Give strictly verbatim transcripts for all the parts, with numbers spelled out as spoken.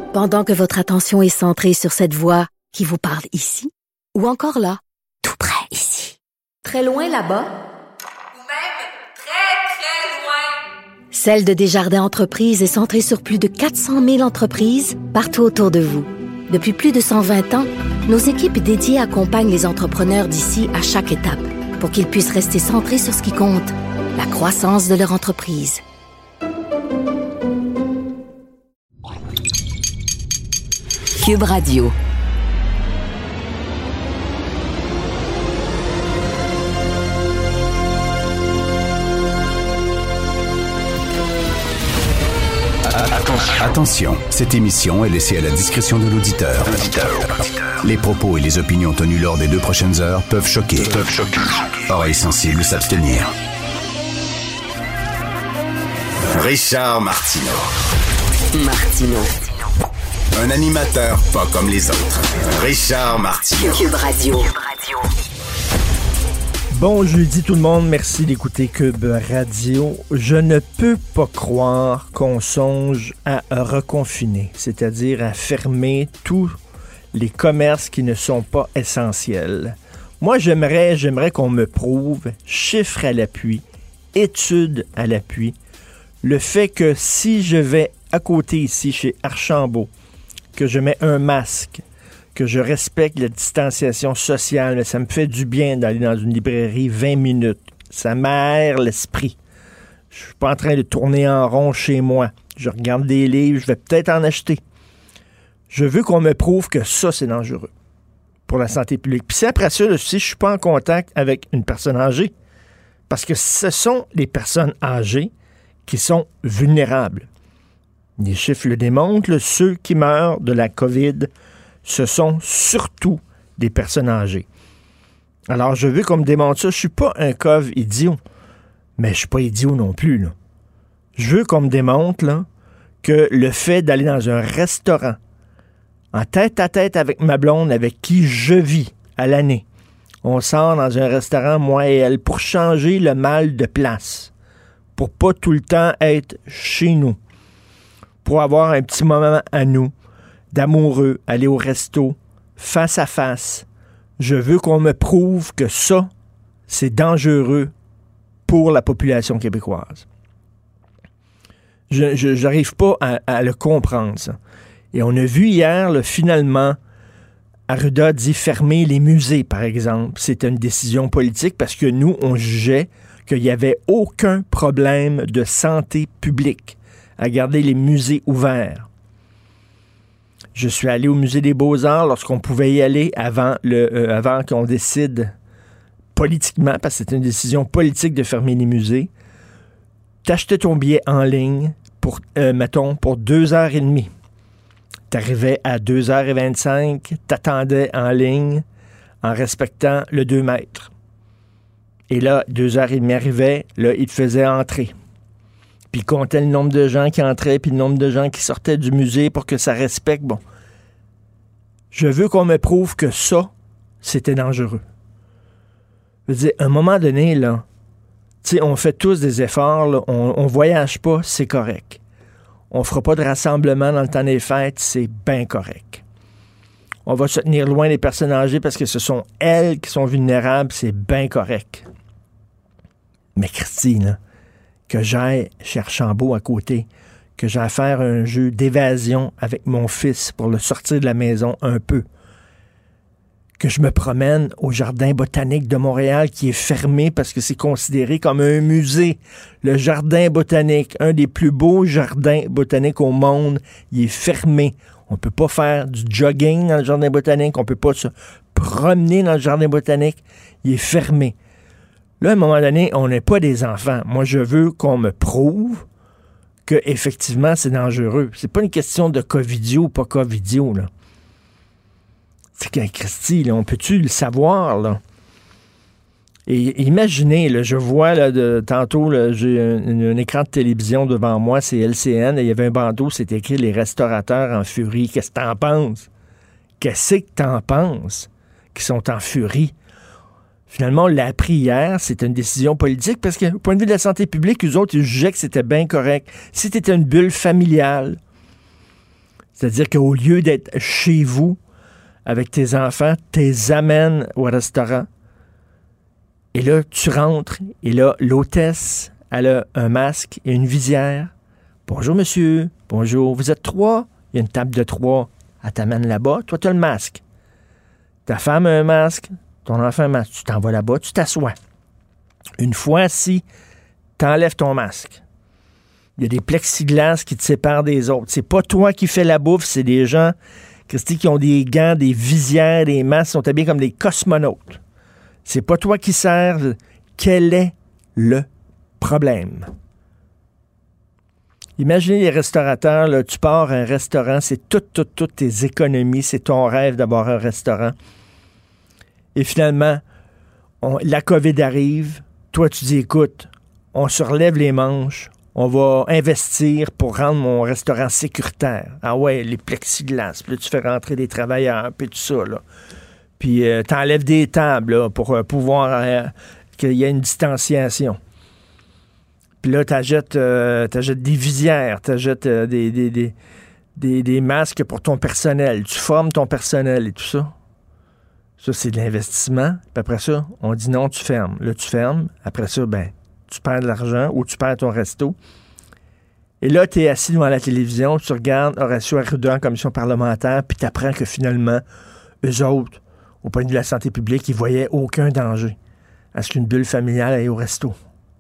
Pendant que votre attention est centrée sur cette voix qui vous parle ici, ou encore là, tout près ici, très loin là-bas, ou même très, très loin, Celle de Desjardins Entreprises est centrée sur plus de quatre cent mille entreprises partout autour de vous. Depuis plus de cent vingt ans, nos équipes dédiées accompagnent les entrepreneurs d'ici à chaque étape pour qu'ils puissent rester centrés sur ce qui compte, la croissance de leur entreprise. Cube Radio. Attention, cette émission est laissée à la discrétion de l'auditeur. Les propos et les opinions tenues lors des deux prochaines heures peuvent choquer. Peuvent choquer. Oreilles sensibles s'abstenir. Richard Martineau. Martineau. Un animateur pas comme les autres. Richard Martineau. Cube Radio. Bon jeudi tout le monde, merci d'écouter Cube Radio. Je ne peux pas croire qu'on songe à reconfiner, c'est-à-dire à fermer tous les commerces qui ne sont pas essentiels. Moi, j'aimerais, j'aimerais qu'on me prouve, chiffres à l'appui, études à l'appui, le fait que si je vais à côté ici chez Archambault, que je mets un masque, que je respecte la distanciation sociale, ça me fait du bien d'aller dans une librairie vingt minutes. Ça m'aère l'esprit. Je suis pas en train de tourner en rond chez moi. Je regarde des livres, je vais peut-être en acheter. Je veux qu'on me prouve que ça, c'est dangereux pour la santé publique. Puis c'est après ça, là, si je suis pas en contact avec une personne âgée, parce que ce sont les personnes âgées qui sont vulnérables. Les chiffres le démontrent, là, ceux qui meurent de la COVID, ce sont surtout des personnes âgées. Alors, je veux qu'on me démontre ça. Je suis pas un cove idiot, mais je suis pas idiot non plus, là. Je veux qu'on me démontre là, que le fait d'aller dans un restaurant, en tête à tête avec ma blonde, avec qui je vis à l'année, on sort dans un restaurant, moi et elle, pour changer le mal de place, pour pas tout le temps être chez nous, pour avoir un petit moment à nous, d'amoureux, aller au resto, face à face. Je veux qu'on me prouve que ça, c'est dangereux pour la population québécoise. Je n'arrive pas à, à le comprendre, ça. Et on a vu hier, là, finalement, Arruda dit fermer les musées, par exemple. C'était une décision politique parce que nous, on jugeait qu'il n'y avait aucun problème de santé publique à garder les musées ouverts. Je suis allé au Musée des Beaux-Arts lorsqu'on pouvait y aller avant, le, euh, avant qu'on décide politiquement, parce que c'était une décision politique de fermer les musées. T'achetais ton billet en ligne pour, euh, mettons, pour deux heures et demie. T'arrivais à deux heures vingt-cinq, t'attendais en ligne en respectant le deux mètres. Et là, deux heures et demie arrivaient, là, ils te faisaient entrer. Puis ils comptaient le nombre de gens qui entraient, puis le nombre de gens qui sortaient du musée pour que ça respecte. Bon, je veux qu'on me prouve que ça, c'était dangereux. Je veux dire, à un moment donné, là, tu sais, on fait tous des efforts, là, on, on voyage pas, c'est correct. On fera pas de rassemblement dans le temps des fêtes, c'est bien correct. On va se tenir loin des personnes âgées parce que ce sont elles qui sont vulnérables, c'est bien correct. Mais Christine, là, que j'aille chez Archambault à côté, que j'aille faire un jeu d'évasion avec mon fils pour le sortir de la maison un peu, que je me promène au Jardin botanique de Montréal qui est fermé parce que c'est considéré comme un musée. Le Jardin botanique, un des plus beaux jardins botaniques au monde, il est fermé. On ne peut pas faire du jogging dans le Jardin botanique, on ne peut pas se promener dans le Jardin botanique, il est fermé. Là, à un moment donné, on n'est pas des enfants. Moi, je veux qu'on me prouve que effectivement c'est dangereux. C'est pas une question de covidio ou pas covidio, là. C'est qu'un Christy, là, on peut-tu le savoir, là? Et imaginez, là, je vois, là, de, tantôt, là, j'ai un, un écran de télévision devant moi, c'est L C N, et il y avait un bandeau, c'est écrit « Les restaurateurs en furie ». Qu'est-ce que t'en penses? Qu'est-ce que t'en penses? Qui sont en furie? Finalement, on l'a appris hier, c'était une décision politique parce qu'au point de vue de la santé publique, eux autres, ils jugeaient que c'était bien correct. Si t'étais une bulle familiale, C'est-à-dire qu'au lieu d'être chez vous avec tes enfants, tu les amènes au restaurant. Et là, tu rentres. Et là, l'hôtesse, elle a un masque et une visière. Bonjour, monsieur. Bonjour. Vous êtes trois? Il y a une table de trois. Elle t'amène là-bas. Toi, tu as le masque. Ta femme a un masque. Ton enfant a un masque. Tu t'en vas là-bas. Tu t'assois. Une fois assis, tu enlèves ton masque. Il y a des plexiglas qui te séparent des autres. C'est pas toi qui fais la bouffe, c'est des gens, Christy, qui ont des gants, des visières, des masques, sont habillés comme des cosmonautes. C'est pas toi qui sers. Quel est le problème? Imaginez les restaurateurs, là, tu pars à un restaurant, c'est toutes, toutes, toutes tes économies, c'est ton rêve d'avoir un restaurant. Et finalement, on, la COVID arrive, toi tu dis, écoute, on se relève les manches, on va investir pour rendre mon restaurant sécuritaire. Ah ouais, les plexiglas, puis là, tu fais rentrer des travailleurs, puis tout ça, là. Puis euh, t'enlèves des tables, là, pour euh, pouvoir euh, qu'il y ait une distanciation. Puis là, t'achètes, euh, t'achètes des visières, t'achètes euh, des, des, des, des, des masques pour ton personnel. Tu formes ton personnel et tout ça. Ça, c'est de l'investissement. Puis après ça, on dit non, tu fermes. Là, tu fermes. Après ça, ben, tu perds de l'argent ou tu perds ton resto. Et là, tu es assis devant la télévision, tu regardes Horacio Arruda en commission parlementaire, puis tu apprends que finalement, eux autres, au point de vue de la santé publique, ils voyaient aucun danger à ce qu'une bulle familiale aille au resto.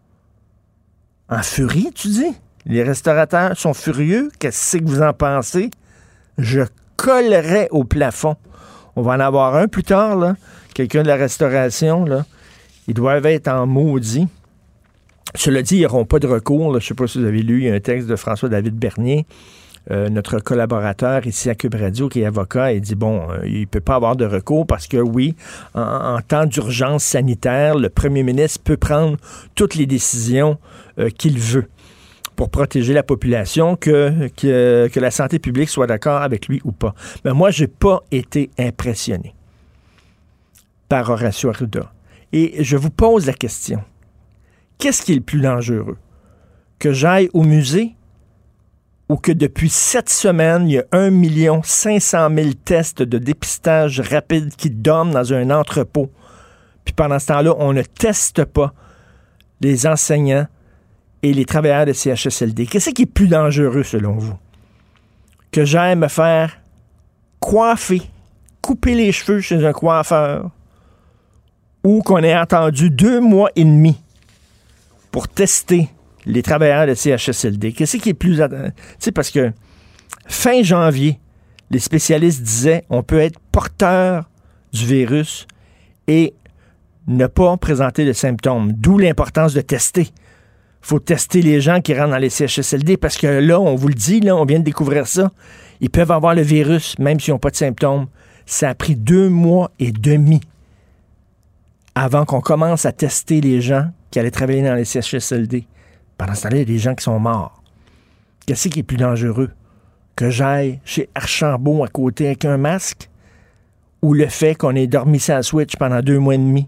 En furie, tu dis? Les restaurateurs sont furieux. Qu'est-ce que vous en pensez? Je collerais au plafond. On va en avoir un plus tard, là. Quelqu'un de la restauration, là. Ils doivent être en maudit. Cela dit, ils n'auront pas de recours. Là. Je ne sais pas si vous avez lu, il y a un texte de François-David Bernier, euh, notre collaborateur ici à Cube Radio, qui est avocat, et dit, bon, euh, il ne peut pas avoir de recours parce que, oui, en, en temps d'urgence sanitaire, le premier ministre peut prendre toutes les décisions euh, qu'il veut pour protéger la population, que, que, que la santé publique soit d'accord avec lui ou pas. Mais moi, je n'ai pas été impressionné par Horacio Arruda. Et je vous pose la question. Qu'est-ce qui est le plus dangereux? Que j'aille au musée ou que depuis sept semaines, il y a un million cinq cent mille tests de dépistage rapide qui dorment dans un entrepôt. Puis pendant ce temps-là, on ne teste pas les enseignants et les travailleurs de C H S L D. Qu'est-ce qui est plus dangereux selon vous? Que j'aille me faire coiffer, couper les cheveux chez un coiffeur ou qu'on ait attendu deux mois et demi pour tester les travailleurs de C H S L D. Qu'est-ce qui est plus... Tu sais, parce que fin janvier, les spécialistes disaient on peut être porteur du virus et ne pas présenter de symptômes. D'où l'importance de tester. Il faut tester les gens qui rentrent dans les C H S L D parce que là, on vous le dit, là, on vient de découvrir ça, ils peuvent avoir le virus même s'ils n'ont pas de symptômes. Ça a pris deux mois et demi avant qu'on commence à tester les gens qui allaient travailler dans les C H S L D. Pendant ce temps-là, il y a des gens qui sont morts. Qu'est-ce qui est plus dangereux? Que j'aille chez Archambault à côté avec un masque ou le fait qu'on ait dormi sans switch pendant deux mois et demi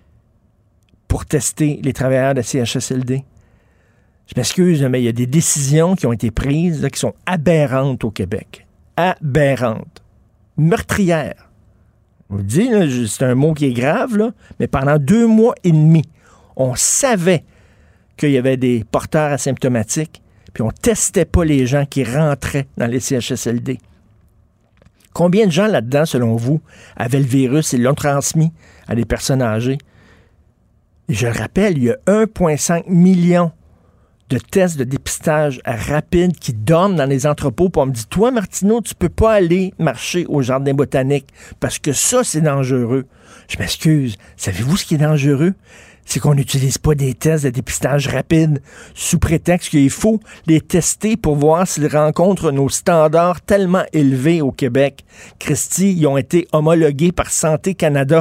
pour tester les travailleurs de C H S L D? Je m'excuse, mais il y a des décisions qui ont été prises là, qui sont aberrantes au Québec. Aberrantes. Meurtrières. Je vous dis, là, c'est un mot qui est grave, là, mais pendant deux mois et demi, on savait qu'il y avait des porteurs asymptomatiques, puis on ne testait pas les gens qui rentraient dans les C H S L D. Combien de gens là-dedans, selon vous, avaient le virus et l'ont transmis à des personnes âgées? Et je le rappelle, il y a un virgule cinq million de tests de dépistage rapide qui dorment dans les entrepôts. Puis on me dit, toi, Martineau, tu peux pas aller marcher au jardin botanique parce que ça, c'est dangereux. Je m'excuse. Savez-vous ce qui est dangereux? C'est qu'on n'utilise pas des tests de dépistage rapide sous prétexte qu'il faut les tester pour voir s'ils rencontrent nos standards tellement élevés au Québec. Christy, ils ont été homologués par Santé Canada.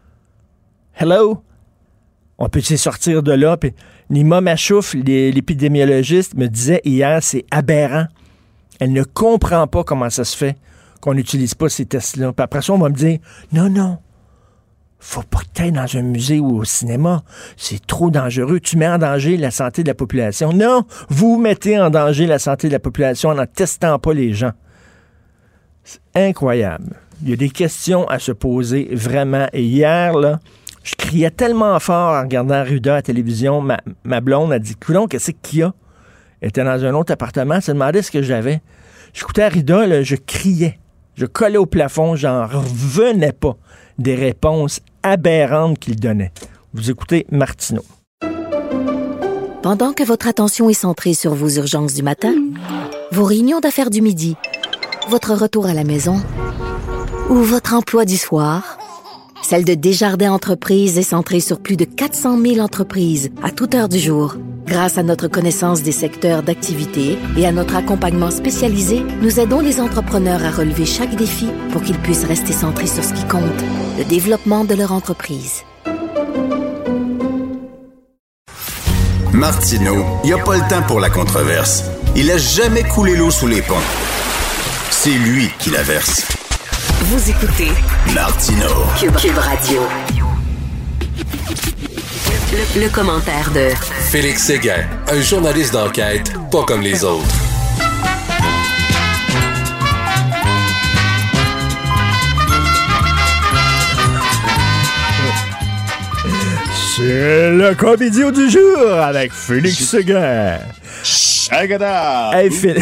Hello? On peut-tu sortir de là? Puis Nima Machouf, l'épidémiologiste, me disait hier, c'est aberrant. Elle ne comprend pas comment ça se fait qu'on n'utilise pas ces tests-là. Puis après ça, on va me dire, non, non, faut pas que tu ailles dans un musée ou au cinéma. C'est trop dangereux. Tu mets en danger la santé de la population. Non, vous mettez en danger la santé de la population en ne testant pas les gens. C'est incroyable. Il y a des questions à se poser, vraiment. Et hier, là, je criais tellement fort en regardant Arruda à la télévision. Ma, ma blonde a dit, coudonc, qu'est-ce qu'il y a? Elle était dans un autre appartement, elle se demandait ce que j'avais. J'écoutais Arruda, là, je criais. Je collais au plafond, j'en revenais pas des réponses aberrantes qu'il donnait. Vous écoutez Martineau. Pendant que votre attention est centrée sur vos urgences du matin, vos réunions d'affaires du midi, votre retour à la maison ou votre emploi du soir, celle de Desjardins Entreprises est centrée sur plus de quatre cent mille entreprises à toute heure du jour. Grâce à notre connaissance des secteurs d'activité et à notre accompagnement spécialisé, nous aidons les entrepreneurs à relever chaque défi pour qu'ils puissent rester centrés sur ce qui compte, le développement de leur entreprise. Martineau, il n'y a pas le temps pour la controverse. Il a jamais coulé l'eau sous les ponts. C'est lui qui la verse. Vous écoutez Martineau. Cube, Cube Radio. Le, le commentaire de Félix Séguin, un journaliste d'enquête pas comme les autres. C'est le comédien du jour avec Félix Séguin. Chagada! Hey, Félix.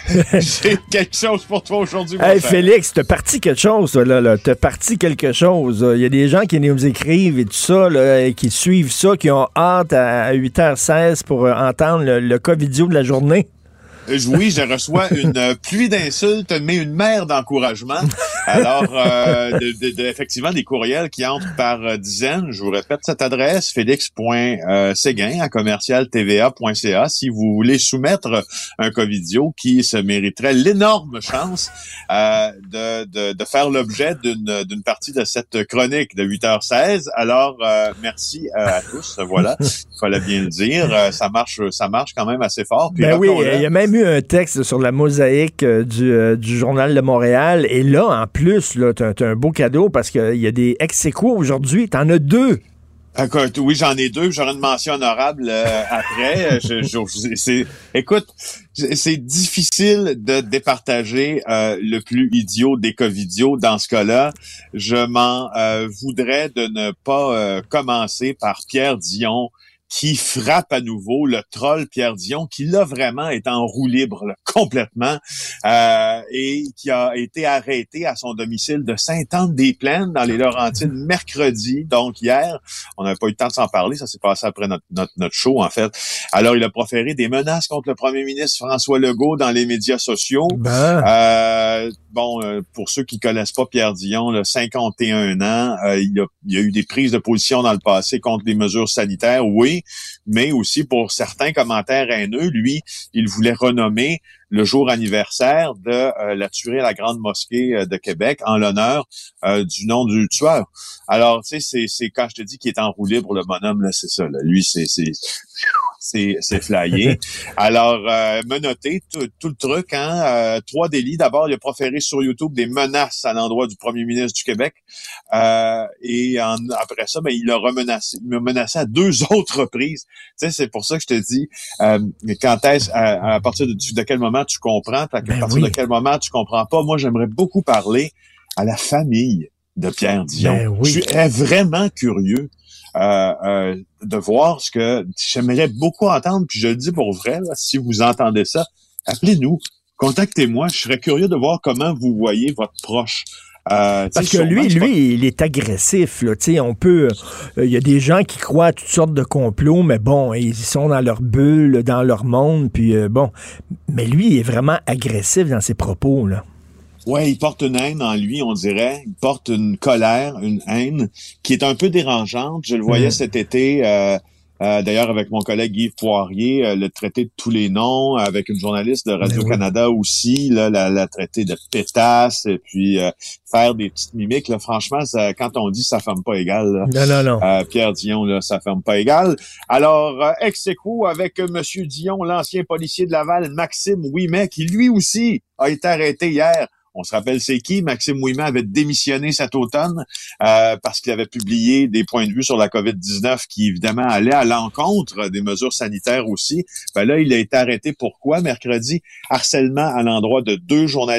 J'ai quelque chose pour toi aujourd'hui, mon Hey, frère. Félix, t'as parti quelque chose, là, là. T'as parti quelque chose. Il y a des gens qui nous écrivent et tout ça, là, et qui suivent ça, qui ont hâte à huit heures seize pour euh, entendre le, le cas vidéo de la journée. Oui, je reçois une euh, pluie d'insultes, mais une mer d'encouragement. Alors, euh, de, de, de, effectivement, des courriels qui entrent par euh, dizaines. Je vous répète cette adresse, félix.séguin à commercial t v a point c a, si vous voulez soumettre un cas vidéo qui se mériterait l'énorme chance euh, de, de, de faire l'objet d'une, d'une partie de cette chronique de huit heures seize. Alors, euh, merci euh, à tous. Voilà, il fallait bien le dire. Euh, ça marche, ça marche quand même assez fort. Puis Ben oui, il y a même eu un texte sur la mosaïque euh, du, euh, du Journal de Montréal. Et là, en plus, là, t'as, t'as un beau cadeau parce qu'il y a des ex-échos aujourd'hui. T'en as deux. Écoute, oui, j'en ai deux. J'aurai une mention honorable euh, après. Je, je, c'est, écoute, c'est difficile de départager euh, le plus idiot des covidios dans ce cas-là. Je m'en euh, voudrais de ne pas euh, commencer par Pierre Dion, qui frappe à nouveau le troll Pierre Dion, qui là vraiment est en roue libre là, complètement, euh, et qui a été arrêté à son domicile de Sainte-Anne-des-Plaines dans les Laurentides mercredi, donc hier. On n'avait pas eu le temps de s'en parler, ça s'est passé après notre, notre, notre show en fait. Alors il a proféré des menaces contre le premier ministre François Legault dans les médias sociaux. Ben. Euh, bon, euh, pour ceux qui connaissent pas Pierre Dion, là, cinquante et un ans, euh, il, a, il y a eu des prises de position dans le passé contre les mesures sanitaires, oui, mais aussi pour certains commentaires haineux. Lui, il voulait renommer le jour anniversaire de euh, la tuerie à la Grande Mosquée euh, de Québec en l'honneur euh, du nom du tueur. Alors, tu sais, c'est, c'est quand je te dis qu'il est en roue libre, le bonhomme, là, c'est ça. Là. Lui, c'est... c'est C'est, c'est flyé. Alors, euh, menotté, tout, tout le truc, hein. Euh, trois délits. D'abord, il a proféré sur YouTube des menaces à l'endroit du premier ministre du Québec. Euh, et en, après ça, ben, il a remenacé, il m'a menacé à deux autres reprises. Tu sais, c'est pour ça que je te dis, euh, quand est-ce, à, à partir de, de quel moment tu comprends, à Ben partir oui. de quel moment tu comprends pas. Moi, j'aimerais beaucoup parler à la famille de Pierre Dion. Ben oui. Je suis vraiment curieux. Euh, euh, de voir ce que j'aimerais beaucoup entendre, puis je le dis pour vrai, là, si vous entendez ça, appelez-nous, contactez-moi, je serais curieux de voir comment vous voyez votre proche. Euh, Parce que lui, lui, pas... il est agressif. Là, on peut. Il euh, y a des gens qui croient à toutes sortes de complots, mais bon, ils sont dans leur bulle, dans leur monde, puis euh, bon. Mais lui, il est vraiment agressif dans ses propos, là. Ouais, il porte une haine en lui, on dirait. Il porte une colère, une haine qui est un peu dérangeante. Je le voyais mmh. cet été, euh, euh, d'ailleurs avec mon collègue Yves Poirier, euh, le traiter de tous les noms, avec une journaliste de Radio-Canada oui. aussi, là, la, la traiter de pétasse, et puis euh, faire des petites mimiques. Là, franchement, ça, quand on dit ça ferme pas égal, là, non, non, non. Euh, Pierre Dion, là, ça ferme pas égal. Alors, euh, ex-écho avec Monsieur Dion, l'ancien policier de Laval, Maxime Ouimet, qui lui aussi a été arrêté hier. On se rappelle c'est qui? Maxime Ouimet avait démissionné cet automne euh, parce qu'il avait publié des points de vue sur la covid dix-neuf qui, évidemment, allaient à l'encontre des mesures sanitaires aussi. Ben là, il a été arrêté. Pourquoi? Mercredi, harcèlement à l'endroit de deux journalistes,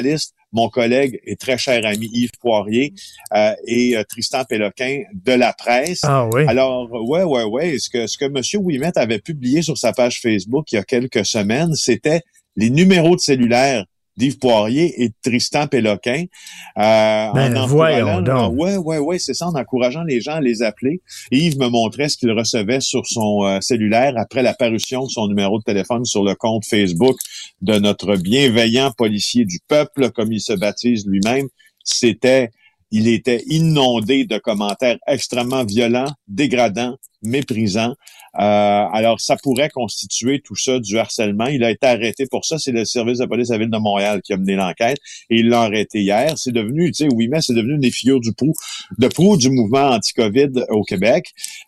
mon collègue et très cher ami Yves Poirier euh, et euh, Tristan Péloquin de la presse. Ah oui. Alors, ouais, ouais, ouais. Ce que, ce que M. Ouimet avait publié sur sa page Facebook il y a quelques semaines, c'était les numéros de cellulaire d'Yves Poirier et de Tristan Péloquin. Euh, ben, en voyons donc. Ouais, ouais, ouais, c'est ça, en encourageant les gens à les appeler. Et Yves me montrait ce qu'il recevait sur son euh, cellulaire après la parution de son numéro de téléphone sur le compte Facebook de notre bienveillant policier du peuple, comme il se baptise lui-même. C'était, il était inondé de commentaires extrêmement violents, dégradants, méprisants. Euh, alors, ça pourrait constituer tout ça du harcèlement. Il a été arrêté pour ça. C'est le service de police de la Ville de Montréal qui a mené l'enquête et il l'a arrêté hier. C'est devenu, tu sais, oui, mais c'est devenu une des figures du proue, de proue du mouvement anti-COVID au Québec.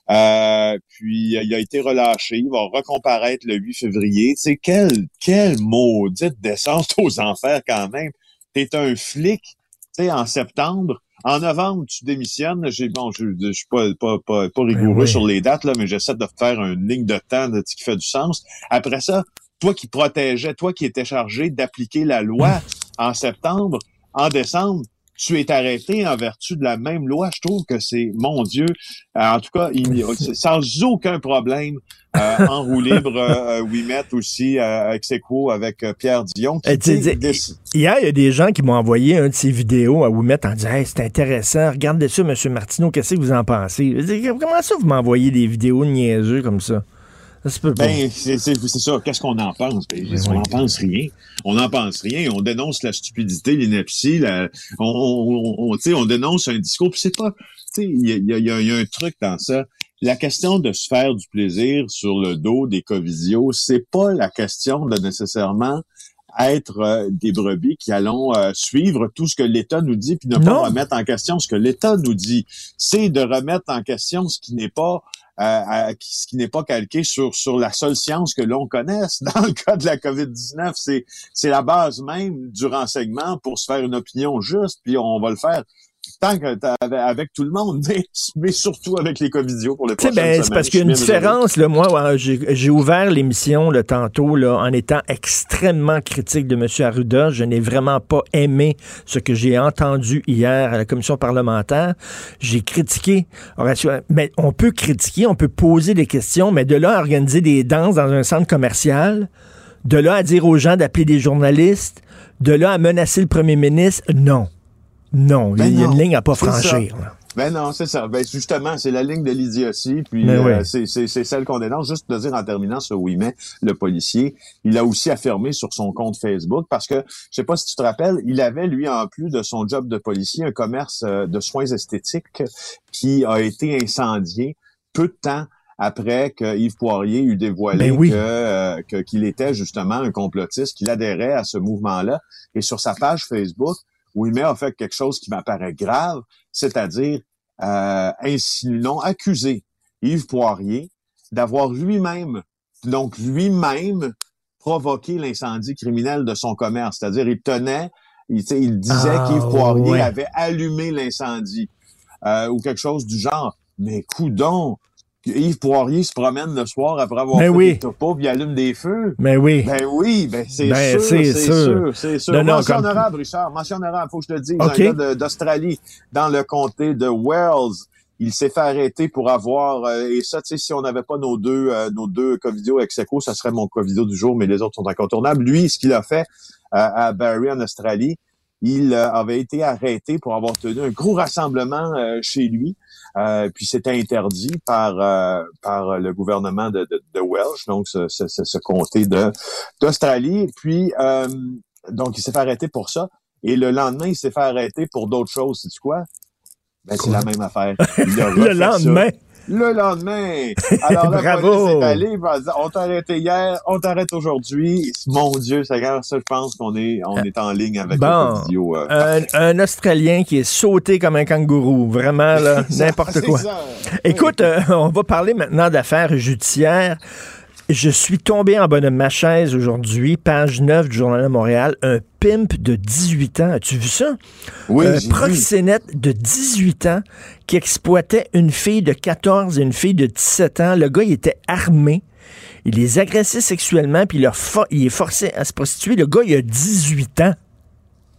Euh, puis, il a été relâché. Il va recomparaître le huit février. Tu sais, quelle, quelle maudite descente aux enfers quand même. T'es un flic, tu sais, en septembre. En novembre, tu démissionnes. J'ai, bon, je, je suis pas, pas, pas, pas rigoureux oui. sur les dates, là, mais j'essaie de faire une ligne de temps de, qui fait du sens. Après ça, toi qui protégeais, toi qui étais chargé d'appliquer la loi en septembre, en décembre, tu es arrêté en vertu de la même loi. Je trouve que c'est, mon Dieu, euh, en tout cas, il, sans aucun problème, euh, en roue libre, euh, Ouimet aussi, euh, avec Seco, avec euh, Pierre Dion. Qui, t'sais, t'sais, des... Hier, il y a des gens qui m'ont envoyé un de ces vidéos à Ouimet en disant hey, « c'est intéressant, regardez ça, M. Martineau, qu'est-ce que vous en pensez? » Comment ça, vous m'envoyez des vidéos niaiseux comme ça? Ça se peut pas. Ben, c'est, c'est, c'est ça. Qu'est-ce qu'on en pense? Ben, on n'en oui. pense rien. On n'en pense rien. On dénonce la stupidité, l'ineptie. La, on, on, on, tu sais, on dénonce un discours. Puis c'est pas, tu sais, il y a, y, a, y a un truc dans ça. La question de se faire du plaisir sur le dos des covidios, c'est pas la question de nécessairement être euh, des brebis qui allons euh, suivre tout ce que l'État nous dit puis ne non. pas remettre en question ce que l'État nous dit. C'est de remettre en question ce qui n'est pas Euh, à, ce qui n'est pas calqué sur sur la seule science que l'on connaisse. Dans le cas de la covid dix-neuf, c'est c'est la base même du renseignement pour se faire une opinion juste, puis on va le faire tant que avec tout le monde, mais, mais surtout avec les covidios pour les prochaines ben, semaines. C'est parce qu'il y a une différence. Là, moi, j'ai, j'ai ouvert l'émission là, tantôt là, en étant extrêmement critique de M. Arruda. Je n'ai vraiment pas aimé ce que j'ai entendu hier à la commission parlementaire. J'ai critiqué. Mais on peut critiquer, on peut poser des questions, mais de là à organiser des danses dans un centre commercial, de là à dire aux gens d'appeler des journalistes, de là à menacer le premier ministre, non. Non, ben il y a non, une ligne à pas franchir. Là. Ben non, c'est ça. Ben justement, c'est la ligne de l'idiotie, puis euh, oui. c'est, c'est, c'est celle qu'on dénonce. Juste de dire en terminant sur Ouimet, le policier, il a aussi affirmé sur son compte Facebook, parce que, je sais pas si tu te rappelles, il avait, lui, en plus de son job de policier, un commerce euh, de soins esthétiques qui a été incendié peu de temps après que Yves Poirier eut dévoilé ben oui. que, euh, que qu'il était justement un complotiste, qu'il adhérait à ce mouvement-là. Et sur sa page Facebook, Ouimet a fait quelque chose qui m'apparaît grave, c'est-à-dire euh, insinuant, accusé Yves Poirier d'avoir lui-même, donc lui-même, provoqué l'incendie criminel de son commerce. C'est-à-dire, il tenait, il, il disait ah, qu'Yves Poirier ouais. avait allumé l'incendie euh, ou quelque chose du genre. Mais coudonc! Yves Poirier se promène le soir après avoir mais fait oui. des topos puis il allume des feux. Mais oui. Ben oui, ben c'est ben, sûr, c'est, c'est sûr, sûr, c'est sûr. Non, non, mention comme... honorable, Richard, mention honorable, faut que je te le dise, okay. un gars de, d'Australie, dans le comté de Wells. Il s'est fait arrêter pour avoir, euh, et ça, tu sais, si on n'avait pas nos deux euh, nos deux covidios ex aequo, ça serait mon covidio du jour, mais les autres sont incontournables. Lui, ce qu'il a fait euh, à Barrie, en Australie, il euh, avait été arrêté pour avoir tenu un gros rassemblement euh, chez lui. Euh, puis c'était interdit par euh, par le gouvernement de, de, de Welsh, donc ce, ce, ce comté de d'Australie. Puis euh, donc il s'est fait arrêter pour ça. Et le lendemain, il s'est fait arrêter pour d'autres choses. Sais-tu quoi? Ben c'est la même affaire. Il a le lendemain. Ça. Le lendemain. Alors là, la police est allée, on t'a arrêté hier, on t'arrête aujourd'hui. Mon Dieu, ça, ça je pense qu'on est on est en ligne avec bon, le vidéo. Euh, un, un Australien qui est sauté comme un kangourou. Vraiment, là, n'importe quoi. Ça. Écoute, euh, on va parler maintenant d'affaires judiciaires. Je suis tombé en bas de ma chaise aujourd'hui, page neuf du Journal de Montréal, un pimp de dix-huit ans. As-tu vu ça? Oui, un j'ai proxénète vu. de dix-huit ans qui exploitait une fille de quatorze et une fille de dix-sept ans. Le gars, il était armé. Il les agressait sexuellement, puis il, for- il est forcé à se prostituer. Le gars, il a dix-huit ans.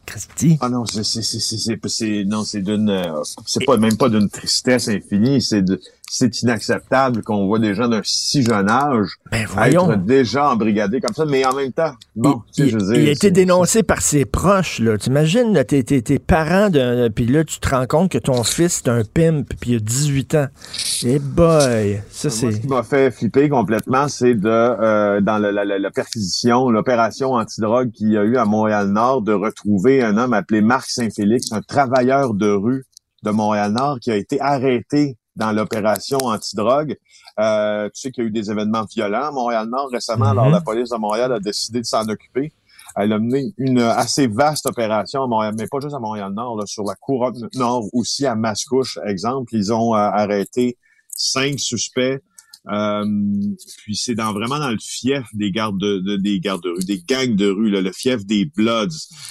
Christy. Ah non, c'est, c'est, c'est, c'est, c'est, c'est non, c'est d'une, euh, c'est pas, même pas d'une tristesse infinie, c'est de, c'est inacceptable qu'on voit des gens d'un si jeune âge ben voyons. être déjà embrigadés comme ça, mais en même temps, bon, il, tu sais, je veux dire, il a été dénoncé par ses proches, là. T'imagines, là, t'es, t'es, t'es parent d'un, puis là, tu te rends compte que ton fils est un pimp, puis il a dix-huit ans. Eh boy, ça c'est... Moi, ce qui m'a fait flipper complètement, c'est de, euh, dans la, la, la perquisition, l'opération antidrogue qu'il y a eu à Montréal-Nord, de retrouver un homme appelé Marc Saint-Félix, un travailleur de rue de Montréal-Nord qui a été arrêté dans l'opération antidrogue. Euh, tu sais qu'il y a eu des événements violents à Montréal-Nord récemment, mm-hmm. alors la police de Montréal a décidé de s'en occuper. Elle a mené une assez vaste opération à Montréal, mais pas juste à Montréal-Nord, là, sur la couronne nord, aussi à Mascouche, exemple. Ils ont euh, arrêté cinq suspects. Euh, puis c'est dans vraiment dans le fief des gardes de, de des gardes de rue, des gangs de rue, là, le fief des Bloods,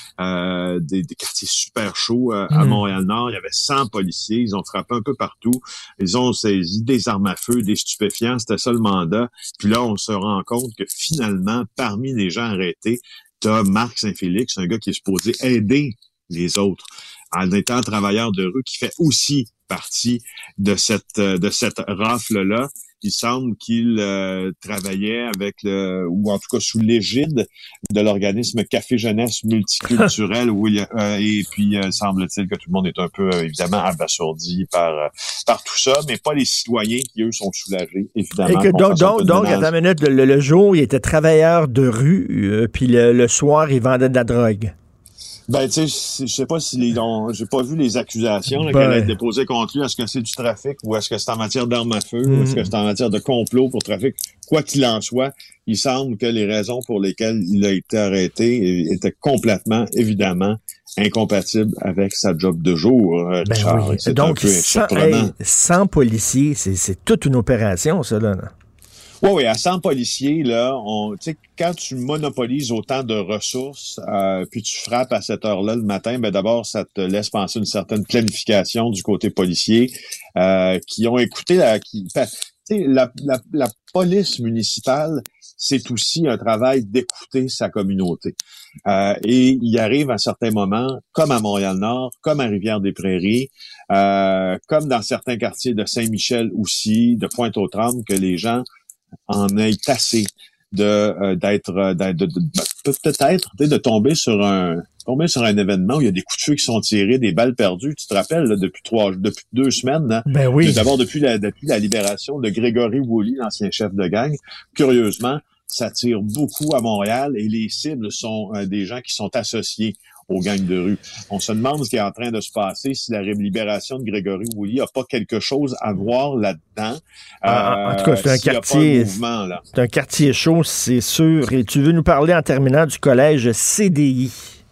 euh, des, des quartiers super chauds euh, à Montréal-Nord. Il y avait cent policiers, ils ont frappé un peu partout. Ils ont saisi des armes à feu, des stupéfiants, c'était ça le mandat. Puis là, on se rend compte que finalement, parmi les gens arrêtés, t'as Marc Saint-Félix, un gars qui est supposé aider les autres en étant travailleur de rue, qui fait aussi partie de cette de cette rafle-là. Il semble qu'il euh, travaillait avec le, ou en tout cas sous l'égide de l'organisme Café Jeunesse Multiculturel, où il y a, euh, et puis euh, semble-t-il que tout le monde est un peu euh, évidemment abasourdi par euh, par tout ça, mais pas les citoyens qui eux sont soulagés évidemment. Et que donc donc donc à ta minute, le, le jour il était travailleur de rue, euh, puis le, le soir il vendait de la drogue. Ben, tu sais, je sais pas si les, on, j'ai pas vu les accusations là, ben, qu'elle a déposées contre lui. Est-ce que c'est du trafic ou est-ce que c'est en matière d'armes à feu mm. ou est-ce que c'est en matière de complot pour trafic? Quoi qu'il en soit, il semble que les raisons pour lesquelles il a été arrêté étaient complètement, évidemment, incompatibles avec sa job de jour. Ben Richard. Oui. C'est donc, un peu sans, hey, sans policiers, c'est, c'est toute une opération, ça, là. là. Oui, oui, à cent policiers, là, on, tu sais, quand tu monopolises autant de ressources, euh, puis tu frappes à cette heure-là le matin, ben d'abord, ça te laisse penser une certaine planification du côté policier, euh, qui ont écouté la, qui, tu sais, la, la, la police municipale, c'est aussi un travail d'écouter sa communauté. Euh, et il arrive à certains moments, comme à Montréal-Nord, comme à Rivière-des-Prairies, euh, comme dans certains quartiers de Saint-Michel aussi, de Pointe-aux-Trembles, que les gens en ait assez de euh, d'être, d'être de, de, de, peut-être de tomber sur un tomber sur un événement où il y a des coups de feu qui sont tirés, des balles perdues. Tu te rappelles là, depuis trois depuis deux semaines, hein? Ben oui. D'abord depuis la depuis la libération de Grégory Woolley, l'ancien chef de gang. Curieusement, ça tire beaucoup à Montréal et les cibles sont euh, des gens qui sont associés aux gangs de rue. On se demande ce qui est en train de se passer, si la libération de Grégory Woolley n'a pas quelque chose à voir là-dedans. Ah, euh, en tout cas, c'est un quartier, un mouvement, là. C'est un quartier chaud, c'est sûr. Et tu veux nous parler en terminant du collège C D I?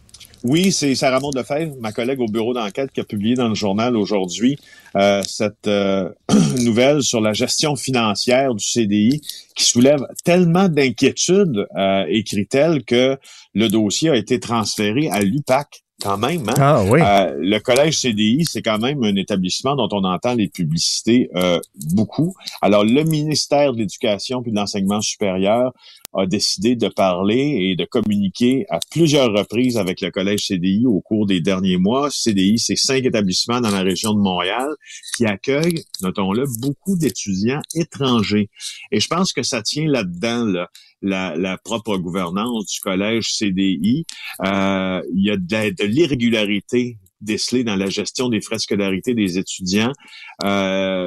Oui, c'est Sarah Maud Lefebvre, ma collègue au bureau d'enquête, qui a publié dans le journal aujourd'hui euh, cette euh, nouvelle sur la gestion financière du C D I qui soulève tellement d'inquiétudes, euh, écrit-elle, que le dossier a été transféré à l'U P A C quand même. Hein? Ah oui. Euh, le collège C D I, c'est quand même un établissement dont on entend les publicités euh, beaucoup. Alors, le ministère de l'Éducation puis de l'Enseignement supérieur a décidé de parler et de communiquer à plusieurs reprises avec le collège C D I au cours des derniers mois. C D I, c'est cinq établissements dans la région de Montréal qui accueillent, notons-le, beaucoup d'étudiants étrangers. Et je pense que ça tient là-dedans, là, la, la propre gouvernance du collège C D I. Euh, il y a de, de l'irrégularité décelée dans la gestion des frais de scolarité des étudiants. Euh,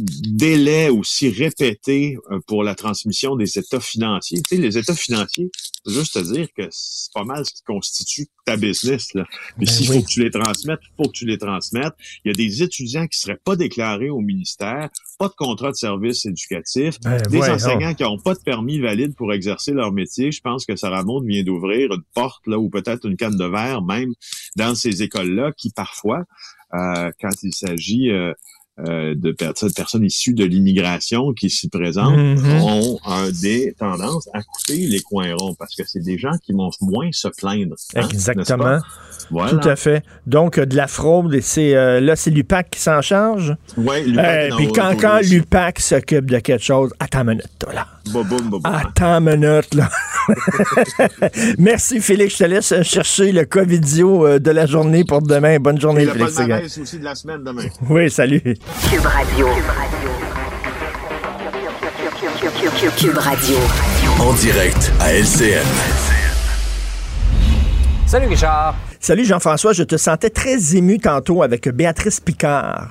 délai aussi répété pour la transmission des états financiers. Tu sais, les états financiers, je veux juste te dire que c'est pas mal ce qui constitue ta business, là. Mais ben s'il oui. faut que tu les transmettes, il faut que tu les transmettes. Il y a des étudiants qui seraient pas déclarés au ministère, pas de contrat de service éducatif, ben des ouais, enseignants non. qui n'ont pas de permis valide pour exercer leur métier. Je pense que Sarah Maud vient d'ouvrir une porte, là, ou peut-être une canne de verre, même, dans ces écoles-là, qui parfois, euh, quand il s'agit euh, Euh, de personnes, personnes issues de l'immigration qui s'y présentent, mm-hmm. ont euh, des tendances à couper les coins ronds parce que c'est des gens qui vont moins se plaindre. Hein, exactement. Voilà. Tout à fait. Donc, de la fraude, et c'est, euh, là, c'est l'U P A C qui s'en charge? Oui, l'U P A C. Euh, puis quand, quand l'U P A C s'occupe de quelque chose, attends une minute, toi, là. Boboum, boboum. Attends une minute, là. Merci, Félix. Je te laisse chercher le cas vidéo de la journée pour demain. Bonne journée, Et le Félix. palmarès aussi de la semaine demain. Oui, salut. Cube Radio. Cube Radio. En direct à L C N. Salut Richard. Salut Jean-François, je te sentais très ému tantôt avec Béatrice Picard.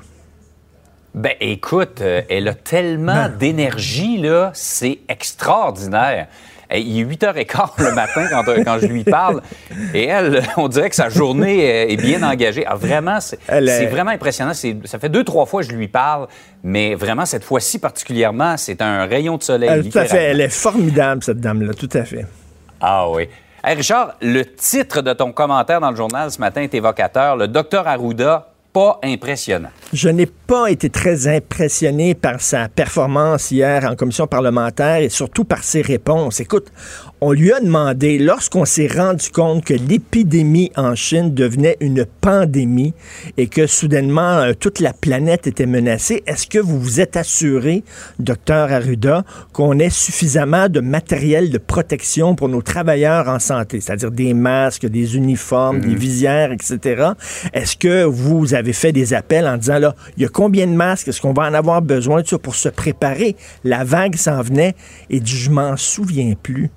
Ben écoute, euh, elle a tellement Ben. d'énergie, là, c'est extraordinaire. Et il est huit heures quinze le matin quand, quand je lui parle. Et elle, on dirait que sa journée est bien engagée. Ah, vraiment, c'est, Elle est... c'est vraiment impressionnant. C'est, ça fait deux, trois fois que je lui parle, mais vraiment, cette fois-ci particulièrement, c'est un rayon de soleil. Elle, tout à fait, elle est formidable, cette dame-là, tout à fait. Ah oui. Hey Richard, le titre de ton commentaire dans le journal ce matin est évocateur. Le docteur Arruda, pas impressionnant. Je n'ai pas été très impressionné par sa performance hier en commission parlementaire et surtout par ses réponses. Écoute, on lui a demandé, lorsqu'on s'est rendu compte que l'épidémie en Chine devenait une pandémie et que soudainement euh, toute la planète était menacée, est-ce que vous vous êtes assuré, docteur Arruda, qu'on ait suffisamment de matériel de protection pour nos travailleurs en santé, c'est-à-dire des masques, des uniformes, mm-hmm. des visières, et cetera. Est-ce que vous avez fait des appels en disant, là, il y a combien de masques, est-ce qu'on va en avoir besoin de ça pour se préparer? La vague s'en venait et dit, je m'en souviens plus.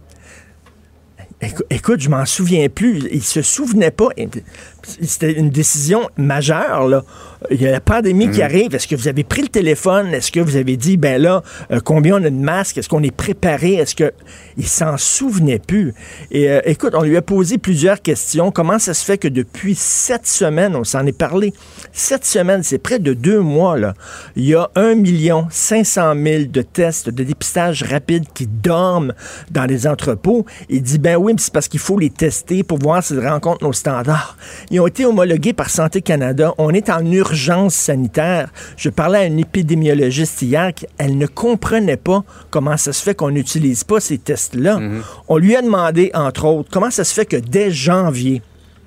Écoute, je m'en souviens plus. Il se souvenait pas. C'était une décision majeure, là. Il y a la pandémie mmh. qui arrive. Est-ce que vous avez pris le téléphone? Est-ce que vous avez dit, ben là, euh, combien on a de masques? Est-ce qu'on est préparé? Est-ce que... Il s'en souvenait plus. Et euh, écoute, on lui a posé plusieurs questions. Comment ça se fait que depuis sept semaines, on s'en est parlé, sept semaines, c'est près de deux mois, là, il y a un million cinq cent mille de tests de dépistage rapide qui dorment dans les entrepôts. Il dit, ben oui, mais c'est parce qu'il faut les tester pour voir s'ils rencontrent nos standards. Ils ont été homologués par Santé Canada. On est en urgence sanitaire. Je parlais à une épidémiologiste hier, elle ne comprenait pas comment ça se fait qu'on n'utilise pas ces tests-là. Mm-hmm. On lui a demandé, entre autres, comment ça se fait que dès janvier,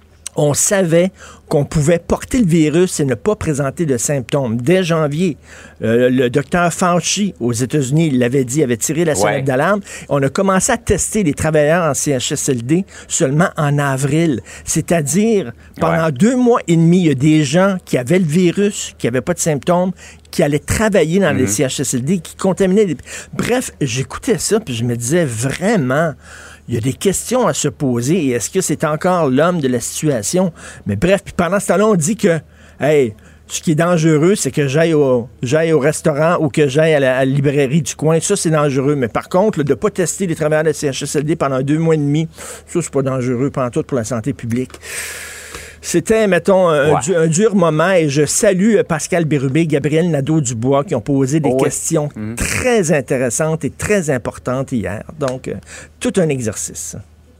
on savait qu'on pouvait porter le virus et ne pas présenter de symptômes. Dès janvier, euh, le docteur Fauci aux États-Unis, il l'avait dit, avait tiré la sonnette ouais. d'alarme. On a commencé à tester les travailleurs en C H S L D seulement en avril. C'est-à-dire, pendant ouais. deux mois et demi, il y a des gens qui avaient le virus, qui n'avaient pas de symptômes, qui allaient travailler dans mm-hmm. les C H S L D, qui contaminaient les... Bref, j'écoutais ça, puis je me disais vraiment... Il y a des questions à se poser. Et est-ce que c'est encore l'homme de la situation? Mais bref, puis pendant ce temps-là, on dit que, hey, ce qui est dangereux, c'est que j'aille au, j'aille au restaurant ou que j'aille à la, à la librairie du coin. Ça, c'est dangereux. Mais par contre, là, de ne pas tester les travailleurs de C H S L D pendant deux mois et demi, ça, c'est pas dangereux, pantoute pour la santé publique. C'était, mettons, un, ouais. du, un dur moment et je salue Pascal Bérubé, Gabriel Nadeau-Dubois qui ont posé des oh oui. questions mmh. très intéressantes et très importantes hier. Donc, euh, tout un exercice.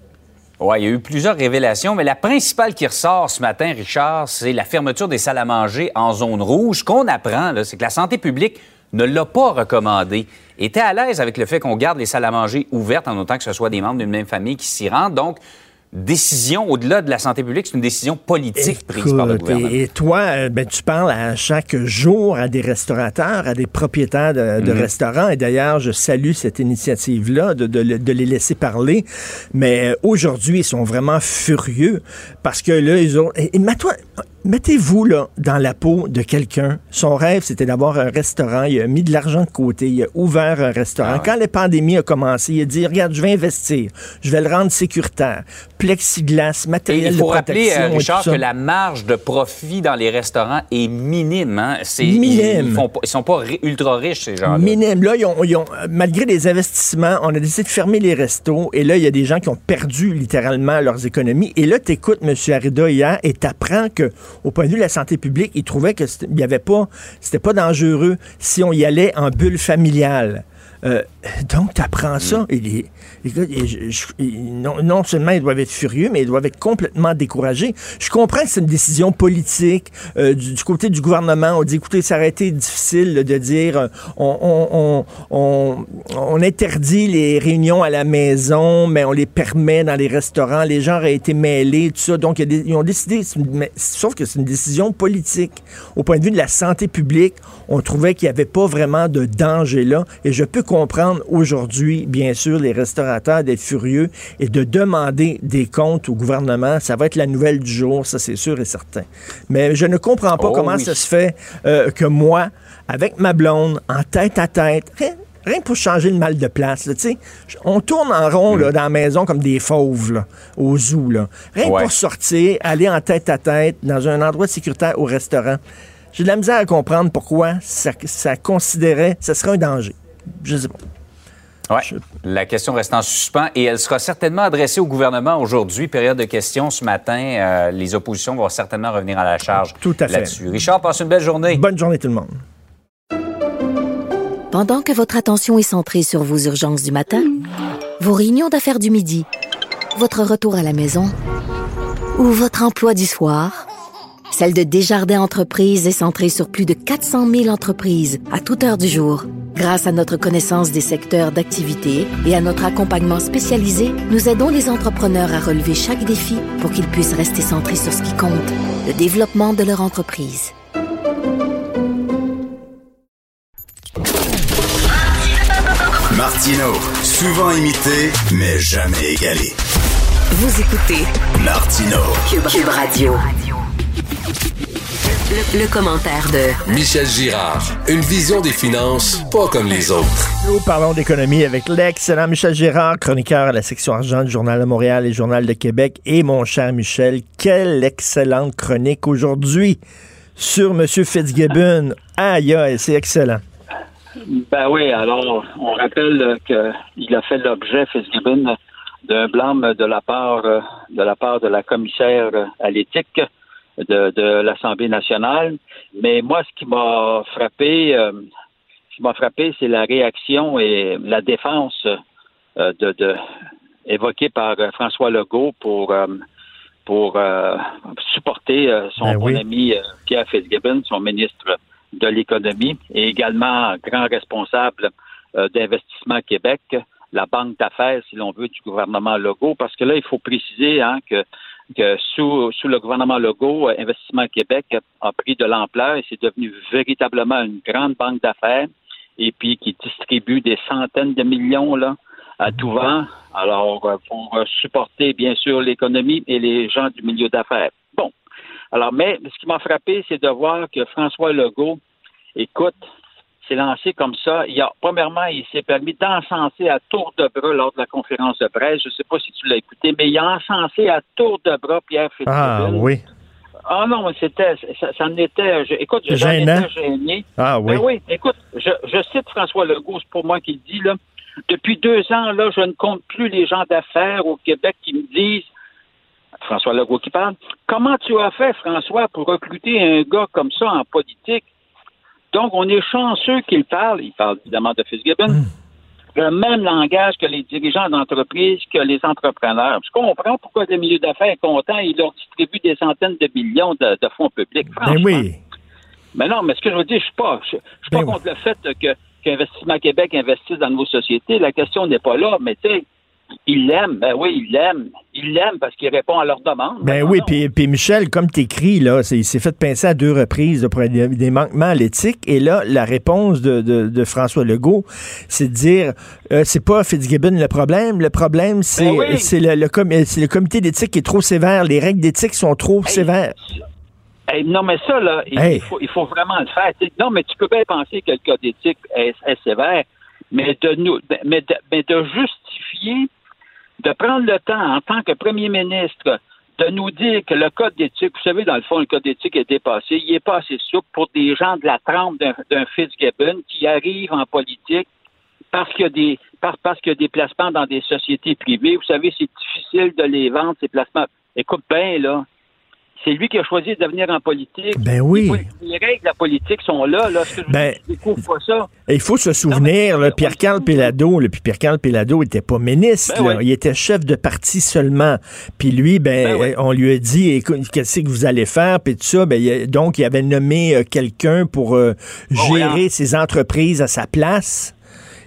Oui, il y a eu plusieurs révélations, mais la principale qui ressort ce matin, Richard, c'est la fermeture des salles à manger en zone rouge. Ce qu'on apprend, là, c'est que la santé publique ne l'a pas recommandé. Était à l'aise avec le fait qu'on garde les salles à manger ouvertes en autant que ce soit des membres d'une même famille qui s'y rendent. Donc, décision, au-delà de la santé publique, c'est une décision politique Écoute, prise par le gouvernement. Et toi, ben, tu parles à chaque jour à des restaurateurs, à des propriétaires de, de mm-hmm. restaurants. Et d'ailleurs, je salue cette initiative-là de, de, de les laisser parler. Mais aujourd'hui, ils sont vraiment furieux parce que là, ils ont... Et, et mets-toi... Mettez-vous là, dans la peau de quelqu'un. Son rêve, c'était d'avoir un restaurant. Il a mis de l'argent de côté. Il a ouvert un restaurant. Ah ouais. Quand la pandémie a commencé, il a dit, regarde, je vais investir. Je vais le rendre sécuritaire. Plexiglas, matériel de protection. Il faut rappeler, euh, Richard, que la marge de profit dans les restaurants est minime. Hein? C'est, minime. Ils, ils sont pas ri- ultra riches, ces gens-là. Minime. Là, ils ont, ils ont, malgré les investissements, on a décidé de fermer les restos. Et là, il y a des gens qui ont perdu littéralement leurs économies. Et là, tu écoutes M. Arruda hier et tu apprends que au point de vue de la santé publique, il trouvait que c'était, il y avait pas, c'était pas dangereux si on y allait en bulle familiale. Euh, donc, tu apprends ça. Et les, les gars, et je, ils, non, non seulement ils doivent être furieux, mais ils doivent être complètement découragés. Je comprends que c'est une décision politique. Euh, du, du côté du gouvernement, on dit, écoutez, ça aurait été difficile là, de dire euh, on, on, on, on, on interdit les réunions à la maison, mais on les permet dans les restaurants. Les gens auraient été mêlés, tout ça. Donc, ils ont décidé, mais, sauf que c'est une décision politique. Au point de vue de la santé publique, on trouvait qu'il n'y avait pas vraiment de danger là. Et je peux comprendre aujourd'hui, bien sûr, les restaurateurs d'être furieux et de demander des comptes au gouvernement. Ça va être la nouvelle du jour, ça c'est sûr et certain. Mais je ne comprends pas oh, comment oui. ça se fait euh, que moi, avec ma blonde, en tête à tête, rien, rien pour changer le mal de place, là, tu sais, on tourne en rond mm. là, dans la maison comme des fauves là, au zoo. Là. Rien ouais. pour sortir, aller en tête à tête dans un endroit sécuritaire au restaurant. J'ai de la misère à comprendre pourquoi ça, ça considérait, ça serait un danger. Je sais pas. Oui, Je... la question reste en suspens et elle sera certainement adressée au gouvernement aujourd'hui. Période de questions ce matin. Euh, les oppositions vont certainement revenir à la charge Tout à fait. là-dessus. Richard, passe une belle journée. Bonne journée tout le monde. Pendant que votre attention est centrée sur vos urgences du matin, vos réunions d'affaires du midi, votre retour à la maison ou votre emploi du soir, celle de Desjardins Entreprises est centrée sur plus de quatre cent mille entreprises à toute heure du jour. Grâce à notre connaissance des secteurs d'activité et à notre accompagnement spécialisé, nous aidons les entrepreneurs à relever chaque défi pour qu'ils puissent rester centrés sur ce qui compte, le développement de leur entreprise. Martino, souvent imité, mais jamais égalé. Vous écoutez Martino, Cube, Cube Radio. Le, le commentaire de Michel Girard. Une vision des finances pas comme les autres. Nous parlons d'économie avec l'excellent Michel Girard, chroniqueur à la section argent du Journal de Montréal et Journal de Québec. Et mon cher Michel, quelle excellente chronique aujourd'hui sur M. Fitzgibbon. Aïe, aïe, c'est excellent. Ben oui, alors, on rappelle qu'il a fait l'objet, Fitzgibbon, d'un blâme de la part de la part de la commissaire à l'éthique de, de l'Assemblée nationale. Mais moi, ce qui m'a frappé, euh, ce qui m'a frappé, c'est la réaction et la défense euh, de, de évoquée par François Legault pour euh, pour euh, supporter euh, son ben bon oui. ami euh, Pierre Fitzgibbon, son ministre de l'économie, et également grand responsable euh, d'Investissement Québec, la banque d'affaires, si l'on veut, du gouvernement Legault, parce que là, il faut préciser hein, que, que sous, sous le gouvernement Legault, Investissement Québec a pris de l'ampleur et c'est devenu véritablement une grande banque d'affaires et puis qui distribue des centaines de millions là à tout vent, alors pour supporter, bien sûr, l'économie et les gens du milieu d'affaires. Bon, alors, mais ce qui m'a frappé, c'est de voir que François Legault, écoute, s'est lancé comme ça. Il a, premièrement, il s'est permis d'encenser à tour de bras lors de la conférence de presse. Je ne sais pas si tu l'as écouté, mais il a encensé à tour de bras Pierre Fitzgibbon. Ah oui. Ah non, mais c'était, ça, ça en était, je, écoute, j'en étais gêné. Ah oui. Ben oui, écoute, je, je cite François Legault, c'est pour moi qu'il dit, là, depuis deux ans, là, je ne compte plus les gens d'affaires au Québec qui me disent, François Legault qui parle, comment tu as fait, François, pour recruter un gars comme ça en politique? Donc, on est chanceux qu'il parle, il parle évidemment de Fitzgibbon, mmh. le même langage que les dirigeants d'entreprise, que les entrepreneurs. Je comprends pourquoi le milieu d'affaires est content, il leur distribue des centaines de millions de, de fonds publics, franchement. Ben oui. Mais non, mais ce que je veux dire, je suis pas, je, je suis pas ben contre oui. le fait que qu'Investissement Québec investisse dans nos sociétés. La question n'est pas là, mais tu sais, il l'aime, ben oui, il l'aime. Il l'aime parce qu'il répond à leurs demandes. Ben, ben oui, puis, puis Michel, comme t'écris, là, c'est, il s'est fait pincer à deux reprises là, pour des, des manquements à l'éthique. Et là, la réponse de, de, de François Legault, c'est de dire, euh, c'est pas Fitzgibbon le problème. Le problème, c'est, ben oui. c'est, le, le com- c'est le comité d'éthique qui est trop sévère. Les règles d'éthique sont trop hey, sévères. Hey, non, mais ça, là, hey. il, faut, il faut vraiment le faire. T'sais, non, mais tu peux bien penser que le code d'éthique est, est sévère, mais de, nous, mais, de, mais de justifier, de prendre le temps, en tant que premier ministre, de nous dire que le code d'éthique, vous savez, dans le fond, le code d'éthique est dépassé, il n'est pas assez souple pour des gens de la trempe d'un, d'un Fitzgibbon qui arrivent en politique parce qu'il y a des, parce, parce qu'il y a des placements dans des sociétés privées. Vous savez, c'est difficile de les vendre, ces placements. Écoute bien, là. C'est lui qui a choisi de venir en politique. Ben oui. Les, les règles de la politique sont là. là. Est-ce que je ben, ne découvre pas ça? Il faut se souvenir, non, mais, là, Pierre-Carl Péladeau, puis Pierre-Carl Péladeau n'était pas ministre. Ben là. Oui. Il était chef de parti seulement. Puis lui, ben, ben oui. on lui a dit, écoute, qu'est-ce que vous allez faire? Puis tout ça. Ben, il, donc, il avait nommé euh, quelqu'un pour euh, gérer oh, ses entreprises à sa place.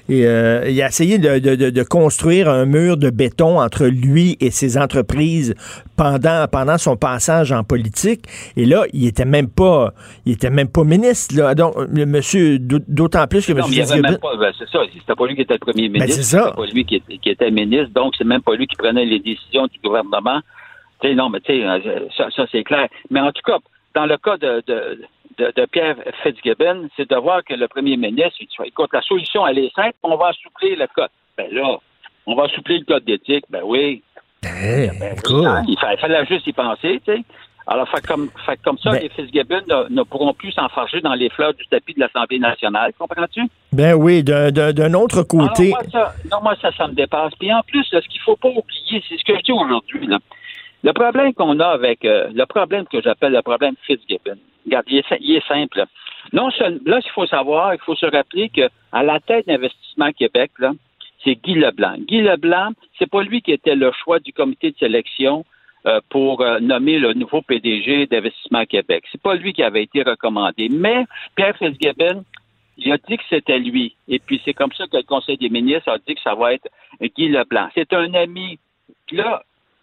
Et euh, il a essayé de, de, de, de construire un mur de béton entre lui et ses entreprises pendant, pendant son passage en politique. Et là, il était même pas, il était même pas ministre, là. Donc, le monsieur, d'autant plus que non, monsieur Fitzgibbon... même pas, ben, c'est ça, c'était pas lui qui était le premier ministre. Ben, c'est ça. C'était pas lui qui était, qui était ministre, donc c'est même pas lui qui prenait les décisions du gouvernement. Tu sais, non, mais tu sais, ça, ça, c'est clair. Mais en tout cas, dans le cas de, de, de, de Pierre Fitzgibbon, c'est de voir que le premier ministre, il dit, écoute, la solution, elle est simple, on va assouplir le code. Ben là, on va assouplir le code d'éthique, ben oui. Hey, ben, cool. oui hein, il, fallait, il fallait juste y penser, tu sais. Alors, fait comme, fait comme ça, ben, les Fitzgibbon ne, ne pourront plus s'enfarger dans les fleurs du tapis de l'Assemblée nationale, comprends-tu? Ben oui, d'un, d'un, d'un autre côté... Alors, moi, ça, non, moi, ça, ça me dépasse. Puis en plus, là, ce qu'il faut pas oublier, c'est ce que je dis aujourd'hui, là. Le problème qu'on a avec, euh, le problème que j'appelle le problème Fitzgibbon, regarde, il est, il est simple. Là. Non seul, là, il faut savoir, il faut se rappeler qu'à la tête d'Investissement Québec, là, c'est Guy Leblanc. Guy Leblanc, c'est pas lui qui était le choix du comité de sélection euh, pour euh, nommer le nouveau P D G d'Investissement Québec. C'est pas lui qui avait été recommandé. Mais Pierre Fitzgibbon, il a dit que c'était lui. Et puis c'est comme ça que le Conseil des ministres a dit que ça va être Guy Leblanc. C'est un ami. Puis là,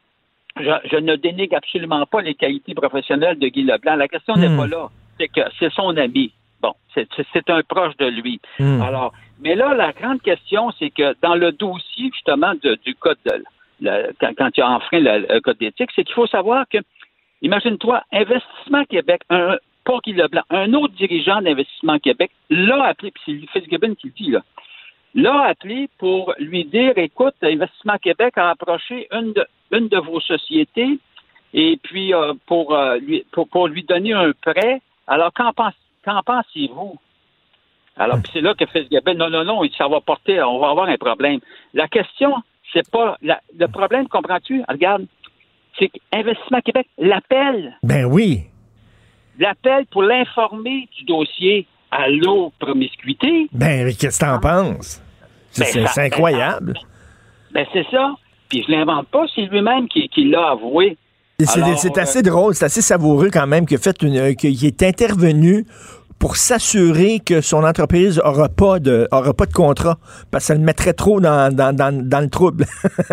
Je, je ne dénigre absolument pas les qualités professionnelles de Guy Leblanc. La question mmh. n'est pas là. C'est que c'est son ami. Bon, c'est, c'est un proche de lui. Mmh. Alors, mais là, la grande question, c'est que dans le dossier, justement, de, du code, de, le, quand, quand il a enfreint le, le code d'éthique, c'est qu'il faut savoir que, imagine-toi, Investissement Québec, un, pas Guy Leblanc, un autre dirigeant d'Investissement Québec l'a appelé, puis c'est Fitzgibbon qui le dit, là, l'a appelé pour lui dire, écoute, Investissement Québec a approché une de, une de vos sociétés et puis euh, pour, euh, lui, pour, pour lui donner un prêt. Alors, qu'en, pense, qu'en pensez-vous? Alors, puis c'est là que Fitzgibbon, non, non, non, ça va porter, on va avoir un problème. La question, c'est pas, la, le problème, comprends-tu? Regarde, c'est qu'Investissement Québec l'appelle. Ben oui. L'appelle pour l'informer du dossier. Allô, promiscuité? Ben, qu'est-ce que t'en penses? C'est, ben, c'est, c'est incroyable. Ben, c'est ça. Puis je l'invente pas, c'est lui-même qui, qui l'a avoué. Et c'est, Alors, c'est assez euh... drôle, c'est assez savoureux quand même qu'il, fait une, qu'il est intervenu pour s'assurer que son entreprise n'aura pas de aura pas de contrat, parce que ça le mettrait trop dans, dans, dans, dans le trouble.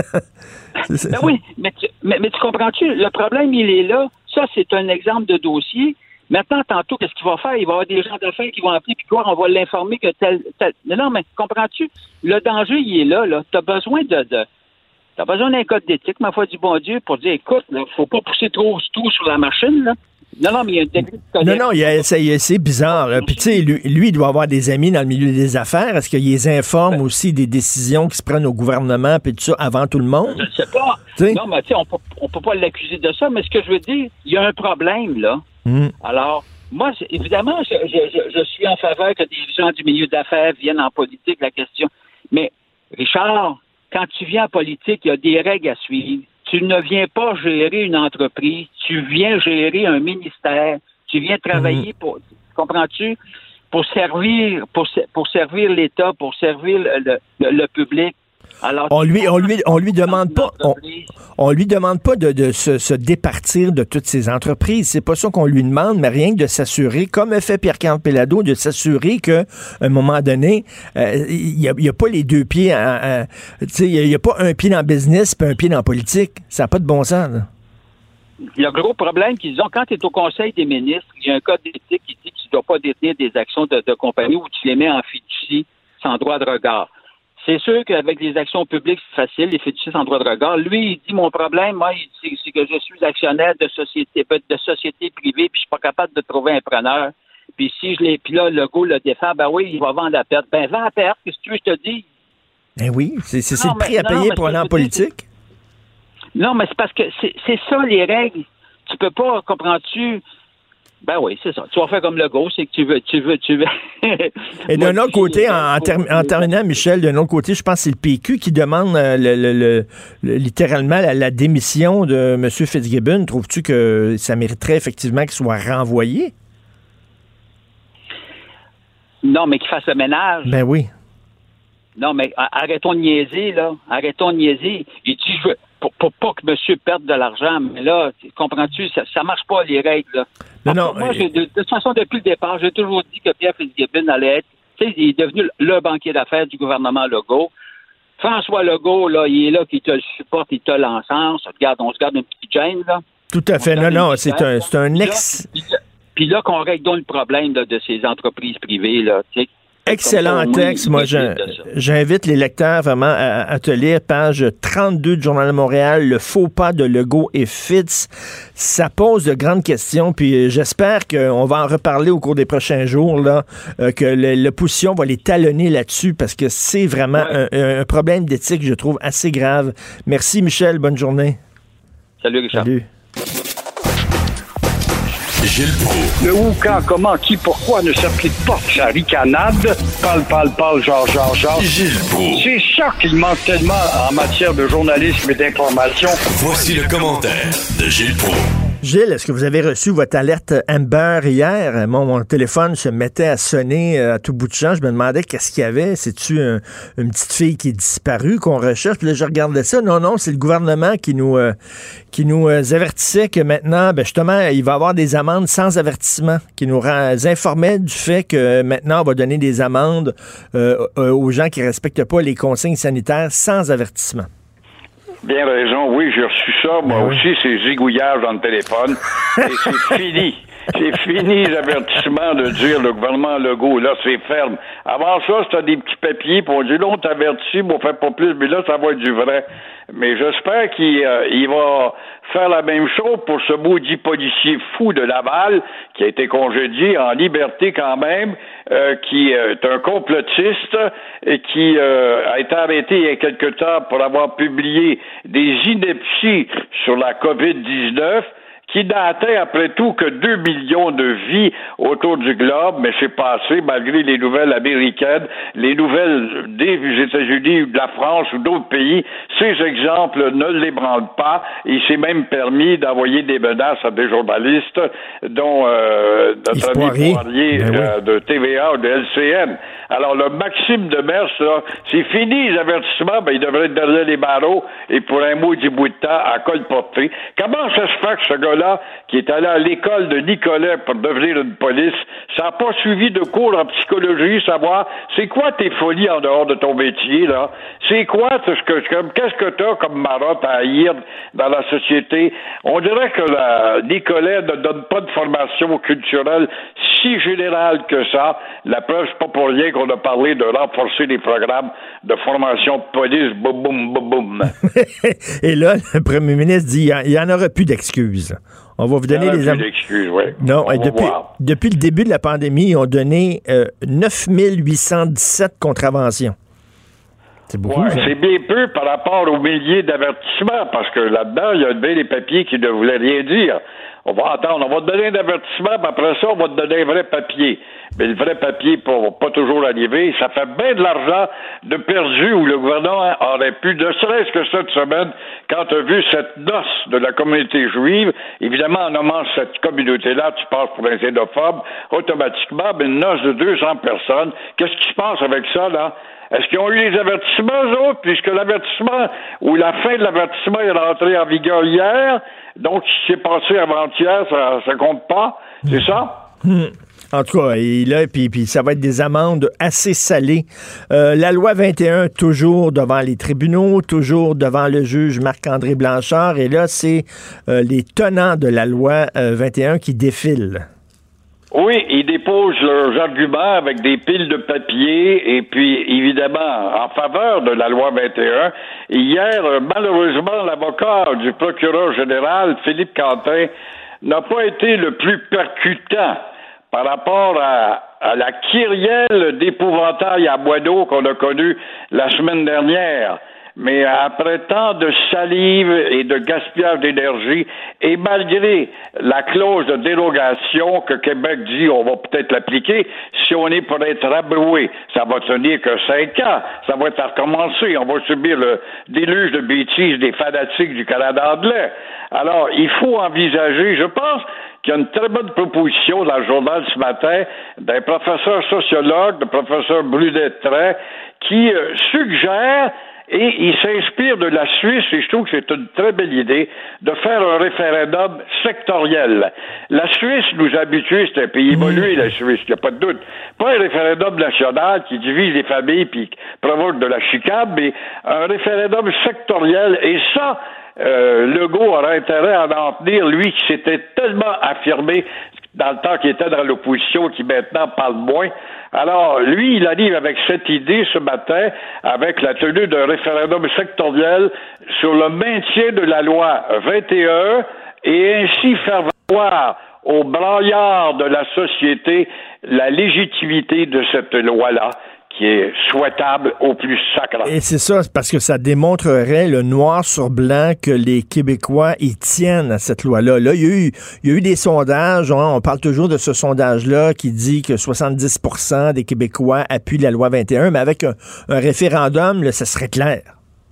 Ben oui, mais tu, mais, mais tu comprends-tu? Le problème, il est là. Ça, c'est un exemple de dossier. Maintenant, tantôt, qu'est-ce qu'il va faire? Il va y avoir des gens d'affaires qui vont appeler puis quoi, on va l'informer que tel, tel... Non, non, mais comprends-tu? Le danger, il est là, là. T'as besoin de... de... T'as besoin d'un code d'éthique, ma foi du bon Dieu, pour dire, écoute, il faut pas pousser trop tout sur la machine, là. Non, non, mais il y a un degré de colère. Non, non, il y a, c'est, c'est bizarre. Là. Puis, tu sais, lui, lui, il doit avoir des amis dans le milieu des affaires. Est-ce qu'il les informe ben, aussi des décisions qui se prennent au gouvernement puis tout ça avant tout le monde? Je ne sais pas. T'sais? Non, mais tu sais, on peut, on peut pas l'accuser de ça, mais ce que je veux dire, il y a un problème, là. Mm. Alors, moi, évidemment, je, je, je suis en faveur que des gens du milieu d'affaires viennent en politique, la question. Mais, Richard, quand tu viens en politique, il y a des règles à suivre. Tu ne viens pas gérer une entreprise, tu viens gérer un ministère, tu viens travailler pour, comprends-tu, pour servir, pour, pour servir l'État, pour servir le, le, le public. Alors, on lui, on lui, on lui demande pas, on, on lui demande pas de, de se, se départir de toutes ces entreprises. C'est pas ça qu'on lui demande, mais rien que de s'assurer, comme a fait Pierre-Carl Péladeau, de s'assurer qu'à un moment donné, euh, il y a, il y a pas les deux pieds, tu sais, il y a pas un pied dans le business puis un pied dans la politique. Ça n'a pas de bon sens, là. Le gros problème qu'ils ont, quand tu es au Conseil des ministres, il y a un code d'éthique qui dit que tu ne dois pas détenir des actions de, de compagnie où tu les mets en fiducie sans droit de regard. C'est sûr qu'avec les actions publiques, c'est facile, les fiducies sans droit de regard. Lui, il dit, mon problème, moi, il dit, c'est que je suis actionnaire de société, de société privée, puis je suis pas capable de trouver un preneur. Puis si je l'ai, puis là, le go le défend, ben oui, il va vendre à perte. Ben, vends à perte, qu'est-ce que tu veux, je te dis? Ben oui, c'est, c'est, c'est le prix à payer non, pour aller en politique. Non, mais c'est parce que c'est, c'est ça, les règles. Tu peux pas, comprends-tu? Ben oui, c'est ça. Tu vas faire comme le go, c'est que tu veux, tu veux, tu veux. Et d'un autre côté, en, en, term- en terminant, Michel, d'un autre côté, je pense que c'est le P Q qui demande euh, le, le, le, le, littéralement la, la démission de M. Fitzgibbon. Trouves-tu que ça mériterait effectivement qu'il soit renvoyé? Non, mais qu'il fasse le ménage. Ben oui. Non, mais arrêtons de niaiser, là. Arrêtons de niaiser. Il dit, je veux... Pour, pour pas que monsieur perde de l'argent, mais là, comprends-tu, ça, ça marche pas, les règles, là. Non, non, moi, j'ai, de, de toute façon, depuis le départ, j'ai toujours dit que Pierre Fitzgibbon allait être tu sais, il est devenu le banquier d'affaires du gouvernement Legault. François Legault, là, il est là, qui te le supporte, il te l'encense. Regarde, on se garde une petite gêne, là. Tout à fait. Non, non, c'est un, c'est un ex... Puis là, qu'on règle donc le problème là, de ces entreprises privées, là, tu sais. Excellent texte. Moi, j'invite les lecteurs vraiment à, à te lire page trente-deux du Journal de Montréal, le faux pas de Legault et Fitz. Ça pose de grandes questions, puis j'espère qu'on va en reparler au cours des prochains jours, là, euh, que l'opposition va les talonner là-dessus, parce que c'est vraiment ouais. un, un problème d'éthique, je trouve, assez grave. Merci, Michel. Bonne journée. Salut, Richard. Salut. Gilles Proulx. Le où, quand, comment, qui, pourquoi ne s'applique pas sa ricanade. Parle, parle, parle, genre, genre, genre. Gilles Proulx. C'est ça qu'il manque tellement en matière de journalisme et d'information. Voici le commentaire de Gilles Proulx. Gilles, est-ce que vous avez reçu votre alerte Amber hier? Mon, mon téléphone se mettait à sonner à tout bout de champ. Je me demandais qu'est-ce qu'il y avait. C'est-tu un, une petite fille qui est disparue qu'on recherche? Puis là, je regardais ça. Non, non, c'est le gouvernement qui nous, euh, qui nous euh, avertissait que maintenant, ben justement, il va y avoir des amendes sans avertissement, qui nous rend, informait du fait que maintenant, on va donner des amendes euh, aux gens qui ne respectent pas les consignes sanitaires sans avertissement. Bien raison, oui, j'ai reçu ça. Moi oui. aussi, ces zigouillages dans le téléphone. Et c'est fini. C'est fini l'avertissement de dire le gouvernement Legault, là, c'est ferme. Avant ça, c'était des petits papiers, puis on dit, là, on t'avertit, mais on fait pas plus, mais là, ça va être du vrai. Mais j'espère qu'il euh, il va faire la même chose pour ce maudit policier fou de Laval, qui a été congédié en liberté quand même, euh, qui euh, est un complotiste et qui euh, a été arrêté il y a quelque temps pour avoir publié des inepties sur la covid dix-neuf, qui datait après tout que deux millions de vies autour du globe, mais c'est passé malgré les nouvelles américaines, les nouvelles des États-Unis, de la France ou d'autres pays. Ces exemples ne l'ébranlent pas. Il s'est même permis d'envoyer des menaces à des journalistes, dont euh, notre ami Poirier ben euh, oui. de T V A ou de L C N. Alors, le Maxime Demers, là, c'est fini les avertissements, ben, il devrait être derrière les barreaux et pour un mot du bout de temps à colporter. Comment ça se fait que ce gars-là, qui est allé à l'école de Nicolet pour devenir une police, ça n'a pas suivi de cours en psychologie, savoir c'est quoi tes folies en dehors de ton métier, là? C'est quoi ce que, qu'est-ce que t'as comme marotte à haïr dans la société? On dirait que la Nicolet ne donne pas de formation culturelle si générale que ça. La preuve, c'est pas pour rien qu'on a parlé de renforcer les programmes de formation de police, boum, boum, boum, boum. Et là, le premier ministre dit, il n'y en aura plus d'excuses. On va vous donner les... Am... d'excuses, oui. Non, depuis, depuis le début de la pandémie, ils ont donné euh, neuf mille huit cent dix-sept contraventions. C'est beaucoup, ouais, c'est bien peu par rapport aux milliers d'avertissements, parce que là-dedans, il y a bien des papiers qui ne voulaient rien dire. On va attendre, on va te donner un avertissement, puis après ça, on va te donner un vrai papier. Mais le vrai papier pour pas toujours arriver, ça fait bien de l'argent de perdu où le gouvernement aurait pu, ne serait-ce que cette semaine, quand tu as vu cette noce de la communauté juive, évidemment, en nommant cette communauté-là, tu passes pour un xénophobe, automatiquement, ben, une noce de deux cents personnes, qu'est-ce qui se passe avec ça, là? Est-ce qu'ils ont eu les avertissements, eux autres, puisque l'avertissement, ou la fin de l'avertissement est rentrée en vigueur hier, donc ce qui s'est passé avant-hier, ça, ça compte pas, c'est ça? Mmh. En tout cas, et là, puis, puis ça va être des amendes assez salées. Euh, la loi vingt et un, toujours devant les tribunaux, toujours devant le juge Marc-André Blanchard, et là, c'est euh, les tenants de la loi euh, vingt et un qui défilent. Oui, ils déposent leurs arguments avec des piles de papier et puis, évidemment, en faveur de la loi vingt et un. Hier, malheureusement, l'avocat du procureur général, Philippe Quentin, n'a pas été le plus percutant par rapport à, à la kyrielle d'épouvantail à bois d'eau qu'on a connue la semaine dernière. Mais après tant de salive et de gaspillage d'énergie, et malgré la clause de dérogation que Québec dit on va peut-être l'appliquer, si on est pour être rabroué, ça va tenir que cinq ans, ça va être à recommencer, on va subir le déluge de bêtises des fanatiques du Canada anglais. Alors, il faut envisager, je pense, qu'il y a une très bonne proposition dans le journal ce matin d'un professeur sociologue, le professeur Brunet-Trait, qui euh, suggère Et il s'inspire de la Suisse, et je trouve que c'est une très belle idée, de faire un référendum sectoriel. La Suisse nous a habitués, c'est un pays évolué, la Suisse, il n'y a pas de doute. Pas un référendum national qui divise les familles puis qui provoque de la chicane, mais un référendum sectoriel. Et ça, euh, Legault aurait intérêt à en tenir, lui qui s'était tellement affirmé dans le temps qu'il était dans l'opposition, qui maintenant parle moins. Alors, lui, il arrive avec cette idée ce matin, avec la tenue d'un référendum sectoriel sur le maintien de la loi vingt et un, et ainsi faire valoir aux braillards de la société la légitimité de cette loi-là, qui est souhaitable au plus sacré. Et c'est ça, parce que ça démontrerait le noir sur blanc que les Québécois y tiennent à cette loi-là. Là, il y a eu, il y a eu des sondages, hein, on parle toujours de ce sondage-là qui dit que soixante-dix pour cent des Québécois appuient la loi vingt et un, mais avec un, un référendum, là, ça serait clair.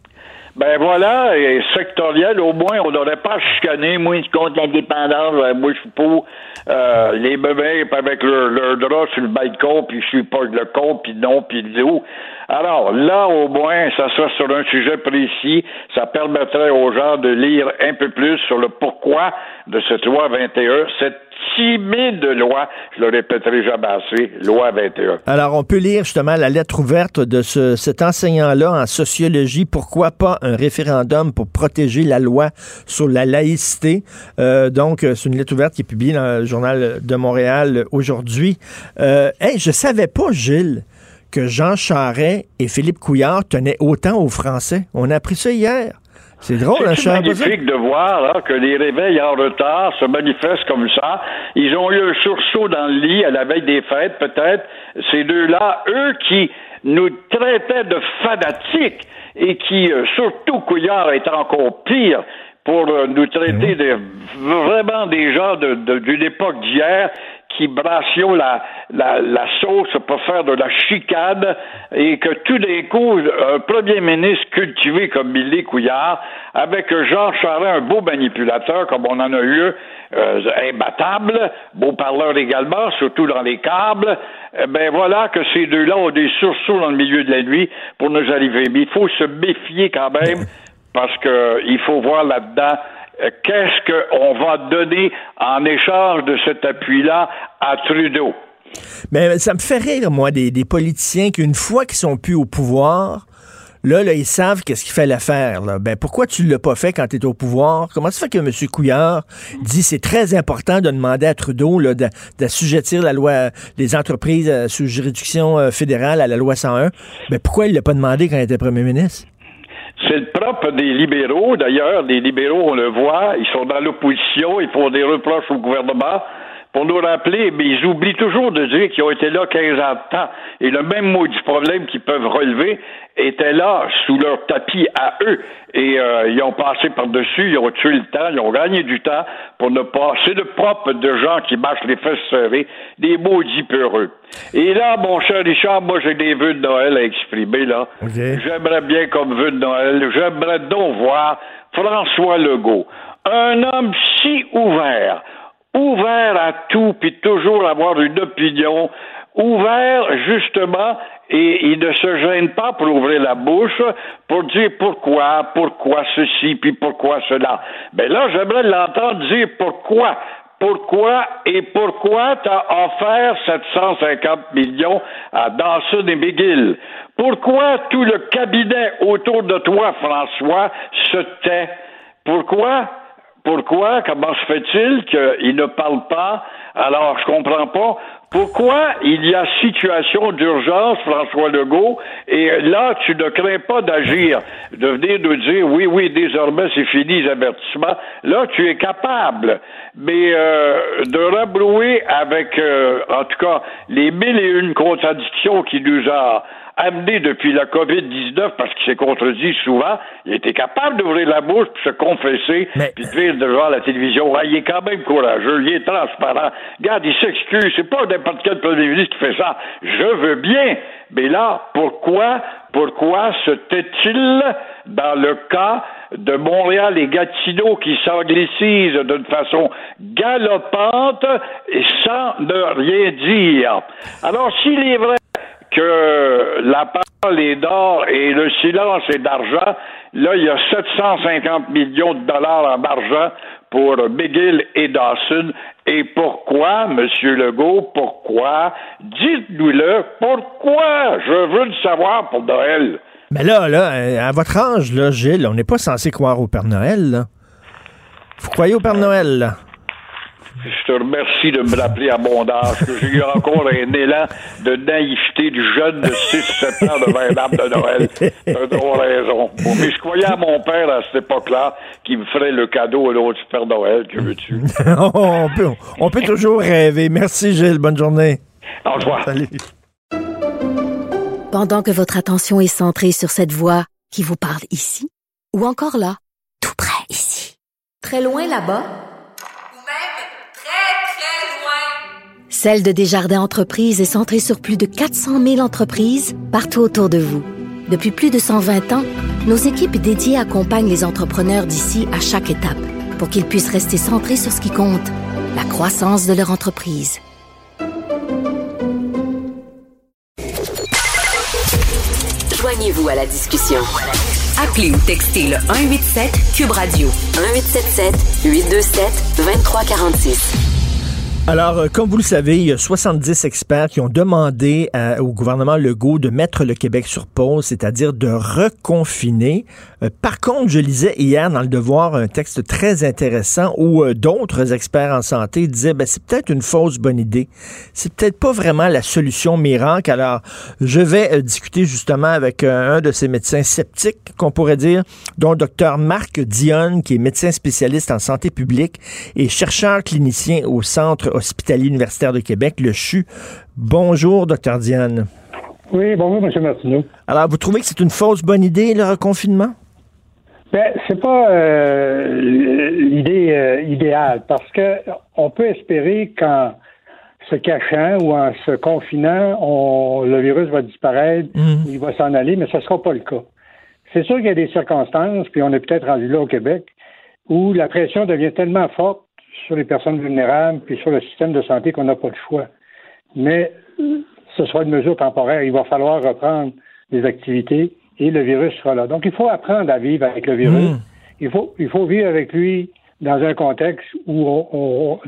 Ben voilà, et sectoriel, au moins, on n'aurait pas chicané. Moi, je compte l'indépendance, moi, je suis pour euh, les bébés avec leur, leur drap sur le balcon, puis je suis pas le con, puis non, puis le dos. Alors, là, au moins, ça sera sur un sujet précis. Ça permettrait aux gens de lire un peu plus sur le pourquoi de cette loi vingt et un, cette timide loi, je le répéterai jamais assez, loi vingt et un. Alors, on peut lire justement la lettre ouverte de ce, cet enseignant-là en sociologie. Pourquoi pas un référendum pour protéger la loi sur la laïcité? Euh, donc, c'est une lettre ouverte qui est publiée dans le Journal de Montréal aujourd'hui. Euh, hey, je savais pas, Gilles, que Jean Charest et Philippe Couillard tenaient autant aux Français. On a appris ça hier. C'est drôle, hein, C'est magnifique de voir là, que les réveils en retard se manifestent comme ça. Ils ont eu un sursaut dans le lit à la veille des fêtes, peut-être. Ces deux-là, eux qui nous traitaient de fanatiques et qui, euh, surtout Couillard, est encore pire pour euh, nous traiter de vraiment des gens de, de, d'une époque d'hier qui brassions la, la, la sauce pour faire de la chicane et que tout d'un coup, un premier ministre cultivé comme Milly Couillard, avec Jean Charest, un beau manipulateur comme on en a eu, euh, imbattable, beau parleur également, surtout dans les câbles, eh ben voilà que ces deux-là ont des sursauts dans le milieu de la nuit pour nous arriver. Mais il faut se méfier quand même parce que il faut voir là-dedans qu'est-ce qu'on va donner en échange de cet appui-là à Trudeau. Mais ça me fait rire, moi, des, des politiciens qui, une fois qu'ils sont plus au pouvoir, là, là ils savent qu'est-ce qu'il fallait faire. Là. Ben, pourquoi tu ne l'as pas fait quand tu es au pouvoir? Comment ça fait que M. Couillard dit c'est très important de demander à Trudeau là, d'assujettir la loi, les entreprises euh, sous juridiction euh, fédérale à la loi cent un? Ben, pourquoi il ne l'a pas demandé quand il était premier ministre? C'est le propre des libéraux. D'ailleurs, les libéraux, on le voit, ils sont dans l'opposition, ils font des reproches au gouvernement pour nous rappeler, mais ils oublient toujours de dire qu'ils ont été là quinze ans de temps. Et le même mot du problème qu'ils peuvent relever était là sous leur tapis à eux. Et euh, ils ont passé par-dessus, ils ont tué le temps, ils ont gagné du temps pour ne pas... C'est le propre de gens qui marchent les fesses serrées, des maudits peureux. Et là, mon cher Richard, moi j'ai des vœux de Noël à exprimer, là. Okay. J'aimerais bien comme vœu de Noël, j'aimerais donc voir François Legault, un homme si ouvert, ouvert à tout, puis toujours avoir une opinion, ouvert justement, et il ne se gêne pas pour ouvrir la bouche, pour dire pourquoi, pourquoi ceci, puis pourquoi cela. Ben là, j'aimerais l'entendre dire pourquoi. Pourquoi et pourquoi t'as offert sept cent cinquante millions à Dawson et McGill? Pourquoi tout le cabinet autour de toi, François, se tait? Pourquoi? Pourquoi? Comment se fait-il qu'il ne parle pas? Alors, je comprends pas. Pourquoi il y a situation d'urgence, François Legault, et là, tu ne crains pas d'agir, de venir nous dire, oui, oui, désormais, c'est fini les avertissements. Là, tu es capable. Mais euh, de rebrouer avec, euh, en tout cas, les mille et une contradictions qui nous a amené depuis la covid dix-neuf, parce qu'il s'est contredit souvent, il était capable d'ouvrir la bouche puis se confesser, mais... puis de dire devant la télévision, ah, il est quand même courageux, il est transparent. Regarde, il s'excuse, c'est pas n'importe quel premier ministre qui fait ça. Je veux bien, mais là, pourquoi, pourquoi se tait-il dans le cas de Montréal et Gatineau qui s'anglicisent d'une façon galopante et sans ne rien dire? Alors, s'il est vrai que la part les d'or et le silence est d'argent. Là, il y a sept cent cinquante millions de dollars en argent pour McGill et Dawson. Et pourquoi, Monsieur Legault, pourquoi? Dites-nous-le, pourquoi? Je veux le savoir pour Noël. Mais là, là, à votre âge, là, Gilles, on n'est pas censé croire au Père Noël, là. Vous croyez au Père Noël, là? Je te remercie de me rappeler à mon âge que j'ai eu encore un élan de naïveté du jeune de six sept ans devant l'arbre de Noël. T'as trop raison. Bon, mais je croyais à mon père à cette époque-là qui me ferait le cadeau à l'autre Père Noël. Que veux-tu? on, peut, on peut toujours rêver. Merci, Gilles. Bonne journée. Au revoir. Salut. Pendant que votre attention est centrée sur cette voix qui vous parle ici, ou encore là, tout près ici, très loin là-bas, Celle de Desjardins Entreprises est centrée sur plus de quatre cent mille entreprises partout autour de vous. Depuis plus de cent vingt ans, nos équipes dédiées accompagnent les entrepreneurs d'ici à chaque étape pour qu'ils puissent rester centrés sur ce qui compte, la croissance de leur entreprise. Joignez-vous à la discussion. Appelez ou textez le un huit sept Cube Radio un huit sept sept huit deux sept deux trois quatre six. Alors, euh, comme vous le savez, il y a soixante-dix experts qui ont demandé à, au gouvernement Legault de mettre le Québec sur pause, c'est-à-dire de reconfiner. Euh, par contre, je lisais hier dans Le Devoir un texte très intéressant où euh, d'autres experts en santé disaient ben, c'est peut-être une fausse bonne idée. C'est peut-être pas vraiment la solution miracle. Alors, je vais euh, discuter justement avec euh, un de ces médecins sceptiques, qu'on pourrait dire, dont le docteur Marc Dionne, qui est médecin spécialiste en santé publique et chercheur clinicien au Centre hospitalier universitaire de Québec, le C H U. Bonjour, docteur Dionne. Oui, bonjour, M. Martineau. Alors, vous trouvez que c'est une fausse bonne idée, le reconfinement? Ben, c'est pas euh, l'idée euh, idéale, parce que on peut espérer qu'en se cachant ou en se confinant, on, le virus va disparaître, mmh. il va s'en aller, mais ce ne sera pas le cas. C'est sûr qu'il y a des circonstances, puis on est peut-être rendu là au Québec, où la pression devient tellement forte sur les personnes vulnérables puis sur le système de santé qu'on n'a pas le choix. Mais ce sera une mesure temporaire. Il va falloir reprendre des activités et le virus sera là. Donc, il faut apprendre à vivre avec le virus. Mmh. Il faut, il faut vivre avec lui dans un contexte où on, on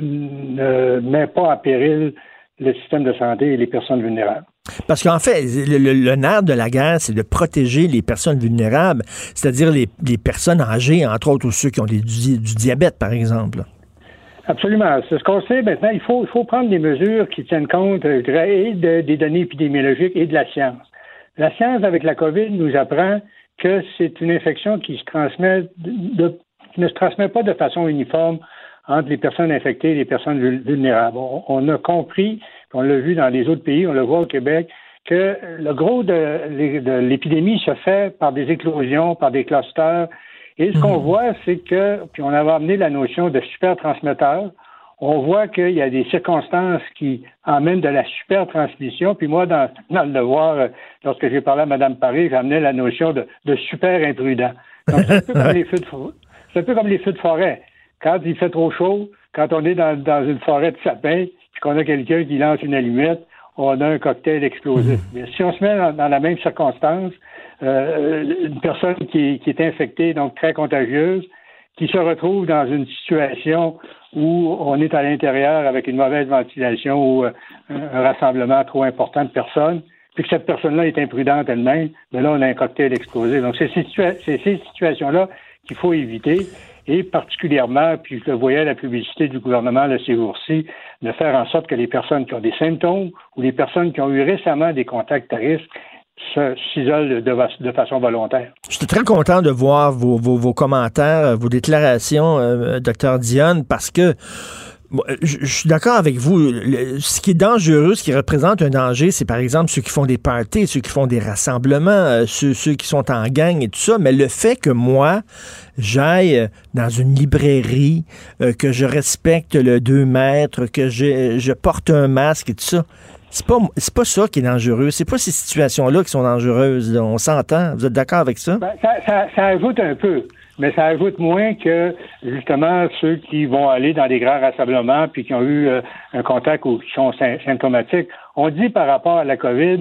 ne met pas en péril le système de santé et les personnes vulnérables. Parce qu'en fait, le, le, le nerf de la guerre, c'est de protéger les personnes vulnérables, c'est-à-dire les, les personnes âgées, entre autres, ou ceux qui ont des, du, du diabète, par exemple. Absolument. C'est ce qu'on sait maintenant. Il faut, il faut prendre des mesures qui tiennent compte et de, des données épidémiologiques et de la science. La science, avec la COVID, nous apprend que c'est une infection qui se transmet de, qui ne se transmet pas de façon uniforme entre les personnes infectées et les personnes vulnérables. On, on a compris, on l'a vu dans les autres pays, on le voit au Québec, que le gros de, de l'épidémie se fait par des éclosions, par des clusters. Et ce qu'on voit, c'est que, puis on avait amené la notion de super transmetteur, on voit qu'il y a des circonstances qui emmènent de la super transmission. Puis moi, dans, dans le devoir, lorsque j'ai parlé à Mme Paré, j'ai amené la notion de, de super imprudent. Donc, c'est un peu comme les feux de forêt. C'est un peu comme les feux de forêt. Quand il fait trop chaud, quand on est dans, dans une forêt de sapins, puis qu'on a quelqu'un qui lance une allumette, on a un cocktail explosif. Mais si on se met dans, dans la même circonstance, euh, une personne qui, qui est infectée, donc très contagieuse, qui se retrouve dans une situation où on est à l'intérieur avec une mauvaise ventilation ou euh, un rassemblement trop important de personnes, puis que cette personne-là est imprudente elle-même, mais là, on a un cocktail explosif. Donc, c'est ces, situa- c'est ces situations-là qu'il faut éviter, et particulièrement, puis je le voyais à la publicité du gouvernement là, ces jours-ci, de faire en sorte que les personnes qui ont des symptômes ou les personnes qui ont eu récemment des contacts à risque se, s'isolent de, de façon volontaire. J'étais très content de voir vos, vos, vos commentaires, vos déclarations, euh, docteur Dionne, parce que bon, je, je suis d'accord avec vous. Le, ce qui est dangereux, ce qui représente un danger, c'est par exemple ceux qui font des parties, ceux qui font des rassemblements, euh, ceux, ceux qui sont en gang et tout ça. Mais le fait que moi, j'aille dans une librairie, euh, que je respecte le deux mètres, que je, je porte un masque et tout ça, c'est pas, c'est pas ça qui est dangereux. C'est pas ces situations-là qui sont dangereuses. Là. On s'entend. Vous êtes d'accord avec ça? Ben, ça, ça? Ça ajoute un peu. Mais ça ajoute moins que, justement, ceux qui vont aller dans des grands rassemblements puis qui ont eu euh, un contact ou qui sont sy- symptomatiques. On dit par rapport à la COVID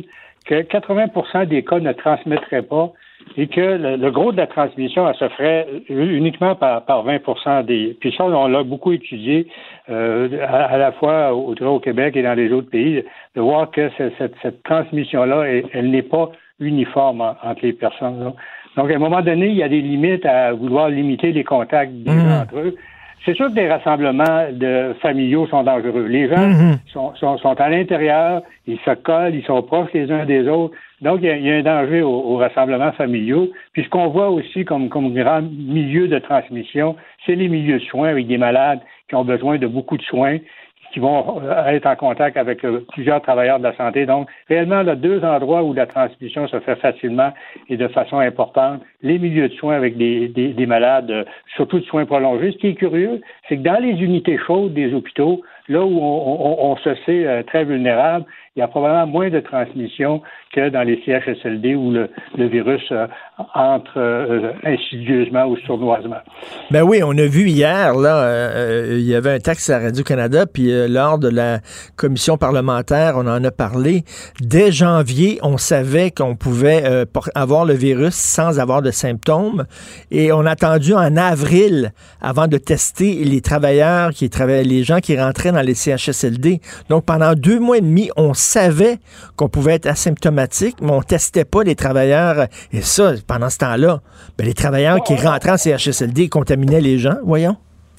que quatre-vingts pour cent des cas ne transmettraient pas et que le, le gros de la transmission, elle se ferait uniquement par, par vingt pour cent des... Puis ça, on l'a beaucoup étudié euh, à, à la fois au, au Québec et dans les autres pays, de voir que cette, cette, cette transmission-là, elle, elle n'est pas uniforme en, entre les personnes. Là. Donc, à un moment donné, il y a des limites à vouloir limiter les contacts des mmh. gens entre eux. C'est sûr que les rassemblements de familiaux sont dangereux. Les gens mmh. sont, sont, sont à l'intérieur, ils se collent, ils sont proches les uns des autres. Donc, il y a, il y a un danger aux, aux rassemblements familiaux. Puis, ce qu'on voit aussi comme, comme grand milieu de transmission, c'est les milieux de soins avec des malades qui ont besoin de beaucoup de soins, qui vont être en contact avec euh, plusieurs travailleurs de la santé. Donc, réellement, là, deux endroits où la transmission se fait facilement et de façon importante, les milieux de soins avec des, des, des malades, euh, surtout de soins prolongés. Ce qui est curieux, c'est que dans les unités chaudes des hôpitaux, là où on, on, on se sait euh, très vulnérable, il y a probablement moins de transmission que dans les C H S L D où le, le virus euh, entre euh, insidieusement ou sournoisement. Ben oui, on a vu hier, là, euh, il y avait un texte à Radio-Canada, puis euh, lors de la commission parlementaire, on en a parlé. Dès janvier, on savait qu'on pouvait euh, avoir le virus sans avoir de symptômes, et on a attendu en avril avant de tester les travailleurs qui travaillaient, les gens qui rentraient dans les C H S L D. Donc, pendant deux mois et demi, on savait qu'on pouvait être asymptomatique, mais on testait pas les travailleurs. Et ça, pendant ce temps-là, ben, les travailleurs qui rentraient en C H S L D contaminaient les gens, voyons.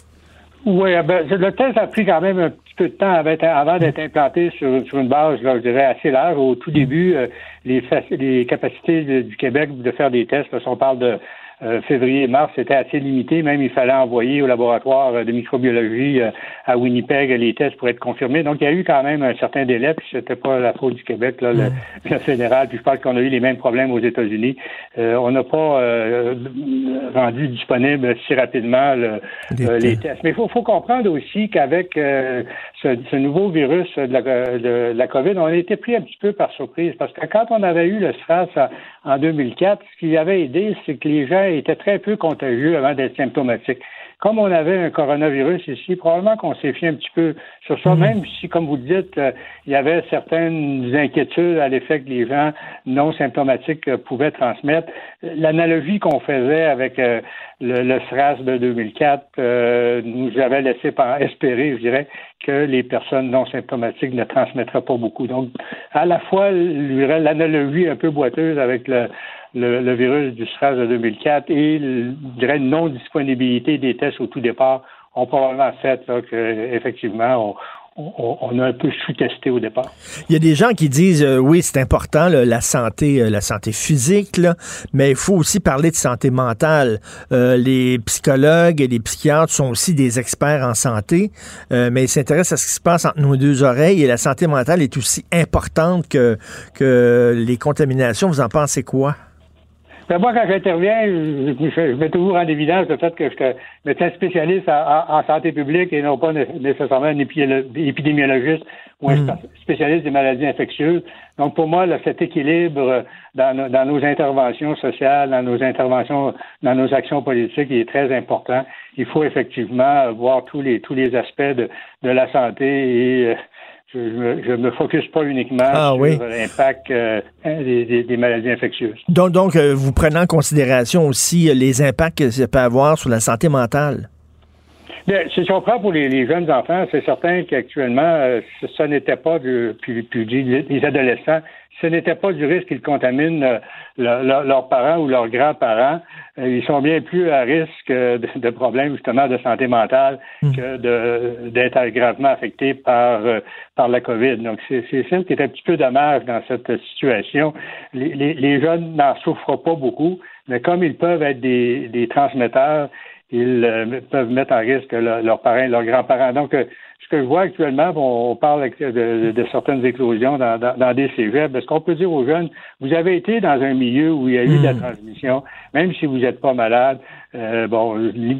Oui, ben, le test a pris quand même un petit peu de temps avant, avant d'être implanté sur, sur une base, là, je dirais, assez large. Au tout début, euh, les, les capacités de, du Québec de faire des tests, là, si on parle de Euh, février et mars, c'était assez limité. Même, il fallait envoyer au laboratoire de microbiologie euh, à Winnipeg les tests pour être confirmés. Donc, il y a eu quand même un certain délai, puis c'était pas la faute du Québec, là, le, le fédéral. Puis je pense qu'on a eu les mêmes problèmes aux États-Unis. Euh, on n'a pas euh, rendu disponible si rapidement le, euh, les tests. Mais il faut, faut comprendre aussi qu'avec euh, ce, ce nouveau virus de la, de, de la COVID, on a été pris un petit peu par surprise. Parce que quand on avait eu le SRAS en deux mille quatre, ce qui avait aidé, c'est que les gens étaient très peu contagieux avant d'être symptomatiques. Comme on avait un coronavirus ici, probablement qu'on s'est fié un petit peu sur ça, mmh. même si, comme vous le dites, euh, il y avait certaines inquiétudes à l'effet que les gens non symptomatiques euh, pouvaient transmettre. L'analogie qu'on faisait avec euh, le, le SRAS de deux mille quatre euh, nous avait laissé espérer, je dirais, que les personnes non symptomatiques ne transmettraient pas beaucoup. Donc, à la fois, l'analogie un peu boiteuse avec le Le, le virus du SRAS de deux mille quatre et, je dirais, une non-disponibilité des tests au tout départ ont probablement fait là, que, effectivement, on, on, on a un peu sous-testé au départ. Il y a des gens qui disent, euh, oui, c'est important, là, la santé, euh, la santé physique, là, mais il faut aussi parler de santé mentale. Euh, les psychologues et les psychiatres sont aussi des experts en santé, euh, mais ils s'intéressent à ce qui se passe entre nos deux oreilles, et la santé mentale est aussi importante que, que les contaminations. Vous en pensez quoi? Ben moi, quand j'interviens, je, je, je mets toujours en évidence le fait que je suis médecin spécialiste en, en, en santé publique et non pas nécessairement un épidémiologiste ou un mmh. spécialiste des maladies infectieuses. Donc, pour moi, là, cet équilibre dans nos, dans nos interventions sociales, dans nos interventions, dans nos actions politiques, il est très important. Il faut effectivement voir tous les tous les aspects de, de la santé et Je ne me, me focus pas uniquement ah, sur oui. l'impact euh, des, des, des maladies infectieuses. Donc, donc euh, vous prenez en considération aussi les impacts que ça peut avoir sur la santé mentale? Bien, si on prend pour les, les jeunes enfants, c'est certain qu'actuellement, euh, ce, ce n'était pas du, puis, puis les adolescents, ce n'était pas du risque qu'ils contaminent euh, le, le, leurs parents ou leurs grands-parents. Euh, ils sont bien plus à risque de, de problèmes justement de santé mentale mmh. que de, d'être gravement affectés par euh, par la COVID. Donc c'est, c'est ça qui est un petit peu dommage dans cette situation. Les, les, les jeunes n'en souffrent pas beaucoup, mais comme ils peuvent être des, des transmetteurs, ils euh, peuvent mettre en risque le, leurs parents, leurs grands-parents. Donc euh, ce que je vois actuellement, on parle de, de, de certaines éclosions dans, dans, dans des cégeps. Est-ce qu'on peut dire aux jeunes, vous avez été dans un milieu où il y a eu mmh. de la transmission, même si vous n'êtes pas malade, euh, bon,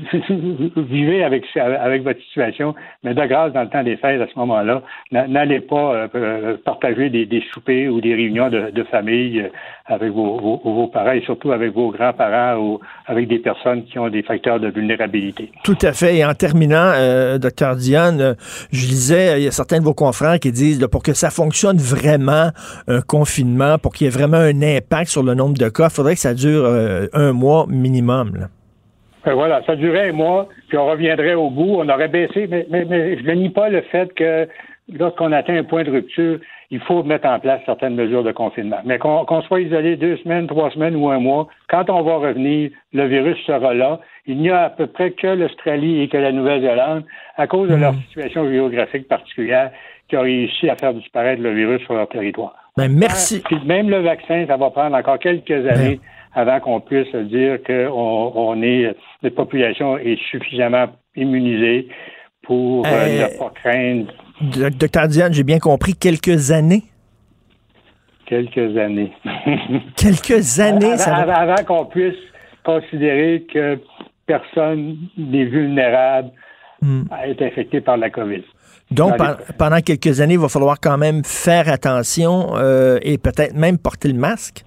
vivez avec, avec votre situation, mais de grâce, dans le temps des fêtes, à ce moment-là, n'allez pas euh, partager des, des soupers ou des réunions de, de famille avec vos, vos, vos parents et surtout avec vos grands-parents ou avec des personnes qui ont des facteurs de vulnérabilité. Tout à fait. Et en terminant, euh, docteur Dionne, je lisais, il y a certains de vos confrères qui disent, là, pour que ça fonctionne vraiment, un confinement, pour qu'il y ait vraiment un impact sur le nombre de cas, il faudrait que ça dure euh, un mois minimum, là. Ben voilà, ça durait un mois, puis on reviendrait au bout, on aurait baissé, mais, mais, mais je ne nie pas le fait que lorsqu'on atteint un point de rupture, il faut mettre en place certaines mesures de confinement. Mais qu'on, qu'on soit isolé deux semaines, trois semaines ou un mois, quand on va revenir, le virus sera là. Il n'y a à peu près que l'Australie et que la Nouvelle-Zélande, à cause de leur situation géographique particulière, qui ont réussi à faire disparaître le virus sur leur territoire. Ben, merci. Puis même le vaccin, ça va prendre encore quelques années ben. avant qu'on puisse dire qu'on on est, notre population est suffisamment immunisée pour euh, euh, ne pas craindre. Docteur Diane, j'ai bien compris, quelques années? Quelques années. Quelques années, avant, ça va... avant qu'on puisse considérer que personne n'est vulnérable hmm. à être infecté par la COVID. Donc, par, pendant quelques années, il va falloir quand même faire attention euh, et peut-être même porter le masque?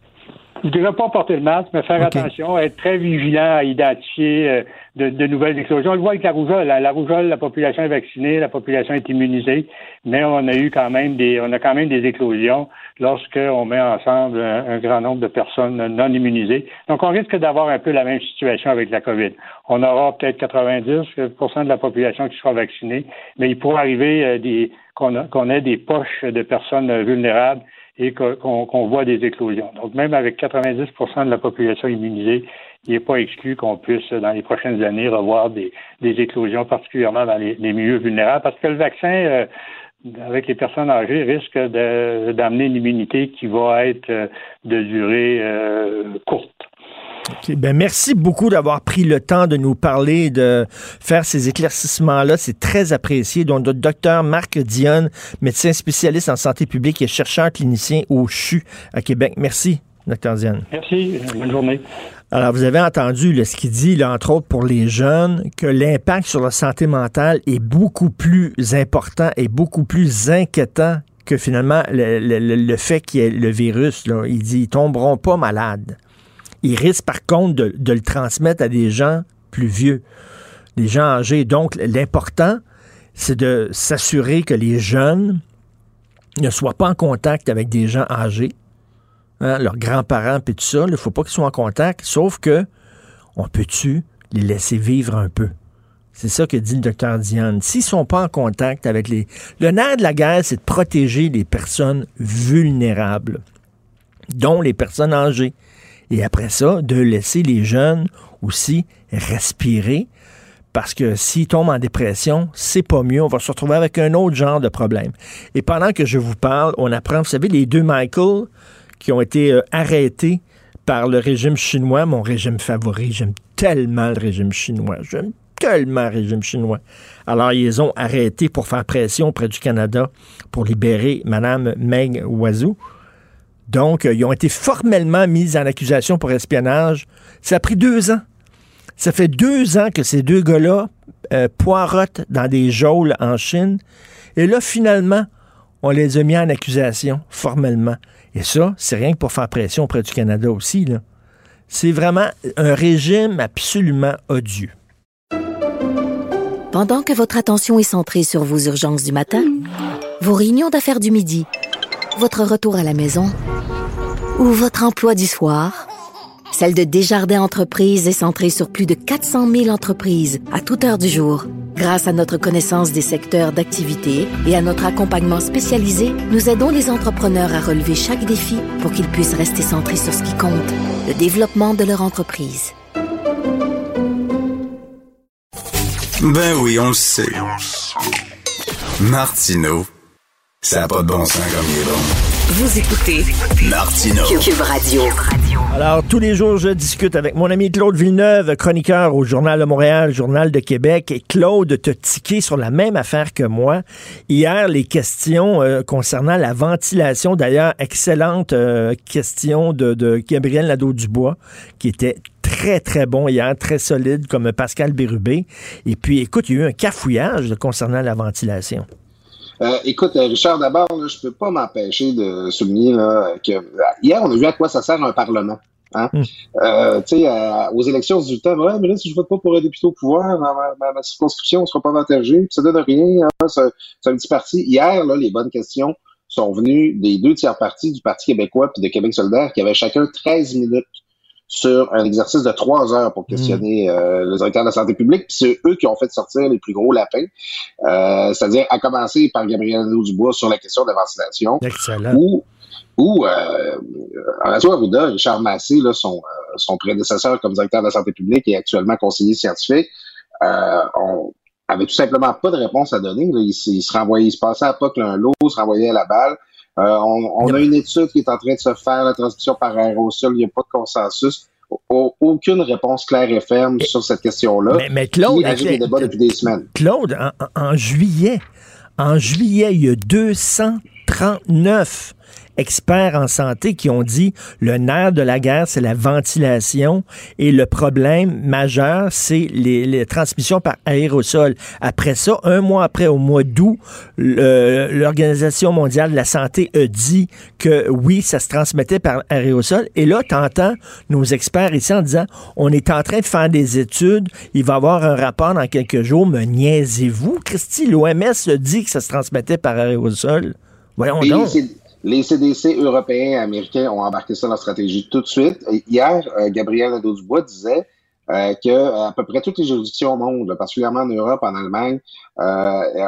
Je ne dirais pas porter le masque, mais faire okay. attention, être très vigilant à identifier euh, de, de nouvelles explosions. On le voit avec la rougeole. La, la rougeole, la population est vaccinée, la population est immunisée, mais on a eu quand même des, on a quand même des éclosions lorsqu'on met ensemble un, un grand nombre de personnes non immunisées. Donc, on risque d'avoir un peu la même situation avec la COVID. On aura peut-être quatre-vingt-dix pour cent de la population qui sera vaccinée, mais il pourrait arriver euh, des, qu'on, a, qu'on ait des poches de personnes euh, vulnérables et qu'on, qu'on voit des éclosions. Donc, même avec quatre-vingt-dix pour cent de la population immunisée, il n'est pas exclu qu'on puisse, dans les prochaines années, revoir des, des éclosions, particulièrement dans les, les milieux vulnérables, parce que le vaccin, euh, avec les personnes âgées, risque de, d'amener une immunité qui va être euh, de durée euh, courte. Okay, ben merci beaucoup d'avoir pris le temps de nous parler, de faire ces éclaircissements-là. C'est très apprécié. Donc, le docteur Marc Dionne, médecin spécialiste en santé publique et chercheur clinicien au C H U à Québec. Merci, docteur Dionne. Merci. Bonne journée. Alors, vous avez entendu là, ce qu'il dit, là, entre autres pour les jeunes, que l'impact sur la santé mentale est beaucoup plus important et beaucoup plus inquiétant que finalement le, le, le fait qu'il y ait le virus. Là. Il dit, ils tomberont pas malades. Ils risquent par contre de, de le transmettre à des gens plus vieux, des gens âgés. Donc, l'important, c'est de s'assurer que les jeunes ne soient pas en contact avec des gens âgés, hein, leurs grands-parents et tout ça. Il ne faut pas qu'ils soient en contact, sauf que on peut-tu les laisser vivre un peu? C'est ça que dit le docteur Dionne. S'ils ne sont pas en contact avec les... Le nerf de la guerre, c'est de protéger les personnes vulnérables, dont les personnes âgées. Et après ça, de laisser les jeunes aussi respirer, parce que s'ils tombent en dépression, c'est pas mieux. On va se retrouver avec un autre genre de problème. Et pendant que je vous parle, on apprend, vous savez, les deux Michael qui ont été euh, arrêtés par le régime chinois, mon régime favori. J'aime tellement le régime chinois. J'aime tellement le régime chinois. Alors, ils les ont arrêtés pour faire pression auprès du Canada pour libérer Mme Meng Wanzhou. Donc, euh, ils ont été formellement mis en accusation pour espionnage. Ça a pris deux ans. Ça fait deux ans que ces deux gars-là euh, poirotent dans des geôles en Chine. Et là, finalement, on les a mis en accusation formellement. Et ça, c'est rien que pour faire pression auprès du Canada aussi, là. C'est vraiment un régime absolument odieux. Pendant que votre attention est centrée sur vos urgences du matin, vos réunions d'affaires du midi, votre retour à la maison ou votre emploi du soir, celle de Desjardins Entreprises est centrée sur plus de quatre cent mille entreprises à toute heure du jour. Grâce à notre connaissance des secteurs d'activité et à notre accompagnement spécialisé, nous aidons les entrepreneurs à relever chaque défi pour qu'ils puissent rester centrés sur ce qui compte, le développement de leur entreprise. Ben oui, on le sait. Martineau, ça n'a pas de bon sens comme il est bon. Vous écoutez Martineau. Cube Radio. Alors, tous les jours, je discute avec mon ami Claude Villeneuve, chroniqueur au Journal de Montréal, Journal de Québec. Et Claude, t'as tiqué sur la même affaire que moi. Hier, les questions euh, concernant la ventilation. D'ailleurs, excellente euh, question de, de Gabriel Nadeau-Dubois, qui était très, très bon hier, très solide, comme Pascal Bérubé. Et puis, écoute, il y a eu un cafouillage là, concernant la ventilation. Euh, écoute, Richard, d'abord, là, je peux pas m'empêcher de souligner là, que hier, on a vu à quoi ça sert un Parlement. Hein? Mm. Euh, tu sais, euh, aux élections, on se dit tout le temps, ouais, mais là, si je vote pas pour un député au pouvoir, ma, ma, ma circonscription, on sera pas avantagé, puis ça donne rien, hein, c'est, c'est un petit parti. Hier, là, les bonnes questions sont venues des deux tiers partis du Parti québécois puis de Québec solidaire qui avaient chacun treize minutes sur un exercice de trois heures pour questionner mmh. euh, le directeur de la santé publique. Puis c'est eux qui ont fait sortir les plus gros lapins, euh, c'est-à-dire à commencer par Gabriel Nadeau-Dubois sur la question de la ventilation. Excellent. Ou, ou euh, Horacio Arruda, Richard Massé, là, son, euh, son prédécesseur comme directeur de la santé publique et actuellement conseiller scientifique, euh, on avait tout simplement pas de réponse à donner. Là. Il, il se renvoyait, il se passait à pas que l'un l'autre, se renvoyait à la balle. Euh, on on a une étude qui est en train de se faire, la transmission par aérosol, il n'y a pas de consensus. O- aucune réponse claire et ferme et, sur cette question-là. Mais, mais Claude, qui agite les débats depuis des semaines. Claude, en, en juillet, en juillet, il y a deux cent trente-neuf experts en santé qui ont dit le nerf de la guerre, c'est la ventilation et le problème majeur, c'est les, les transmissions par aérosol. Après ça, un mois après, au mois d'août, le, l'Organisation mondiale de la santé a dit que oui, ça se transmettait par aérosol. Et là, t'entends nos experts ici en disant, on est en train de faire des études, il va y avoir un rapport dans quelques jours, mais niaisez-vous, Christy, l'O M S a dit que ça se transmettait par aérosol. Voyons et donc. C'est... Les C D C européens et américains ont embarqué ça dans la stratégie tout de suite. Et hier, euh, Gabriel Nadeau-Dubois disait euh, que euh, à peu près toutes les juridictions au monde, là, particulièrement en Europe, en Allemagne, euh, euh,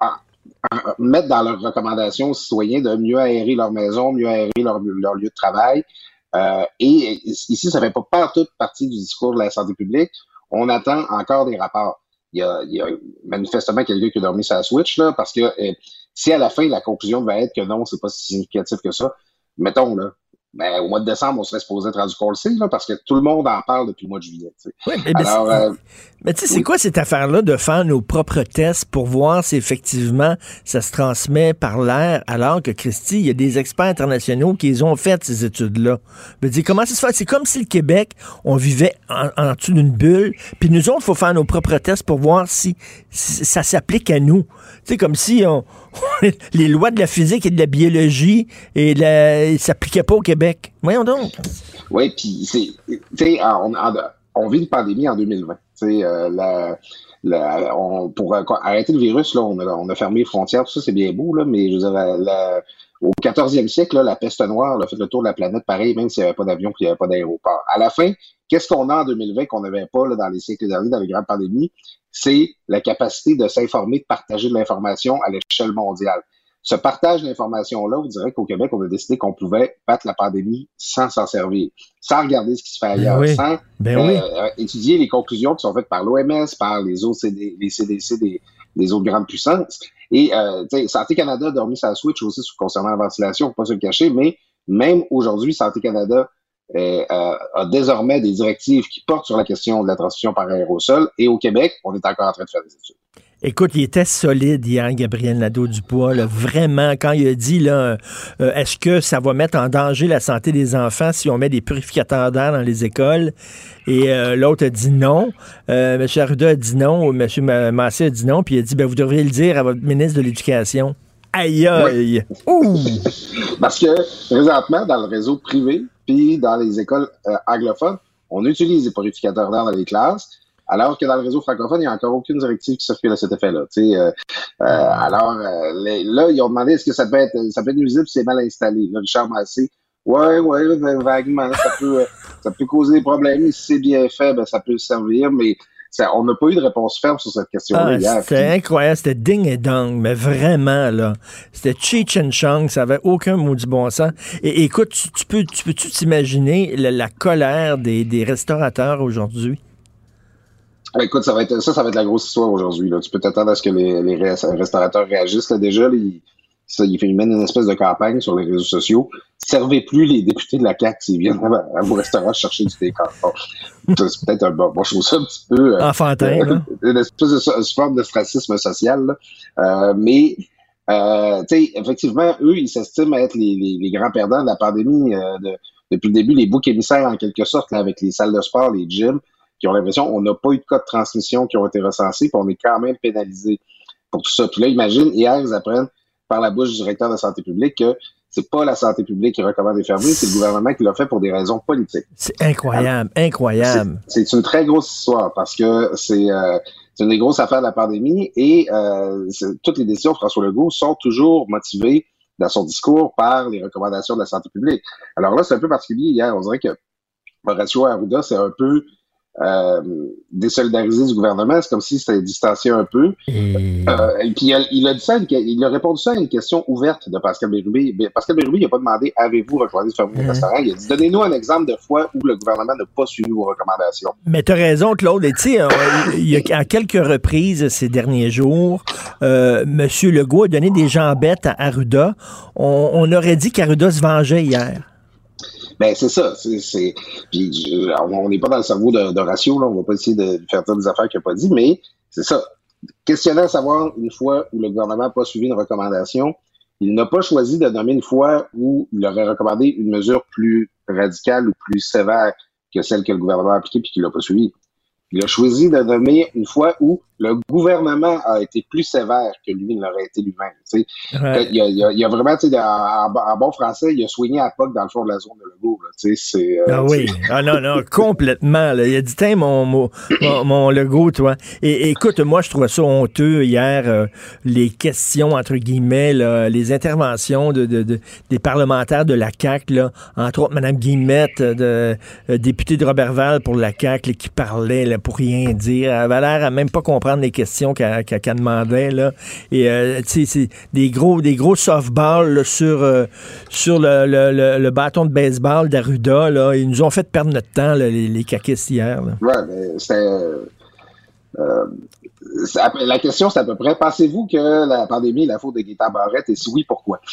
euh, mettent dans leurs recommandations aux citoyens de mieux aérer leur maison, mieux aérer leur, leur lieu de travail. Euh, et ici, ça ne fait pas partout partie du discours de la santé publique. On attend encore des rapports. Il y a, il y a manifestement quelqu'un qui a dormi sa Switch, là, parce que euh, si à la fin, la conclusion va être que non, c'est pas si significatif que ça, mettons, là, ben, au mois de décembre, on serait supposé être rendu corsé, là, parce que tout le monde en parle depuis le mois de juillet. Oui, mais, Alors, mais, euh, mais tu sais, oui. c'est quoi cette affaire-là de faire nos propres tests pour voir si effectivement ça se transmet par l'air, alors que, Christy, il y a des experts internationaux qui ont fait ces études-là. Je veux dire, comment ça se fait? C'est comme si le Québec, on vivait en, en dessous d'une bulle, puis nous autres, il faut faire nos propres tests pour voir si, si ça s'applique à nous. Tu sais, comme si on, les lois de la physique et de la biologie et la, s'appliquaient pas au Québec. Voyons donc. Oui, puis c'est, tu sais, on, on, on vit une pandémie en deux mille vingt. Tu sais, euh, la, la, on, pour euh, arrêter le virus, là, on a, on a fermé les frontières, tout ça, c'est bien beau, là, mais je veux dire, la, la, au quatorzième siècle, là, la peste noire là, a fait le tour de la planète, pareil, même s'il n'y avait pas d'avion et qu'il n'y avait pas d'aéroport. À la fin, qu'est-ce qu'on a en deux mille vingt qu'on n'avait pas là, dans les siècles derniers, dans les grandes pandémies? C'est la capacité de s'informer, de partager de l'information à l'échelle mondiale. Ce partage d'informations-là, vous direz qu'au Québec, on a décidé qu'on pouvait battre la pandémie sans s'en servir, sans regarder ce qui se fait ailleurs, ben oui. sans ben euh, oui. euh, étudier les conclusions qui sont faites par l'O M S, par les autres C D, les C D C des, des autres grandes puissances. Et euh, Santé Canada a dormi sa Switch aussi concernant la ventilation, faut pas se le cacher, mais même aujourd'hui, Santé Canada Euh, euh, a désormais des directives qui portent sur la question de la transmission par aérosol. Et au Québec, on est encore en train de faire des études. Écoute, il était solide hier, Gabriel Nadeau-Dubois, là, vraiment, quand il a dit, là, euh, est-ce que ça va mettre en danger la santé des enfants si on met des purificateurs d'air dans les écoles? Et euh, l'autre a dit non. Euh, M. Arruda a dit non, M. Massé a dit non, puis il a dit, ben, vous devriez le dire à votre ministre de l'Éducation. Aïe, aïe! Oui. Ouh! Parce que, présentement, dans le réseau privé, puis dans les écoles euh, anglophones, on utilise des purificateurs d'air dans les classes, alors que dans le réseau francophone, il n'y a encore aucune directive qui circule à cet effet-là. Tu sais, euh, euh, alors, euh, les, là, ils ont demandé est-ce que ça peut être, ça peut être nuisible si c'est mal installé. Là, Richard Massé, ouais, ouais, vaguement, ça peut, ça peut causer des problèmes. Si c'est bien fait, ben, ça peut servir, mais ça, on n'a pas eu de réponse ferme sur cette question-là ah, hier. C'était puis... incroyable, c'était ding et dong, mais vraiment, là. C'était Cheech and Chong, ça avait aucun maudit bon sens. Et, et écoute, tu, tu peux, tu peux-tu t'imaginer la, la colère des, des restaurateurs aujourd'hui? Écoute, ça va être ça, ça va être la grosse histoire aujourd'hui. Là. Tu peux t'attendre à ce que les, les restaurateurs réagissent. Là, déjà, les, ça, ils mènent une espèce de campagne sur les réseaux sociaux. Servez plus les députés de la C A Q s'ils viennent à, à vos restaurants chercher du take-out. Bon, c'est peut-être un bon, bon, je trouve ça un petit peu... Euh, Enfantin, euh, là. Une espèce de une forme d'ostracisme social. Là. Euh, mais, euh, tu sais, effectivement, eux, ils s'estiment être les, les, les grands perdants de la pandémie. Euh, de, depuis le début, les boucs émissaires, en quelque sorte, là, avec les salles de sport, les gyms, qui ont l'impression qu'on n'a pas eu de cas de transmission qui ont été recensés, puis on est quand même pénalisé pour tout ça. Puis là, imagine, hier, ils apprennent par la bouche du directeur de la santé publique que c'est pas la santé publique qui recommande les fermer, c'est le gouvernement qui l'a fait pour des raisons politiques. C'est incroyable, Alors, incroyable. C'est, c'est une très grosse histoire parce que c'est, euh, c'est une des grosses affaires de la pandémie et euh, toutes les décisions de François Legault sont toujours motivées dans son discours par les recommandations de la santé publique. Alors là, c'est un peu particulier hier. On dirait que Horacio Arruda, c'est un peu Euh, désolidariser du gouvernement, c'est comme si c'était distancié un peu. Et, euh, et puis il a, il a dit ça, il a répondu ça à une question ouverte de Pascal Bérubé. Pascal Bérubé, il n'a pas demandé avez-vous recommandé de fermer les restaurants. Il a dit donnez-nous un exemple de fois où le gouvernement n'a pas suivi vos recommandations. Mais tu as raison, Claude. Et tu sais, il y a à quelques reprises ces derniers jours, euh, M. Legault a donné des jambettes à Arruda. On, on aurait dit qu'Arruda se vengeait hier. Ben c'est ça, c'est, c'est puis on n'est pas dans le cerveau de, de Ratio, là, on va pas essayer de lui faire dire des affaires qu'il n'a pas dit, mais c'est ça. Questionnant à savoir une fois où le gouvernement n'a pas suivi une recommandation, il n'a pas choisi de nommer une fois où il aurait recommandé une mesure plus radicale ou plus sévère que celle que le gouvernement a appliquée puis qu'il n'a pas suivie. Il a choisi de nommer une fois où le gouvernement a été plus sévère que lui ne l'aurait été lui-même. Tu sais. Ouais. Il, y a, il, y a, il y a vraiment, tu sais, en, en bon français, il a soigné à P O C dans le fond de la zone de Legault. Là, tu sais, c'est, euh, ah oui, ah non, non, complètement. Là. Il a dit, tiens, mon, mon, mon Legault, toi. Et, et écoute, moi, je trouvais ça honteux hier, euh, les questions, entre guillemets, là, les interventions de, de, de, des parlementaires de la C A Q, là, entre autres Mme Guillemette, de, euh, députée de Robertval pour la C A Q, là, qui parlait là, pour rien dire. Elle avait l'air à même pas comprendre les questions qu'elle, qu'elle demandait, là. Et, euh, tu sais, c'est des gros, des gros softballs là, sur, euh, sur le, le, le, le bâton de baseball d'Arruda, là. Ils nous ont fait perdre notre temps, là, les, les caquistes hier, là. Ouais, mais c'était... Euh, la question, c'est à peu près, pensez-vous que la pandémie est la faute de Gaétan Barrette et si oui, pourquoi?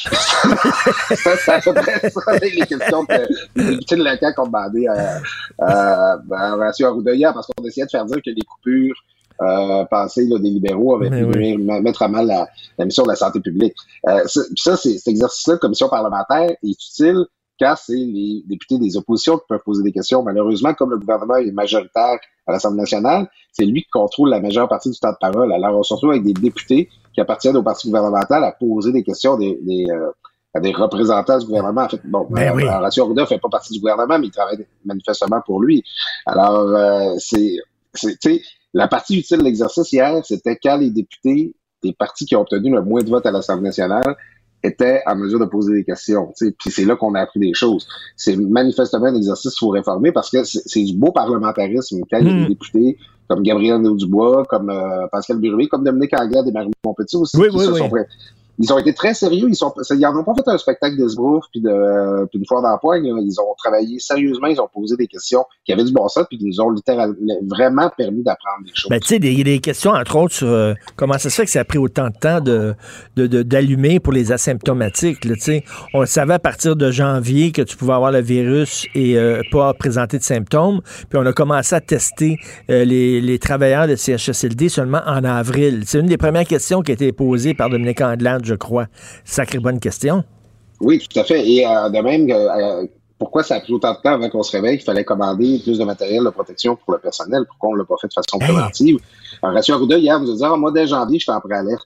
ça, c'est à peu près ça, les questions que les députés de la C A Q ont demandé à, à, à Horacio Arruda hier, parce qu'on essayait de faire dire que les coupures euh, passées là, des libéraux avaient pu oui. mettre à mal la, la mission de la santé publique. Euh, ça, c'est, cet exercice-là, commission parlementaire, est utile quand c'est les députés des oppositions qui peuvent poser des questions. Malheureusement, comme le gouvernement est majoritaire à l'Assemblée nationale, c'est lui qui contrôle la majeure partie du temps de parole. Alors, on se retrouve avec des députés qui appartiennent au parti gouvernemental à poser des questions des, des, euh, à des représentants du gouvernement. En fait, bon, ben euh, oui. Horacio Arruda fait pas partie du gouvernement, mais il travaille manifestement pour lui. Alors, euh, c'est, c'est tu sais, la partie utile de l'exercice hier, c'était quand les députés des partis qui ont obtenu le moins de votes à l'Assemblée nationale étaient en mesure de poser des questions. T'sais. Puis c'est là qu'on a appris des choses. C'est manifestement un exercice qu'il faut réformer parce que c'est, c'est du beau parlementarisme. Quand mmh. il y a des députés comme Gabriel Nadeau-Dubois, comme euh, Pascal Bérubé, comme Dominique Anglade et Marie Montpetit aussi, oui, qui oui, se oui. sont prêts. Ils ont été très sérieux. Ils sont, ils en ont pas fait un spectacle d'esbrouf puis de, euh, puis une foire d'empoigne. Ils ont travaillé sérieusement. Ils ont posé des questions qui avaient du bon sens puis qui nous ont littéralement vraiment permis d'apprendre des choses. Ben, tu sais, il y a des questions, entre autres, sur euh, comment ça se fait que ça a pris autant de temps de, de, de, d'allumer pour les asymptomatiques. Là, on le savait à partir de janvier que tu pouvais avoir le virus et euh, pas présenter de symptômes. Puis on a commencé à tester euh, les, les travailleurs de C H S L D seulement en avril. C'est une des premières questions qui a été posée par Dominique Anglade, je crois. Sacrée bonne question. Oui, tout à fait. Et euh, de même, euh, pourquoi ça a pris autant de temps avant qu'on se réveille qu'il fallait commander plus de matériel de protection pour le personnel? Pourquoi on ne l'a pas fait de façon préventive? Hey. Horacio Arruda, hier, nous a dit, ah, moi, dès janvier, j'étais en préalerte.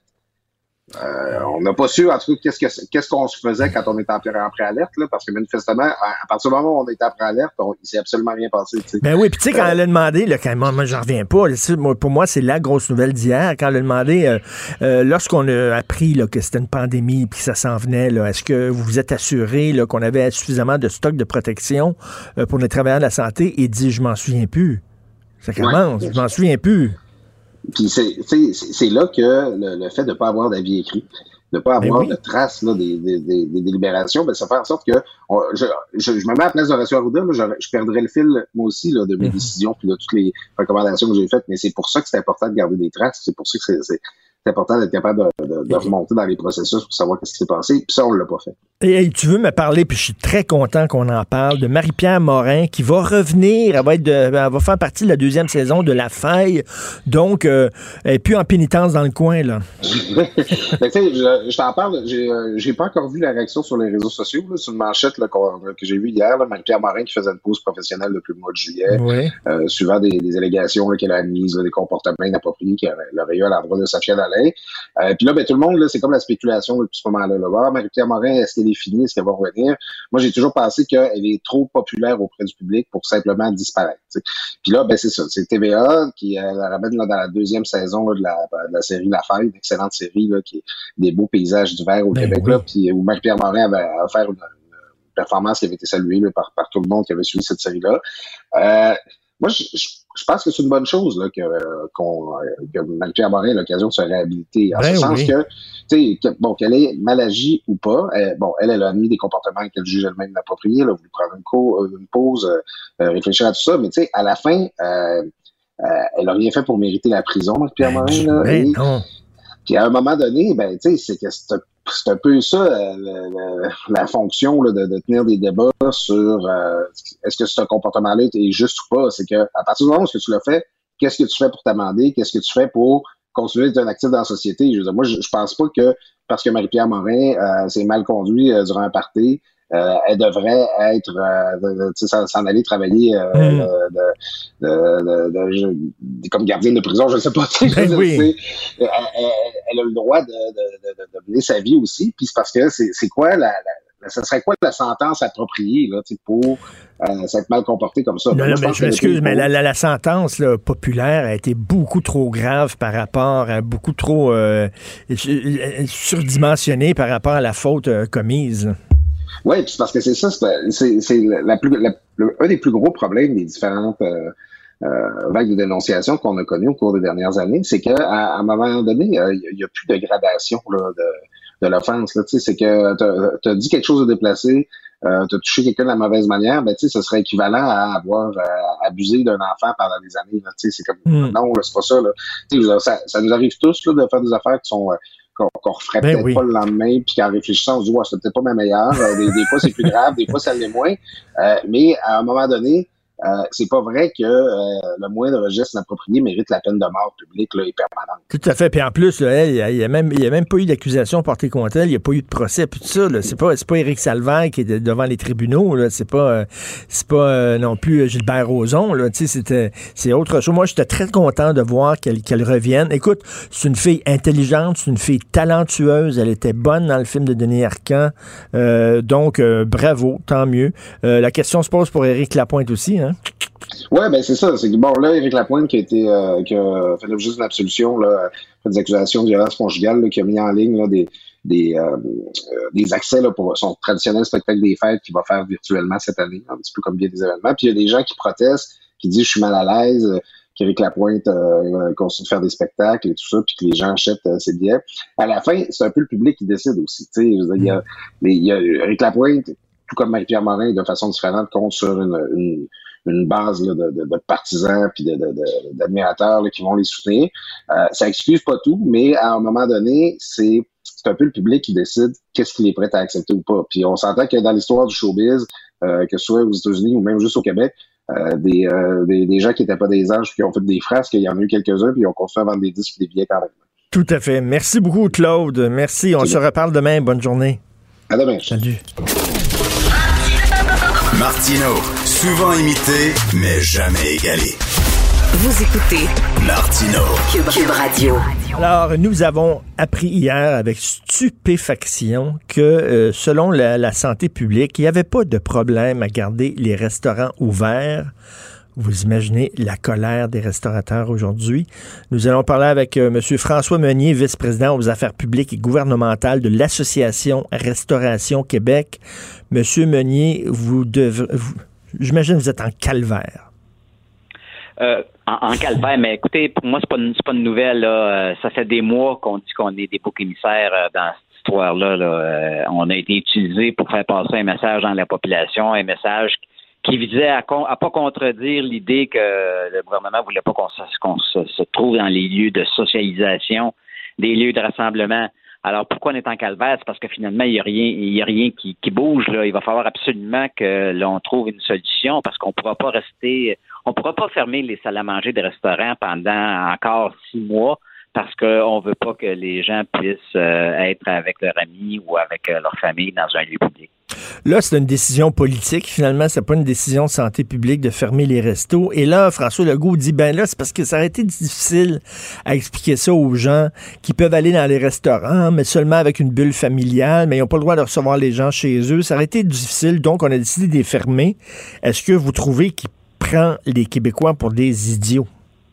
Euh, on n'a pas su, en tout cas, qu'est-ce, que, qu'est-ce qu'on se faisait quand on était en, pré- en préalerte, là, parce que manifestement, à, à partir du moment où on était en préalerte, on, il s'est absolument rien passé. T'sais. Ben oui, puis tu sais, quand euh, elle a demandé, là, quand, moi, moi j'en reviens pas, là, pour moi, c'est la grosse nouvelle d'hier, quand elle a demandé, euh, euh, lorsqu'on a appris là, que c'était une pandémie puis que ça s'en venait, là, est-ce que vous vous êtes assuré là, qu'on avait suffisamment de stock de protection euh, pour les travailleurs de la santé? Et dit, je m'en souviens plus. Ça commence, ouais, je m'en souviens plus. Puis c'est, c'est, c'est là que le, le fait de ne pas avoir d'avis écrit, de ne pas avoir oui. de traces là, des, des, des, des délibérations, ben, ça fait en sorte que on, je, je, je me mets à la place d'Horacio Arruda, là, je, je perdrais le fil, moi aussi, là, de mes mm-hmm. décisions puis de toutes les recommandations que j'ai faites, mais c'est pour ça que c'est important de garder des traces, c'est pour ça que c'est, c'est, c'est important d'être capable de, de, de remonter dans les processus pour savoir ce qui s'est passé, puis ça, on l'a pas fait. Et, et tu veux me parler, puis je suis très content qu'on en parle, de Marie-Pierre Morin, qui va revenir, elle va, être de, elle va faire partie de la deuxième saison de La Faille, donc euh, elle n'est plus en pénitence dans le coin, là. ben, tu sais, je, je t'en parle, j'ai, j'ai pas encore vu la réaction sur les réseaux sociaux, là, sur une manchette là, que j'ai vue hier, là, Marie-Pierre Morin qui faisait une pause professionnelle depuis le mois de juillet, oui. euh, suivant des, des allégations là, qu'elle a admises, là, des comportements inappropriés qu'elle aurait eu à l'endroit de Safia Lalonde. relais. Euh, puis là, ben, tout le monde, là, c'est comme la spéculation depuis ce moment-là. Là. Ah, Marie-Pierre Morin, est-ce qu'elle est finie? Est-ce qu'elle va revenir? Moi, j'ai toujours pensé qu'elle est trop populaire auprès du public pour simplement disparaître. T'sais. Puis là, ben c'est ça. C'est T V A qui euh, la ramène là, dans la deuxième saison là, de, la, de la série La Fête, une excellente série là, qui est des beaux paysages d'hiver au ben Québec, oui. là, puis où Marie-Pierre Morin avait offert une, une performance qui avait été saluée là, par, par tout le monde qui avait suivi cette série-là. Euh, moi, je, je, je pense que c'est une bonne chose là, que, qu'on, que Marie-Pierre Morin ait l'occasion de se réhabiliter. En ben ce oui. sens que, tu sais, bon, qu'elle ait mal agi ou pas, elle, bon, elle, elle a admis des comportements qu'elle juge elle-même inappropriés, elle a voulu prendre une, co- une pause, euh, réfléchir à tout ça, mais tu sais, à la fin, euh, euh, elle a rien fait pour mériter la prison, Marie-Pierre ben, Morin. Là, ben, et, non. Puis à un moment donné, ben, tu sais, c'est que c'est, c'est un peu ça, la, la, la fonction là, de, de tenir des débats sur euh, est-ce que ce comportement-là est juste ou pas. C'est que à partir du moment où que tu l'as fait, qu'est-ce que tu fais pour t'amender? Qu'est-ce que tu fais pour continuer d'être un actif dans la société? Je veux dire, moi, je, je pense pas que parce que Marie-Pierre Morin euh, s'est mal conduit euh, durant un party, Euh, elle devrait être, euh, de, de, s'en, s'en aller travailler euh, mm. de, de, de, de, de, comme gardienne de prison, je ne sais pas. Ben je oui. sais, elle, elle, elle a le droit de, de, de, de mener sa vie aussi. Puis c'est parce que c'est, c'est quoi la, la, ça serait quoi la sentence appropriée là, pour euh, s'être mal comporté comme ça? Non, non, je, mais je m'excuse, mais la, la, la sentence là, populaire a été beaucoup trop grave par rapport à beaucoup trop euh, surdimensionnée par rapport à la faute euh, commise. Oui, puis c'est parce que c'est ça, c'est, c'est, c'est la plus, la, le, un des plus gros problèmes des différentes euh, euh, vagues de dénonciation qu'on a connues au cours des dernières années, c'est qu'à à un moment donné, il euh, n'y a plus de gradation là, de, de l'offense. Là, c'est que tu as dit quelque chose de déplacé, euh, tu as touché quelqu'un de la mauvaise manière, ben, ce serait équivalent à avoir euh, abusé d'un enfant pendant des années. Là, c'est comme mm. non, là, c'est pas ça. Là. Ça, ça nous arrive tous là, de faire des affaires qui sont... Euh, Qu'on, qu'on referait ben peut-être oui. pas le lendemain, puis qu'en réfléchissant, on se dit, ouais, c'est peut-être pas ma meilleure. Euh, des, des fois, c'est plus grave, des fois, ça l'est moins. Euh, mais à un moment donné, euh, c'est pas vrai que euh, le moindre geste inapproprié mérite la peine de mort publique là, et permanente. Tout à fait. Puis en plus, là, il n'y a, a, même, a même pas eu d'accusation portée contre elle, il n'y a pas eu de procès, puis tout ça. Là, c'est pas, c'est pas Éric Salvaire qui est de, devant les tribunaux, là, c'est pas, euh, c'est pas euh, non plus Gilbert Rozon. Là, c'était, c'est autre chose. Moi, j'étais très content de voir qu'elle, qu'elle revienne. Écoute, c'est une fille intelligente, c'est une fille talentueuse, elle était bonne dans le film de Denis Arcand. Euh, donc, euh, bravo, tant mieux. Euh, la question se pose pour Éric Lapointe aussi, hein? Ouais, ben c'est ça. C'est que bon, là, Éric Lapointe qui a été euh, qui a fait l'objet d'une absolution là, fait des accusations de violence conjugale, là, qui a mis en ligne là, des des euh, des accès là, pour son traditionnel spectacle des fêtes qu'il va faire virtuellement cette année, un petit peu comme bien des événements. Puis il y a des gens qui protestent, qui disent je suis mal à l'aise, euh, qu'Éric Lapointe euh, continue de faire des spectacles et tout ça, puis que les gens achètent euh, ses billets. À la fin, c'est un peu le public qui décide aussi. Tu sais, il y a il y a Éric Lapointe, tout comme Marie-Pierre Morin, de façon différente, compte sur une, une une base là, de, de, de partisans puis de, de, de, d'admirateurs là, qui vont les soutenir. Euh, ça excuse pas tout, mais à un moment donné, c'est, c'est un peu le public qui décide qu'est-ce qu'il est prêt à accepter ou pas. Puis on s'entend que dans l'histoire du showbiz, euh, que ce soit aux États-Unis ou même juste au Québec, euh, des, euh, des, des gens qui n'étaient pas des anges puis qui ont fait des frasques, il y en a eu quelques-uns puis ils ont continué à vendre des disques et des billets quand même. Tout à fait. Merci beaucoup, Claude. Merci. On c'est se bien. Reparle demain. Bonne journée. À demain. Salut. Martino, souvent imité, mais jamais égalé. Vous écoutez Martino, Cube, Cube Radio. Alors, nous avons appris hier avec stupéfaction que, euh, selon la, la santé publique, il n'y avait pas de problème à garder les restaurants ouverts. Vous imaginez la colère des restaurateurs aujourd'hui. Nous allons parler avec euh, M. François Meunier, vice-président aux affaires publiques et gouvernementales de l'Association Restauration Québec. M. Meunier, vous devez, vous, j'imagine que vous êtes en calvaire. Euh, en, en calvaire, mais écoutez, pour moi, c'est pas une, c'est pas une nouvelle. Là. Ça fait des mois qu'on dit qu'on est des boucs émissaires dans cette histoire-là. Là. Euh, on a été utilisé pour faire passer un message dans la population, un message qui visait à, con, à pas contredire l'idée que le gouvernement voulait pas qu'on, se, qu'on se, se trouve dans les lieux de socialisation, des lieux de rassemblement. Alors, pourquoi on est en calvaire? C'est parce que finalement, il y a rien, il y a rien qui, qui bouge, là. Il va falloir absolument que l'on trouve une solution parce qu'on pourra pas rester, on pourra pas fermer les salles à manger des restaurants pendant encore six mois parce qu'on veut pas que les gens puissent euh, être avec leurs amis ou avec euh, leur famille dans un lieu public. Là, c'est une décision politique. Finalement, c'est pas une décision de santé publique de fermer les restos. Et là, François Legault dit, ben là, c'est parce que ça aurait été difficile à expliquer ça aux gens qui peuvent aller dans les restaurants, mais seulement avec une bulle familiale, mais ils n'ont pas le droit de recevoir les gens chez eux. Ça aurait été difficile, donc on a décidé de les fermer. Est-ce que vous trouvez qu'il prend les Québécois pour des idiots?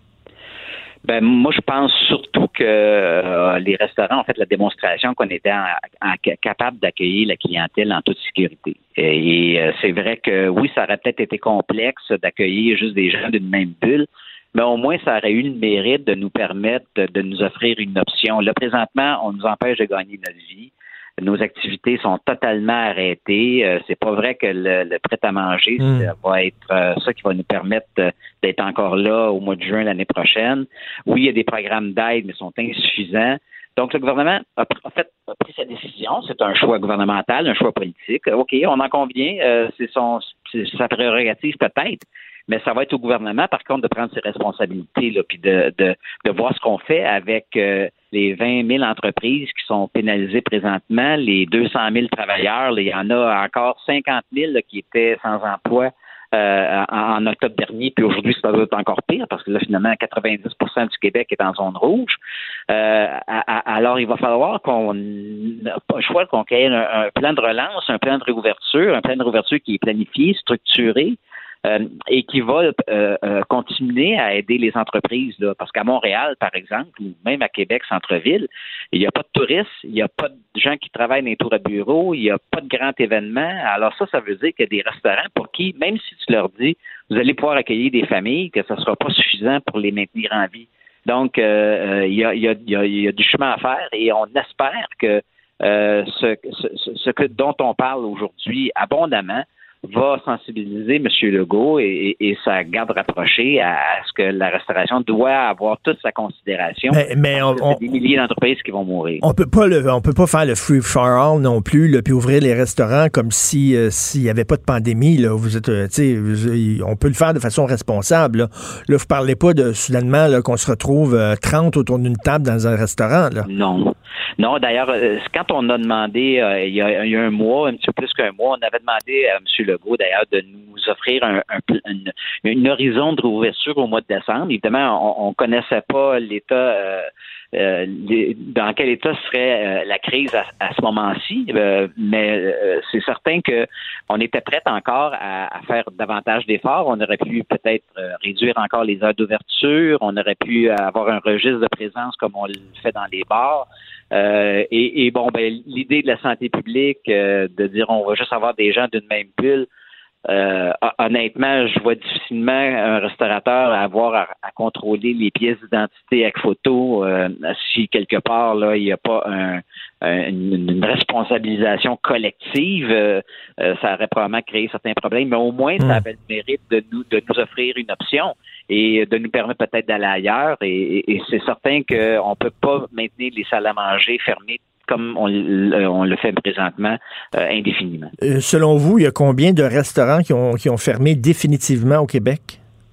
Ben moi, je pense surtout que euh, les restaurants ont fait la démonstration qu'on était en, en, capable d'accueillir la clientèle en toute sécurité. Et, et euh, c'est vrai que oui, ça aurait peut-être été complexe d'accueillir juste des gens d'une même bulle, mais au moins, ça aurait eu le mérite de nous permettre de, de nous offrir une option. Là, présentement, on nous empêche de gagner notre vie. Nos activités sont totalement arrêtées. Euh, c'est pas vrai que le, le prêt-à-manger mmh. ça va être euh, ça qui va nous permettre euh, d'être encore là au mois de juin l'année prochaine. Oui, il y a des programmes d'aide, mais ils sont insuffisants. Donc, le gouvernement a, a fait a pris sa décision. C'est un choix gouvernemental, un choix politique. OK, on en convient. Euh, c'est son c'est sa prérogative peut-être. Mais ça va être au gouvernement, par contre, de prendre ses responsabilités, là, puis de, de, de voir ce qu'on fait avec euh, les vingt mille entreprises qui sont pénalisées présentement, les deux cent mille travailleurs. Là, il y en a encore cinquante mille là, qui étaient sans emploi euh, en, en octobre dernier, puis aujourd'hui, ça doit être encore pire, parce que là, finalement, quatre-vingt-dix pour cent du Québec est en zone rouge. Euh, à, à, alors, il va falloir qu'on n'a pas le choix qu'on crée un, un plan de relance, un plan de réouverture, un plan de réouverture qui est planifié, structuré, Euh, et qui va euh, euh, continuer à aider les entreprises, là, parce qu'à Montréal, par exemple, ou même à Québec, centre-ville, il n'y a pas de touristes, il n'y a pas de gens qui travaillent dans les tours à bureaux, il n'y a pas de grands événements. Alors ça, ça veut dire qu'il y a des restaurants pour qui, même si tu leur dis, vous allez pouvoir accueillir des familles, que ce ne sera pas suffisant pour les maintenir en vie. Donc, euh, il, y a, il, y a, il, y a, il y a du chemin à faire et on espère que euh, ce, ce, ce que, dont on parle aujourd'hui abondamment va sensibiliser M. Legault et, et, et sa garde rapprochée à, à ce que la restauration doit avoir toute sa considération. Mais, mais on, on, des milliers d'entreprises qui vont mourir. On peut pas le, on peut pas faire le free for all non plus, là, puis ouvrir les restaurants comme si euh, s'il y avait pas de pandémie. Là, vous êtes, euh, tu sais, on peut le faire de façon responsable. Là, là vous parlez pas de soudainement là, qu'on se retrouve euh, trente autour d'une table dans un restaurant. Là. Non. Non, d'ailleurs, quand on a demandé, euh, il, y a, il y a un mois, un petit peu plus qu'un mois, on avait demandé à M. Legault, d'ailleurs, de nous offrir un, un, une, une horizon de réouverture au mois de décembre. Évidemment, on ne connaissait pas l'état, euh, euh, les, dans quel état serait euh, la crise à, à ce moment-ci, euh, mais euh, c'est certain qu'on était prêt encore à, à faire davantage d'efforts. On aurait pu peut-être euh, réduire encore les heures d'ouverture, on aurait pu avoir un registre de présence comme on le fait dans les bars. Euh, et, et bon, ben l'idée de la santé publique, euh, de dire on va juste avoir des gens d'une même bulle, euh, honnêtement, je vois difficilement un restaurateur avoir à, à contrôler les pièces d'identité avec photo euh, si quelque part là il n'y a pas un, un, une, une responsabilisation collective, euh, euh, ça aurait probablement créé certains problèmes, mais au moins mmh. ça avait le mérite de nous de nous offrir une option et de nous permettre peut-être d'aller ailleurs. Et, et, et c'est certain qu'on ne peut pas maintenir les salles à manger fermées comme on, on le fait présentement, euh, indéfiniment. Euh, selon vous, il y a combien de restaurants qui ont, qui ont fermé définitivement au Québec?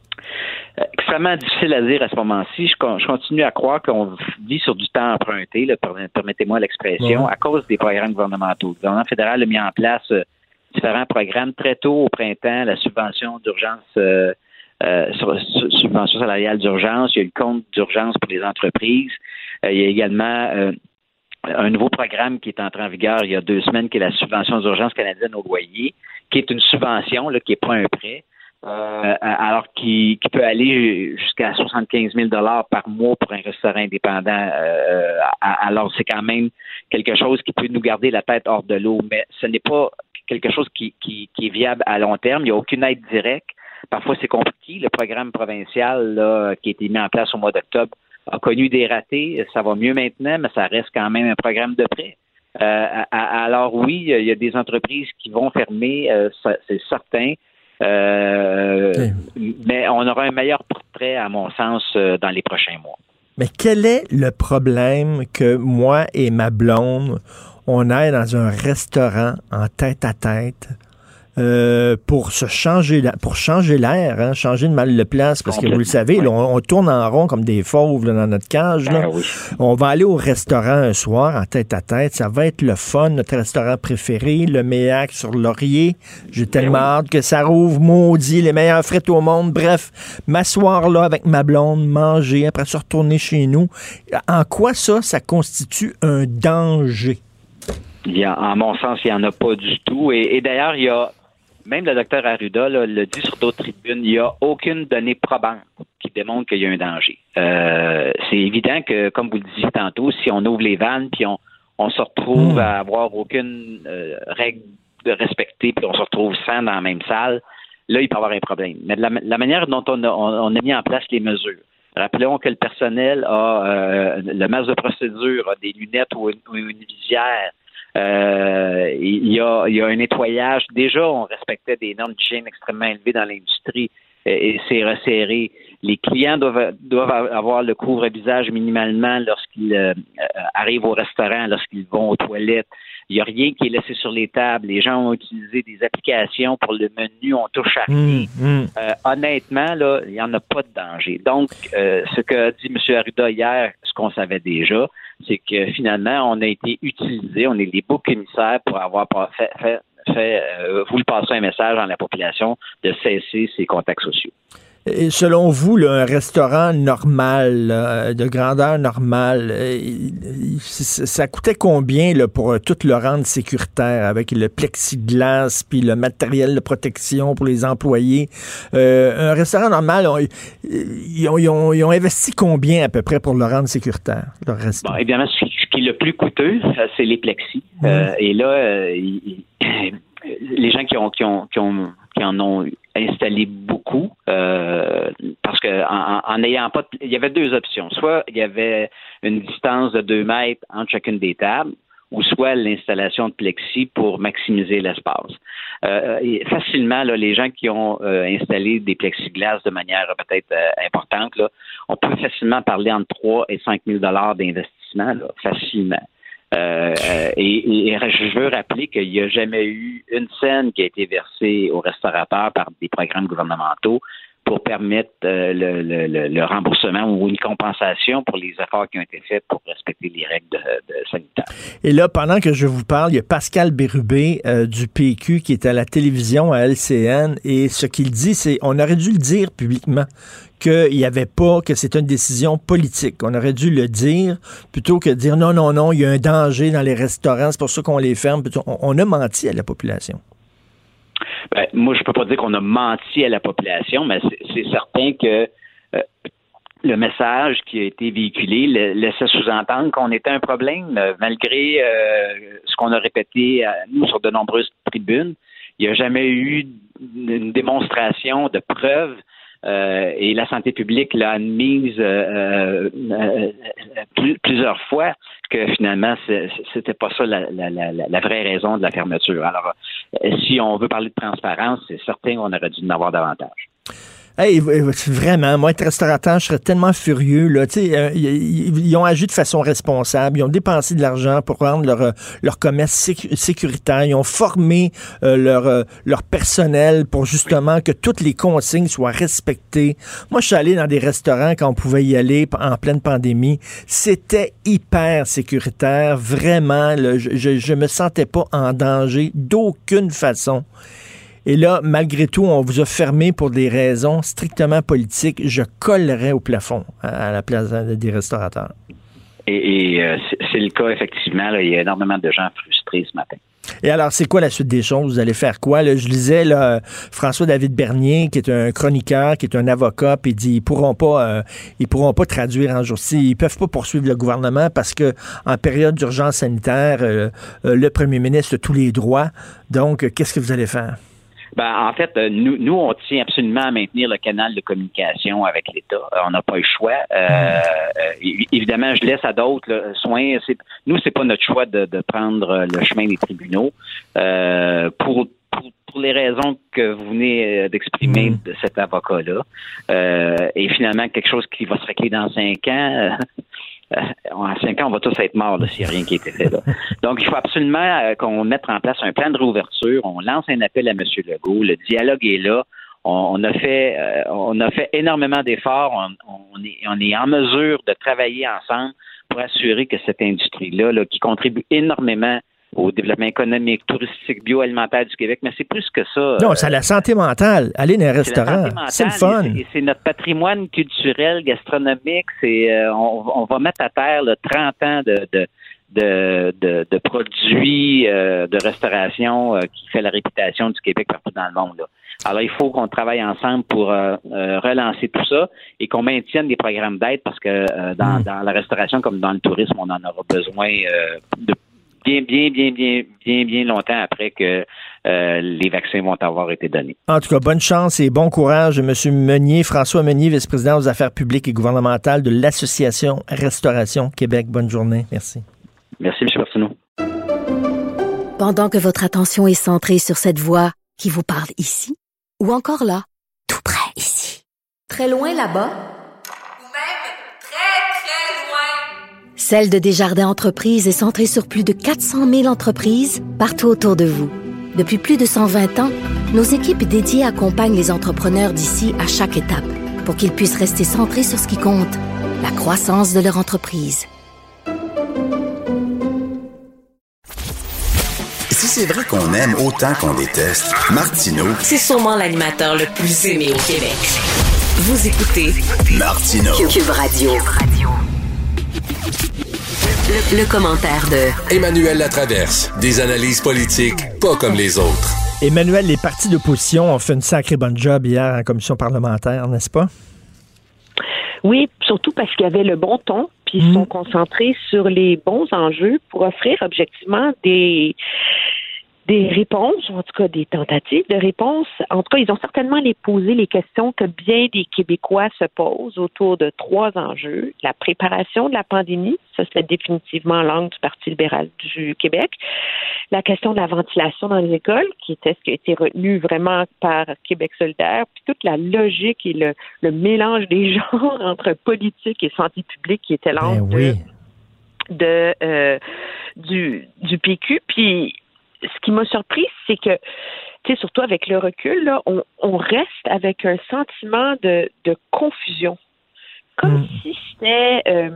Euh, extrêmement difficile à dire à ce moment-ci. Je, je continue à croire qu'on vit sur du temps emprunté, là, permettez-moi l'expression, ouais. à cause des programmes gouvernementaux. Le gouvernement fédéral a mis en place euh, différents programmes très tôt au printemps, la subvention d'urgence euh, Euh, sur, sur, subvention salariale d'urgence, il y a le compte d'urgence pour les entreprises, euh, il y a également euh, un nouveau programme qui est entré en vigueur il y a deux semaines, qui est la subvention d'urgence canadienne au loyer, qui est une subvention là, qui n'est pas un prêt, euh, alors qui, qui peut aller jusqu'à soixante-quinze mille dollars par mois pour un restaurant indépendant. Euh, alors c'est quand même quelque chose qui peut nous garder la tête hors de l'eau, mais ce n'est pas quelque chose qui, qui, qui est viable à long terme. Il n'y a aucune aide directe. Parfois, c'est compliqué. Le programme provincial là, qui a été mis en place au mois d'octobre a connu des ratés. Ça va mieux maintenant, mais ça reste quand même un programme de prêt. Euh, alors oui, il y a des entreprises qui vont fermer, euh, c'est certain. Euh, oui. Mais on aura un meilleur portrait, à mon sens, dans les prochains mois. Mais quel est le problème que moi et ma blonde, on aille dans un restaurant en tête-à-tête euh, pour se changer, la, pour changer l'air, hein, changer de mal de place, parce que vous le savez, là, on, on tourne en rond comme des fauves là, dans notre cage. Là. Ben oui. On va aller au restaurant un soir en tête à tête. Ça va être le fun, notre restaurant préféré, le Méac sur Laurier. J'ai tellement hâte que ça rouvre, maudit, les meilleures frites au monde. Bref, m'asseoir là avec ma blonde, manger, après se retourner chez nous. En quoi ça, ça constitue un danger? Il y a, en mon sens, il n'y en a pas du tout. Et, et d'ailleurs, il y a, même le docteur Arruda là, le dit sur d'autres tribunes, il n'y a aucune donnée probante qui démontre qu'il y a un danger. Euh, c'est évident que, comme vous le disiez tantôt, si on ouvre les vannes puis on, on se retrouve mmh. à avoir aucune euh, règle de respecter puis on se retrouve cent dans la même salle, là, il peut y avoir un problème. Mais de la, la manière dont on a, on, on a mis en place les mesures, rappelons que le personnel a euh, le masque de procédure, a des lunettes ou une, ou une visière. Euh, il, y a, il y a un nettoyage. Déjà, on respectait des normes d'hygiène extrêmement élevées dans l'industrie et, et c'est resserré. Les clients doivent, doivent avoir le couvre-visage minimalement lorsqu'ils euh, arrivent au restaurant, lorsqu'ils vont aux toilettes. Il n'y a rien qui est laissé sur les tables. Les gens ont utilisé des applications pour le menu, on touche à rien. Mmh, mmh. Euh, honnêtement, là, il n'y en a pas de danger. Donc, euh, ce qu'a dit M. Arruda hier, ce qu'on savait déjà, c'est que finalement, on a été utilisé, on est des boucs émissaires pour avoir fait, fait, fait euh, vous le passer un message à la population de cesser ces contacts sociaux. Et selon vous, là, un restaurant normal, là, de grandeur normale, euh, ça coûtait combien là, pour euh, tout le rendre sécuritaire avec le plexiglas puis le matériel de protection pour les employés? Euh, un restaurant normal, on, ils, ont, ils, ont, ils ont investi combien à peu près pour le rendre sécuritaire? Le bon, évidemment, ce qui est le plus coûteux, c'est les plexis. Mmh. Euh, et là, euh, il, les gens qui ont, qui ont, qui ont, qui en ont installé beaucoup, euh, parce que en, en n'ayant pas, il y avait deux options. Soit il y avait une distance de deux mètres entre chacune des tables, ou soit l'installation de plexi pour maximiser l'espace. Euh, et facilement, là, les gens qui ont euh, installé des plexiglas de manière peut-être euh, importante, là, on peut facilement parler entre trois et cinq mille dollars d'investissement, là, facilement. Euh, et, et je veux rappeler qu'il n'y a jamais eu une scène qui a été versée aux restaurateurs par des programmes gouvernementaux pour permettre euh, le, le, le remboursement ou une compensation pour les efforts qui ont été faits pour respecter les règles de, de sanitaires. Et là, pendant que je vous parle, il y a Pascal Bérubé euh, du P Q qui est à la télévision à L C N et ce qu'il dit, c'est on aurait dû le dire publiquement qu'il n'y avait pas, que c'est une décision politique. On aurait dû le dire plutôt que de dire non, non, non, il y a un danger dans les restaurants, c'est pour ça qu'on les ferme. On, on a menti à la population. Ben, moi, je peux pas dire qu'on a menti à la population, mais c'est, c'est certain que euh, le message qui a été véhiculé laissait sous-entendre qu'on était un problème, euh, malgré euh, ce qu'on a répété à nous sur de nombreuses tribunes. Il n'y a jamais eu une démonstration de preuve euh, et la santé publique l'a admise euh, euh, plus, plusieurs fois que finalement, c'est, c'était pas ça la, la, la, la vraie raison de la fermeture. Alors, si on veut parler de transparence, c'est certain qu'on aurait dû en avoir davantage. Hey, vraiment, moi, être restaurateur, je serais tellement furieux. Là. Tu sais, euh, ils, ils ont agi de façon responsable. Ils ont dépensé de l'argent pour rendre leur, leur commerce sécu- sécuritaire. Ils ont formé euh, leur, euh, leur personnel pour justement que toutes les consignes soient respectées. Moi, je suis allé dans des restaurants quand on pouvait y aller en pleine pandémie. C'était hyper sécuritaire. Vraiment, là, je, je, je me sentais pas en danger d'aucune façon. Et là, malgré tout, on vous a fermé pour des raisons strictement politiques. Je collerais au plafond à la place des restaurateurs. Et, et euh, c'est, c'est le cas, effectivement. Là, il y a énormément de gens frustrés ce matin. Et alors, c'est quoi la suite des choses? Vous allez faire quoi? Là, je lisais là, François-David Bernier, qui est un chroniqueur, qui est un avocat, puis il dit ils pourront pas euh, ils pourront pas traduire en jour-ci. Ils peuvent pas poursuivre le gouvernement parce que en période d'urgence sanitaire, euh, euh, le premier ministre a tous les droits. Donc, euh, qu'est-ce que vous allez faire? Ben, en fait, nous, nous, on tient absolument à maintenir le canal de communication avec l'État. On n'a pas le choix. Euh, euh, évidemment, je laisse à d'autres le soin. C'est, nous, c'est pas notre choix de, de prendre le chemin des tribunaux. Euh, pour, pour, pour les raisons que vous venez d'exprimer de cet avocat-là. Euh, et finalement, quelque chose qui va se régler dans cinq ans. Euh, en cinq ans, on va tous être morts là, s'il n'y a rien qui a été fait. Là. Donc, il faut absolument euh, qu'on mette en place un plan de réouverture. On lance un appel à M. Legault. Le dialogue est là. On, on a fait euh, on a fait énormément d'efforts. On, on, est, on est en mesure de travailler ensemble pour assurer que cette industrie-là, là, qui contribue énormément au développement économique, touristique, bioalimentaire du Québec, mais c'est plus que ça. Non, c'est la santé mentale. Aller dans un restaurant, c'est le fun. Et c'est, et c'est notre patrimoine culturel, gastronomique. C'est, euh, on, on va mettre à terre là, trente ans de, de, de, de, de produits euh, de restauration euh, qui fait la réputation du Québec partout dans le monde. Là. Alors, il faut qu'on travaille ensemble pour euh, euh, relancer tout ça et qu'on maintienne des programmes d'aide parce que euh, dans, mmh. dans la restauration comme dans le tourisme, on en aura besoin euh, de bien, bien, bien, bien, bien, bien longtemps après que euh, les vaccins vont avoir été donnés. En tout cas, bonne chance et bon courage, M. Meunier, François Meunier, vice-président aux affaires publiques et gouvernementales de l'Association Restauration Québec. Bonne journée. Merci. Merci, M. Martineau. Pendant que votre attention est centrée sur cette voix qui vous parle ici, ou encore là, tout près ici, très loin là-bas, Celle de Desjardins Entreprises est centrée sur plus de quatre cent mille entreprises partout autour de vous. Depuis plus de cent vingt ans, nos équipes dédiées accompagnent les entrepreneurs d'ici à chaque étape pour qu'ils puissent rester centrés sur ce qui compte, la croissance de leur entreprise. Si c'est vrai qu'on aime autant qu'on déteste, Martineau, c'est sûrement l'animateur le plus aimé au Québec. Vous écoutez Martineau. Cube Radio. Le, le commentaire de Emmanuel Latraverse. Des analyses politiques pas comme les autres. Emmanuel, les partis d'opposition ont fait une sacrée bonne job hier en commission parlementaire, n'est-ce pas? Oui, surtout parce qu'il y avait le bon ton, puis ils mmh. sont concentrés sur les bons enjeux pour offrir objectivement des... des réponses, ou en tout cas des tentatives de réponses. En tout cas, ils ont certainement les posé les questions que bien des Québécois se posent autour de trois enjeux. La préparation de la pandémie, ça c'est définitivement l'angle du Parti libéral du Québec. La question de la ventilation dans les écoles, qui était ce qui a été retenu vraiment par Québec solidaire, puis toute la logique et le, le mélange des genres entre politique et santé publique qui était l'angle ben oui. de, de euh, du, du P Q. Puis ce qui m'a surpris, c'est que, tu sais, surtout avec le recul, là, on, on reste avec un sentiment de, de confusion. Comme mmh. si c'était, euh,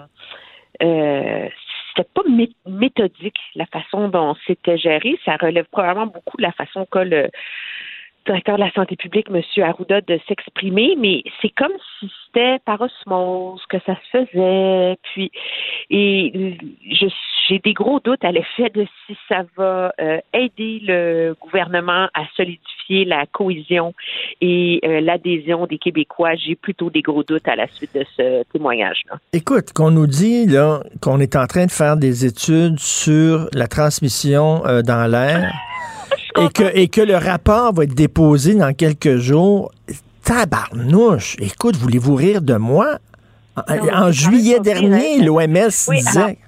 euh, c'était pas mé- méthodique, la façon dont c'était géré. Ça relève probablement beaucoup de la façon qu'a le directeur de la santé publique, M. Arruda, de s'exprimer, mais c'est comme si c'était par osmose que ça se faisait. Puis, et je, j'ai des gros doutes à l'effet de si ça va euh, aider le gouvernement à solidifier la cohésion et euh, l'adhésion des Québécois. J'ai plutôt des gros doutes à la suite de ce témoignage-là. Écoute, qu'on nous dit là qu'on est en train de faire des études sur la transmission euh, dans l'air. Et que, et que le rapport va être déposé dans quelques jours. Tabarnouche! Écoute, voulez-vous rire de moi? En, non, en juillet dernier, l'O M S oui, disait... Alors,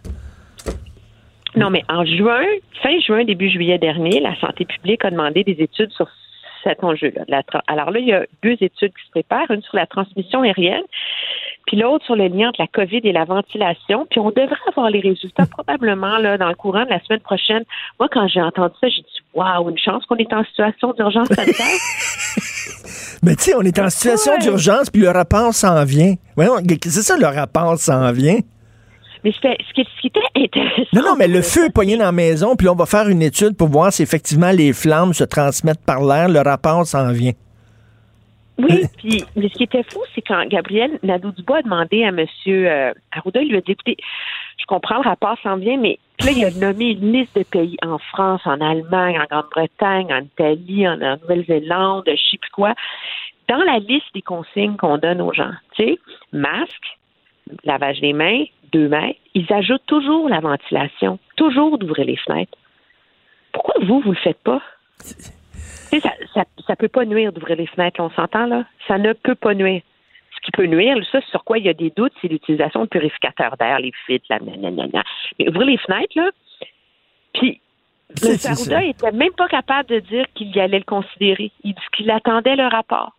non, mais en juin, fin juin, début juillet dernier, la santé publique a demandé des études sur cet enjeu-là. La tra- Alors là, il y a deux études qui se préparent, une sur la transmission aérienne, puis l'autre sur le lien entre la COVID et la ventilation. Puis on devrait avoir les résultats probablement là dans le courant de la semaine prochaine. Moi, quand j'ai entendu ça, j'ai dit « Waouh, une chance qu'on est en situation d'urgence sanitaire! » Mais tu sais, on est en situation ouais. d'urgence, puis le rapport s'en vient. Voyons, c'est ça, le rapport s'en vient. Mais c'était, ce, qui, ce qui était intéressant... Non, non, mais le feu est pogné dans la maison, puis là, on va faire une étude pour voir si effectivement les flammes se transmettent par l'air. Le rapport s'en vient. Oui, puis mais ce qui était fou, c'est quand Gabriel Nadeau-Dubois a demandé à M. Euh, Arruda, il lui a dit, écoutez, je comprends, le rapport s'en vient, mais là, il a nommé une liste de pays en France, en Allemagne, en Grande-Bretagne, en Italie, en, en Nouvelle-Zélande, je sais plus quoi. Dans la liste des consignes qu'on donne aux gens, tu sais, masque, lavage des mains, deux mètres, ils ajoutent toujours la ventilation, toujours d'ouvrir les fenêtres. Pourquoi vous, vous le faites pas? Tu sais, ça, ça, ça peut pas nuire d'ouvrir les fenêtres, là, on s'entend, là? Ça ne peut pas nuire. Ce qui peut nuire, ça, sur quoi il y a des doutes, c'est l'utilisation de purificateurs d'air, les filtres, la nanana. Mais ouvrir les fenêtres, là, puis M. Arruda était même pas capable de dire qu'il allait le considérer. Il dit qu'il attendait le rapport.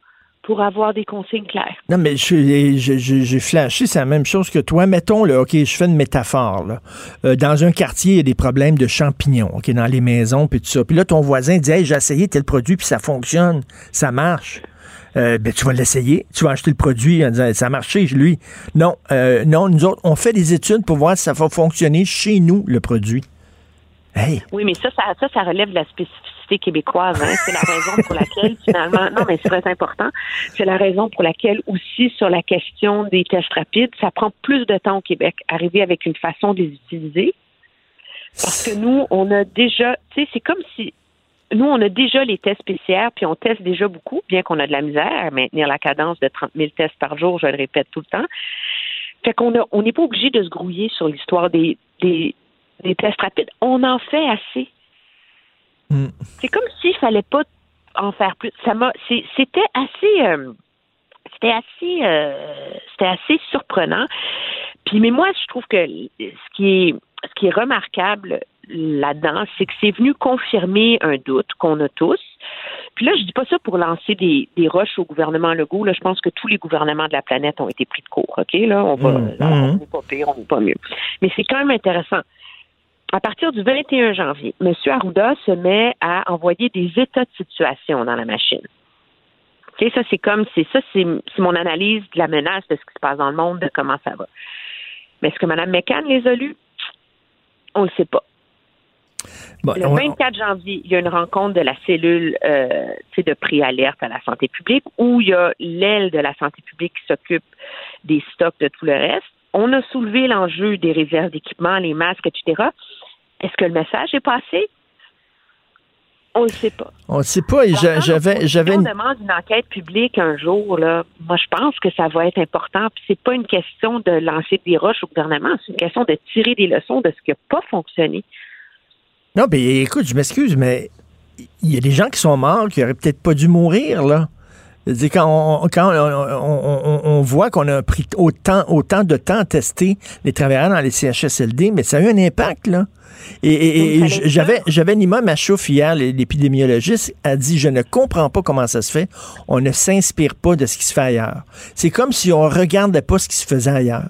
pour avoir des consignes claires. Non, mais je, je, je, j'ai flashé, c'est la même chose que toi. Mettons, là, OK, je fais une métaphore, là. Euh, dans un quartier, il y a des problèmes de champignons, OK, dans les maisons, puis tout ça. Puis là, ton voisin dit, hey, j'ai essayé tel produit, puis ça fonctionne, ça marche. Euh, ben, tu vas l'essayer, tu vas acheter le produit en disant, ça a marché, lui. Non, euh, non, nous autres, on fait des études pour voir si ça va fonctionner chez nous, le produit. Hey. Oui, mais ça, ça, ça, ça relève de la spécificité québécoise. Hein. C'est la raison pour laquelle, finalement, non, mais c'est très important, c'est la raison pour laquelle aussi, sur la question des tests rapides, ça prend plus de temps au Québec, arriver avec une façon de les utiliser. Parce que nous, on a déjà, tu sais, c'est comme si, nous, on a déjà les tests P C R, puis on teste déjà beaucoup, bien qu'on a de la misère à maintenir la cadence de trente mille tests par jour, je le répète tout le temps. Fait qu'on a, on n'est pas obligé de se grouiller sur l'histoire des, des des tests rapides. On en fait assez. Mm. C'est comme s'il fallait pas en faire plus. Ça m'a, c'est, c'était assez, euh, c'était assez, euh, c'était assez surprenant. Puis, mais moi, je trouve que ce qui est, ce qui est remarquable là-dedans, c'est que c'est venu confirmer un doute qu'on a tous. Puis là, je dis pas ça pour lancer des, des roches au gouvernement Legault. Là, je pense que tous les gouvernements de la planète ont été pris de court. Ok, là, on va, mm. là, on n'est pas pire, on n'est pas mieux. Mais c'est quand même intéressant. À partir du vingt et un janvier, M. Arruda se met à envoyer des états de situation dans la machine. Okay, ça, c'est comme, c'est ça, c'est, c'est mon analyse de la menace de ce qui se passe dans le monde, de comment ça va. Mais est-ce que Mme McCann les a lus? On ne le sait pas. Bon, le vingt-quatre janvier, il y a une rencontre de la cellule euh, de préalerte à la santé publique où il y a l'aile de la santé publique qui s'occupe des stocks de tout le reste. On a soulevé l'enjeu des réserves d'équipement, les masques, et cetera. Est-ce que le message est passé? On ne le sait pas. On ne sait pas. Et j'a, j'avais, j'avais... Si on demande une enquête publique un jour, là, moi, je pense que ça va être important. Puis c'est pas une question de lancer des roches au gouvernement. C'est une question de tirer des leçons de ce qui n'a pas fonctionné. Non, mais écoute, je m'excuse, mais il y a des gens qui sont morts qui n'auraient peut-être pas dû mourir, là. C'est quand on, quand on, on, on, on voit qu'on a pris autant, autant de temps à tester les travailleurs dans les C H S L D, mais ça a eu un impact, là. Et, et, et j'avais, j'avais Nima Machouf hier, l'épidémiologiste, a dit, je ne comprends pas comment ça se fait. On ne s'inspire pas de ce qui se fait ailleurs. C'est comme si on regardait pas ce qui se faisait ailleurs.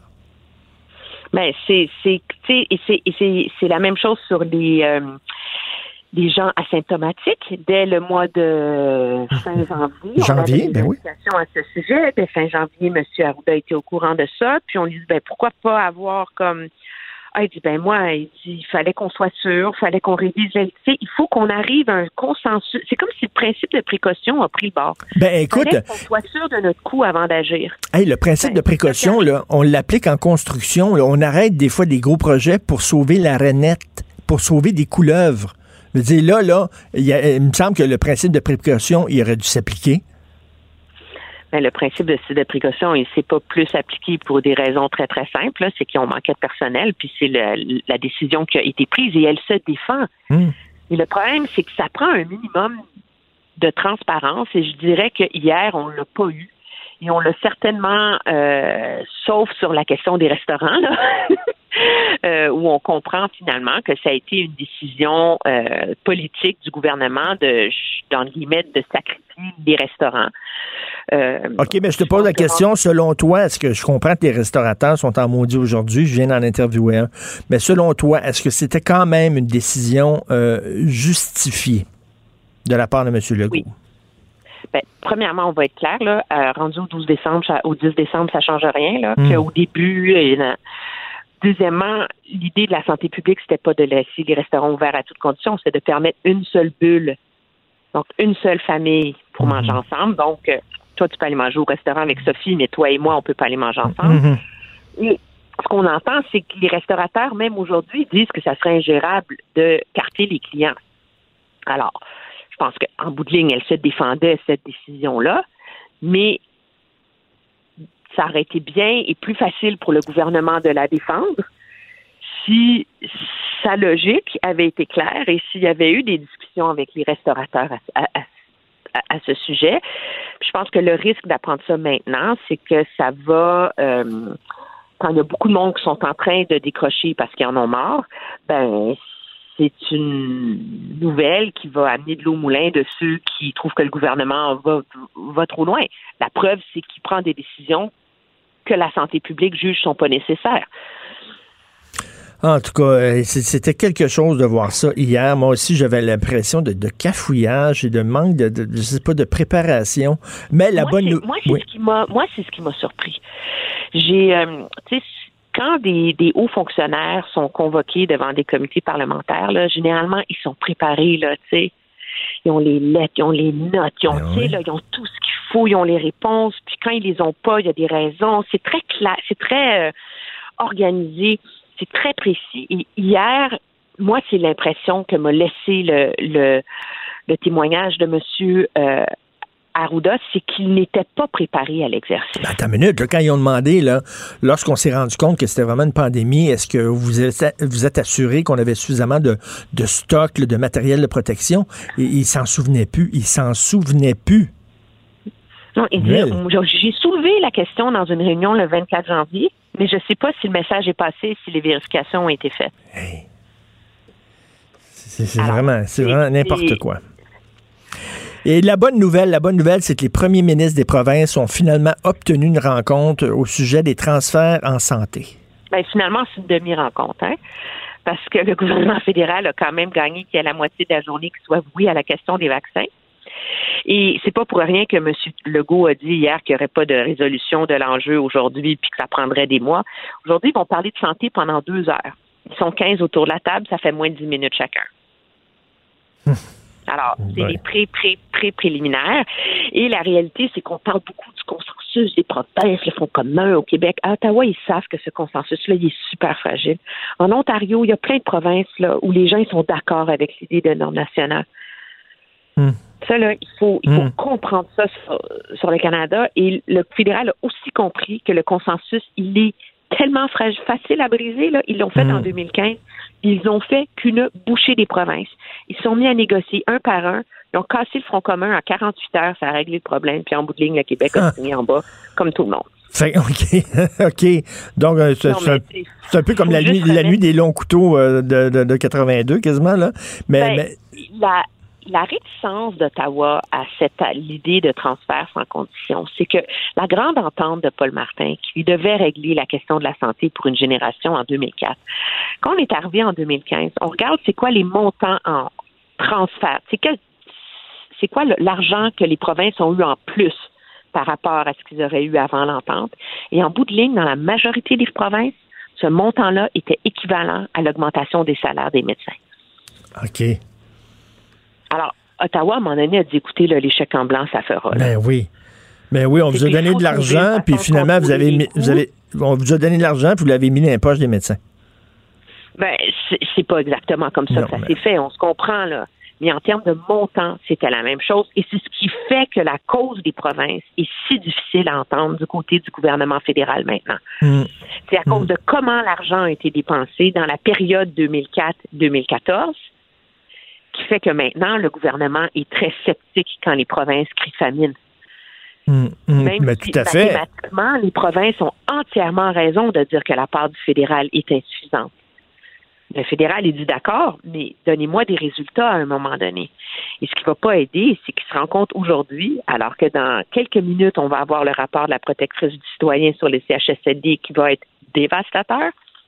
Ben, c'est, c'est, tu sais, et c'est, et c'est, c'est la même chose sur les, euh, les gens asymptomatiques. Dès le mois de fin janvier, janvier, on avait ben oui. à ce sujet. Ben, fin janvier, M. Arruda était au courant de ça. Puis on lui dit, ben pourquoi pas avoir comme... Ah, il dit, ben moi, il dit, il fallait qu'on soit sûr, il fallait qu'on révise. Tu sais, il faut qu'on arrive à un consensus. C'est comme si le principe de précaution a pris le bord. Ben écoute, il fallait qu'on soit sûr de notre coup avant d'agir. Hey, le principe ben, de précaution, là, on l'applique en construction. Là, on arrête des fois des gros projets pour sauver la rainette, pour sauver des couleuvres. Je veux dire, là, là, il, y a, il me semble que le principe de précaution, il aurait dû s'appliquer. Ben, le principe de, de précaution, il s'est pas plus appliqué pour des raisons très, très simples. Là. C'est qu'ils ont manqué de personnel, puis c'est le, la décision qui a été prise et elle se défend. Mmh. Et le problème, c'est que ça prend un minimum de transparence et je dirais que hier, on l'a pas eu. Et on l'a certainement, euh, sauf sur la question des restaurants, là, euh, où on comprend finalement que ça a été une décision euh, politique du gouvernement de, dans le guillemets, de sacrifier les restaurants. Euh, OK, mais je te pose la question, selon toi, est-ce que je comprends que les restaurateurs sont en maudit aujourd'hui, je viens d'en interviewer un, mais selon toi, est-ce que c'était quand même une décision euh, justifiée de la part de M. Legault? Oui. Ben, premièrement, on va être clair, là, euh, rendu au douze décembre, ça, au dix décembre, ça change rien, là, mmh. qu'au début, et, euh, deuxièmement, l'idée de la santé publique, c'était pas de laisser les restaurants ouverts à toutes conditions, c'était de permettre une seule bulle, donc une seule famille pour mmh. manger ensemble, donc euh, toi, tu peux aller manger au restaurant avec Sophie, mais toi et moi, on peut pas aller manger ensemble. Mmh. Et ce qu'on entend, c'est que les restaurateurs, même aujourd'hui, disent que ça serait ingérable de carter les clients. Alors, je pense qu'en bout de ligne, elle se défendait cette décision-là, mais ça aurait été bien et plus facile pour le gouvernement de la défendre si sa logique avait été claire et s'il y avait eu des discussions avec les restaurateurs à, à, à, à ce sujet. Puis je pense que le risque d'apprendre ça maintenant, c'est que ça va... Euh, quand il y a beaucoup de monde qui sont en train de décrocher parce qu'ils en ont marre, ben c'est une nouvelle qui va amener de l'eau au moulin de ceux qui trouvent que le gouvernement va, va trop loin. La preuve, c'est qu'il prend des décisions que la santé publique juge sont pas nécessaires. En tout cas, c'était quelque chose de voir ça hier. Moi aussi, j'avais l'impression de, de cafouillage et de manque de, de, je sais pas, de préparation. Mais la moi, bonne nouvelle... Moi, c'est oui. ce qui m'a, moi, c'est ce qui m'a surpris. J'ai, euh, tu sais, quand des, des hauts fonctionnaires sont convoqués devant des comités parlementaires, là, généralement, ils sont préparés, là, tu sais. Ils ont les lettres, ils ont les notes, ils ont, tu sais, là, ils ont tout ce qu'il faut, ils ont les réponses. Puis quand ils les ont pas, il y a des raisons. C'est très clair, c'est très euh, organisé, c'est très précis. Et hier, moi, c'est l'impression que m'a laissé le, le, le témoignage de Monsieur euh, Arruda, c'est qu'il n'était pas préparé à l'exercice. Ben, attends une minute, là, quand ils ont demandé, là, lorsqu'on s'est rendu compte que c'était vraiment une pandémie, est-ce que vous êtes, vous êtes assuré qu'on avait suffisamment de, de stock, là, de matériel de protection? Et il s'en souvenait plus. Il s'en souvenait plus. Non, il dit, j'ai soulevé la question dans une réunion le vingt-quatre janvier, mais je ne sais pas si le message est passé, si les vérifications ont été faites. Hey. C'est, c'est Alors, vraiment, c'est, c'est vraiment n'importe c'est... quoi. Et la bonne nouvelle, la bonne nouvelle, c'est que les premiers ministres des provinces ont finalement obtenu une rencontre au sujet des transferts en santé. Bien, finalement, c'est une demi-rencontre, hein? Parce que le gouvernement fédéral a quand même gagné qu'il y a la moitié de la journée qui soit vouée à la question des vaccins. Et c'est pas pour rien que M. Legault a dit hier qu'il n'y aurait pas de résolution de l'enjeu aujourd'hui puis que ça prendrait des mois. Aujourd'hui, ils vont parler de santé pendant deux heures. Ils sont quinze autour de la table, ça fait moins de dix minutes chacun. Alors, c'est ouais. les pré, pré, pré préliminaires. Et la réalité, c'est qu'on parle beaucoup du consensus des provinces, le Front commun au Québec. À Ottawa, ils savent que ce consensus-là, il est super fragile. En Ontario, il y a plein de provinces là, où les gens ils sont d'accord avec l'idée de normes nationales. Mm. Ça, là, il faut, il faut mm. comprendre ça sur, sur le Canada. Et le fédéral a aussi compris que le consensus, il est tellement fragile, facile à briser. Là. Ils l'ont fait mm. en deux mille quinze. Ils ont fait qu'une bouchée des provinces. Ils se sont mis à négocier un par un. Ils ont cassé le Front commun en quarante-huit heures. Ça a réglé le problème. Puis en bout de ligne, le Québec a signé ah. en bas, comme tout le monde. Fait, OK. OK. Donc, euh, c'est, non, c'est, c'est, c'est un peu comme la nuit, la nuit des longs couteaux euh, de, de, de quatre-vingt-deux, quasiment, là. Mais, ben, mais... La, la réticence d'Ottawa à, cette, à l'idée de transfert sans condition, c'est que la grande entente de Paul Martin, qui devait régler la question de la santé pour une génération en deux mille quatre, quand on est arrivé en deux mille quinze, on regarde c'est quoi les montants en transfert. C'est, quel, c'est quoi le, l'argent que les provinces ont eu en plus par rapport à ce qu'ils auraient eu avant l'entente. Et en bout de ligne, dans la majorité des provinces, ce montant-là était équivalent à l'augmentation des salaires des médecins. OK. Alors, Ottawa, à un moment donné, a dit, écoutez, là, les chèques en blanc, ça fera. Là. Ben oui. Ben oui, on vous a donné de l'argent, puis finalement, vous avez, mis, vous avez, on vous a donné de l'argent, puis vous l'avez mis dans les poches des médecins. Ben, c'est, c'est pas exactement comme ça non, que ça mais... s'est fait. On se comprend, là. Mais en termes de montant, c'était la même chose. Et c'est ce qui fait que la cause des provinces est si difficile à entendre du côté du gouvernement fédéral maintenant. Mmh. C'est à cause mmh. de comment l'argent a été dépensé dans la période deux mille quatre deux mille quatorze qui fait que maintenant, le gouvernement est très sceptique quand les provinces crient famine. Mmh, mmh, Même mais si, tout à fait. mathématiquement, les provinces ont entièrement raison de dire que la part du fédéral est insuffisante. Le fédéral, il dit d'accord, mais donnez-moi des résultats à un moment donné. Et ce qui ne va pas aider, c'est qu'il se rend compte aujourd'hui, alors que dans quelques minutes, on va avoir le rapport de la protectrice du citoyen sur les C H S L D qui va être dévastateur,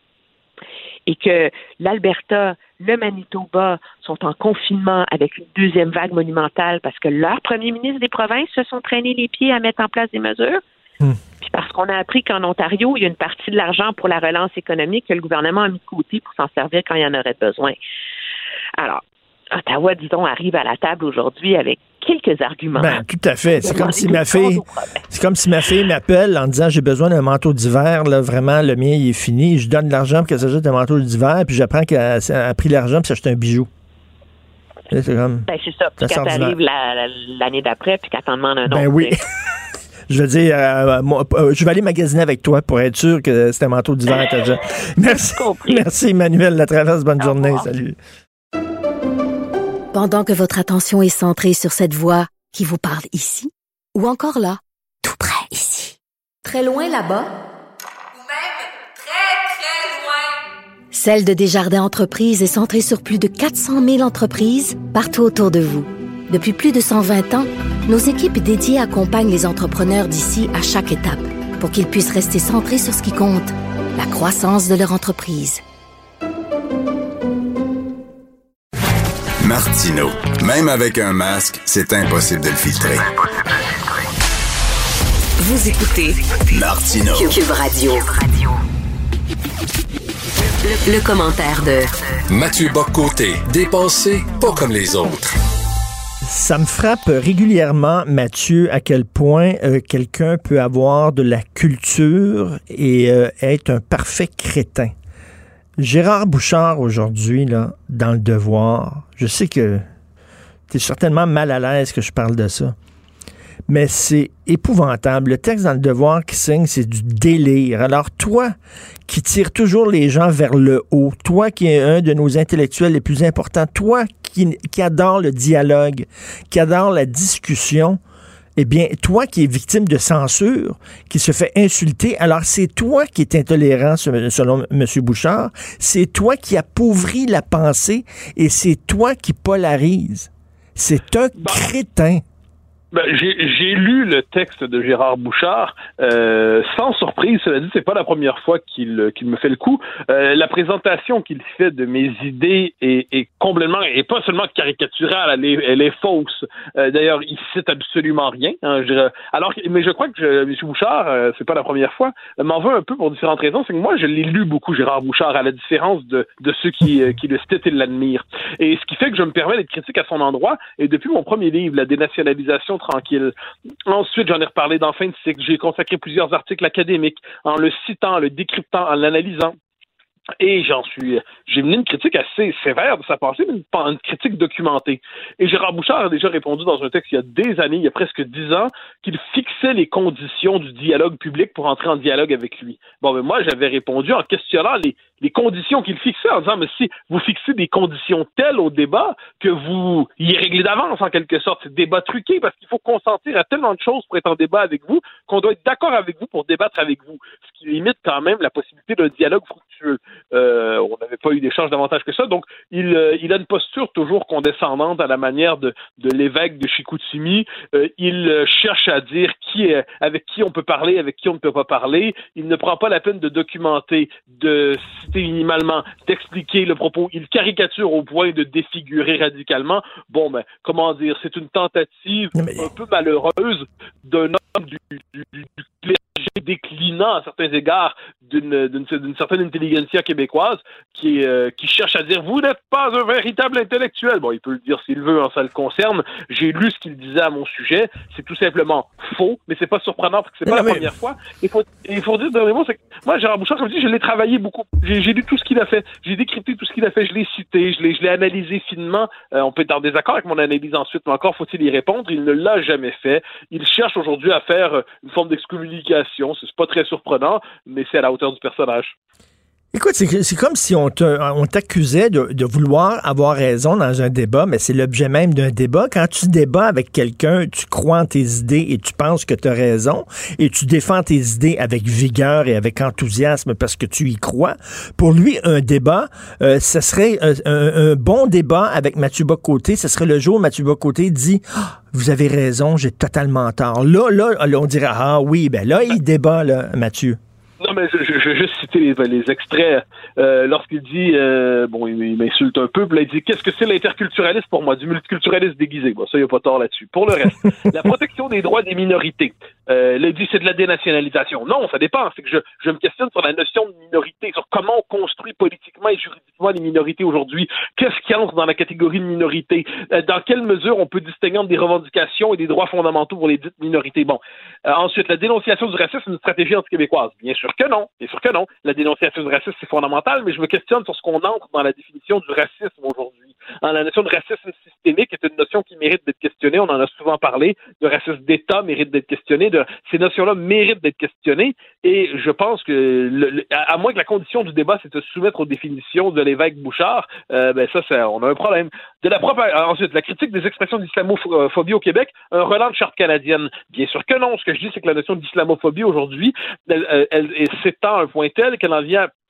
et que l'Alberta, le Manitoba sont en confinement avec une deuxième vague monumentale parce que leurs premiers ministres des provinces se sont traînés les pieds à mettre en place des mesures. Mmh. Puis parce qu'on a appris qu'en Ontario, il y a une partie de l'argent pour la relance économique que le gouvernement a mis de côté pour s'en servir quand il y en aurait besoin. Alors, Ottawa, disons, arrive à la table aujourd'hui avec quelques arguments. Ben, tout à fait. C'est comme si ma fille, c'est comme si ma fille m'appelle en disant j'ai besoin d'un manteau d'hiver, là, vraiment, le mien, il est fini. Je donne de l'argent pour qu'elle s'achète un manteau d'hiver, puis j'apprends qu'elle a, a pris l'argent pour s'acheter un bijou. C'est comme. Ben, c'est ça. Puis quand t'arrives la, la, l'année d'après, puis quand t'en demandes un autre. Ben oui. Je veux dire, euh, moi, euh, je vais aller magasiner avec toi pour être sûr que c'est un manteau d'hiver à ta déjà. Merci. Merci, Emmanuel Latraverse. Bonne Au journée. Revoir. Salut. Pendant que votre attention est centrée sur cette voix qui vous parle ici, ou encore là, tout près ici, très loin là-bas, ou même très, très loin, Celle de Desjardins Entreprises est centrée sur plus de quatre cent mille entreprises partout autour de vous. Depuis plus de cent vingt ans, nos équipes dédiées accompagnent les entrepreneurs d'ici à chaque étape pour qu'ils puissent rester centrés sur ce qui compte, la croissance de leur entreprise. Martineau, même avec un masque, c'est impossible de le filtrer. Vous écoutez Martineau. Cube Radio. Le, le commentaire de Mathieu Bock-Côté, dépensé pas comme les autres. Ça me frappe régulièrement, Mathieu, à quel point euh, quelqu'un peut avoir de la culture et euh, être un parfait crétin. Gérard Bouchard, aujourd'hui, là, dans Le Devoir, je sais que tu es certainement mal à l'aise que je parle de ça, mais c'est épouvantable. Le texte dans Le Devoir qui signe, c'est du délire. Alors, toi, qui tires toujours les gens vers le haut, toi qui es un de nos intellectuels les plus importants, toi qui, qui adore le dialogue, qui adore la discussion, eh bien, toi qui es victime de censure, qui se fait insulter, alors c'est toi qui es intolérant, selon M. Bouchard, c'est toi qui appauvris la pensée et c'est toi qui polarise. C'est un bah. crétin. Ben, j'ai, j'ai lu le texte de Gérard Bouchard euh, sans surprise. Cela dit, c'est pas la première fois qu'il, qu'il me fait le coup. Euh, la présentation qu'il fait de mes idées est, est complètement, et pas seulement caricaturale, elle est, elle est fausse. Euh, d'ailleurs, il cite absolument rien. Hein, je, alors, mais je crois que je, M. Bouchard, euh, c'est pas la première fois, m'en veut un peu pour différentes raisons. C'est que moi, je l'ai lu beaucoup, Gérard Bouchard, à la différence de, de ceux qui, euh, qui le citent et l'admirent. Et ce qui fait que je me permets d'être critique à son endroit. Et depuis mon premier livre, La dénationalisation tranquille. Ensuite, j'en ai reparlé dans fin de cycle. J'ai consacré plusieurs articles académiques en le citant, en le décryptant, en l'analysant. Et j'en suis, j'ai mené une critique assez sévère de sa pensée, mais une, une critique documentée. Et Gérard Bouchard a déjà répondu dans un texte il y a des années, il y a presque dix ans, qu'il fixait les conditions du dialogue public pour entrer en dialogue avec lui. Bon, ben moi, j'avais répondu en questionnant les, les conditions qu'il fixait, en disant, mais si vous fixez des conditions telles au débat que vous y réglez d'avance, en quelque sorte, c'est débat truqué, parce qu'il faut consentir à tellement de choses pour être en débat avec vous, qu'on doit être d'accord avec vous pour débattre avec vous. Ce qui limite quand même la possibilité d'un dialogue fructueux. Euh, on n'avait pas eu d'échange davantage que ça, donc il, euh, il a une posture toujours condescendante à la manière de, de l'évêque de Chicoutimi. Euh, il euh, cherche à dire qui est, avec qui on peut parler, avec qui on ne peut pas parler. Il ne prend pas la peine de documenter, de citer minimalement, d'expliquer le propos. Il caricature au point de défigurer radicalement. Bon, ben, comment dire, c'est une tentative Mais... un peu malheureuse d'un homme du, du, du clergé déclinant à certains égards d'une, d'une, d'une certaine intelligentsia québécoise qui, euh, qui cherche à dire « Vous n'êtes pas un véritable intellectuel ». Bon, il peut le dire s'il veut, hein, ça le concerne. J'ai lu ce qu'il disait à mon sujet. C'est tout simplement faux, mais c'est pas surprenant parce que c'est pas non, la mais... première fois. Il faut, il faut dire, dernier mot, c'est que moi, Gérard Bouchard, comme je dis, je l'ai travaillé beaucoup. J'ai, j'ai lu tout ce qu'il a fait. J'ai décrypté tout ce qu'il a fait. Je l'ai cité. Je l'ai, je l'ai analysé finement. Euh, on peut être en désaccord avec mon analyse ensuite, mais encore faut-il y répondre. Il ne l'a jamais fait. Il cherche aujourd'hui à faire une forme d'excommunication. C'est pas très surprenant, mais c'est à la hauteur du personnage. Écoute, c'est, c'est comme si on, te, on t'accusait de, de vouloir avoir raison dans un débat, mais c'est l'objet même d'un débat. Quand tu débats avec quelqu'un, tu crois en tes idées et tu penses que tu as raison et tu défends tes idées avec vigueur et avec enthousiasme parce que tu y crois. Pour lui, un débat, euh, ce serait un, un, un bon débat avec Mathieu Bock-Côté. Ce serait le jour où Mathieu Bock-Côté dit ah, « Vous avez raison, j'ai totalement tort. » Là, là, là, on dirait « Ah oui, ben là, il débat, là, Mathieu. » Non, mais je, je, je vais juste citer les, les extraits. Euh, lorsqu'il dit, euh, bon, il, il m'insulte un peu, puis là, il dit, qu'est-ce que c'est l'interculturalisme pour moi? Du multiculturalisme déguisé. Bon, ça, il n'y a pas tort là-dessus. Pour le reste, la protection des droits des minorités. Euh, là, il dit, c'est de la dénationalisation. Non, ça dépend. C'est que je, je me questionne sur la notion de minorité, sur comment on construit politiquement et juridiquement les minorités aujourd'hui. Qu'est-ce qui entre dans la catégorie de minorité? Euh, dans quelle mesure on peut distinguer entre des revendications et des droits fondamentaux pour les dites minorités? Bon. Euh, ensuite, la dénonciation du racisme, c'est une stratégie anti-québécoise. Bien sûr que non. Bien sûr que non. La dénonciation du racisme, c'est fondamental, mais je me questionne sur ce qu'on entre dans la définition du racisme aujourd'hui. Hein, la notion de racisme systémique est une notion qui mérite d'être questionnée. On en a souvent parlé. Le racisme d'État mérite d'être questionné. De, ces notions-là méritent d'être questionnées. Et je pense que, le, le, à, à moins que la condition du débat, c'est de se soumettre aux définitions de l'évêque Bouchard, euh, ben ça, ça, on a un problème. De la propre, ensuite, la critique des expressions d'islamophobie au Québec, un relent de charte canadienne. Bien sûr que non. Ce que je dis, c'est que la notion d'islamophobie aujourd'hui, elle, elle, elle s'étend à un point tel qu'elle en vient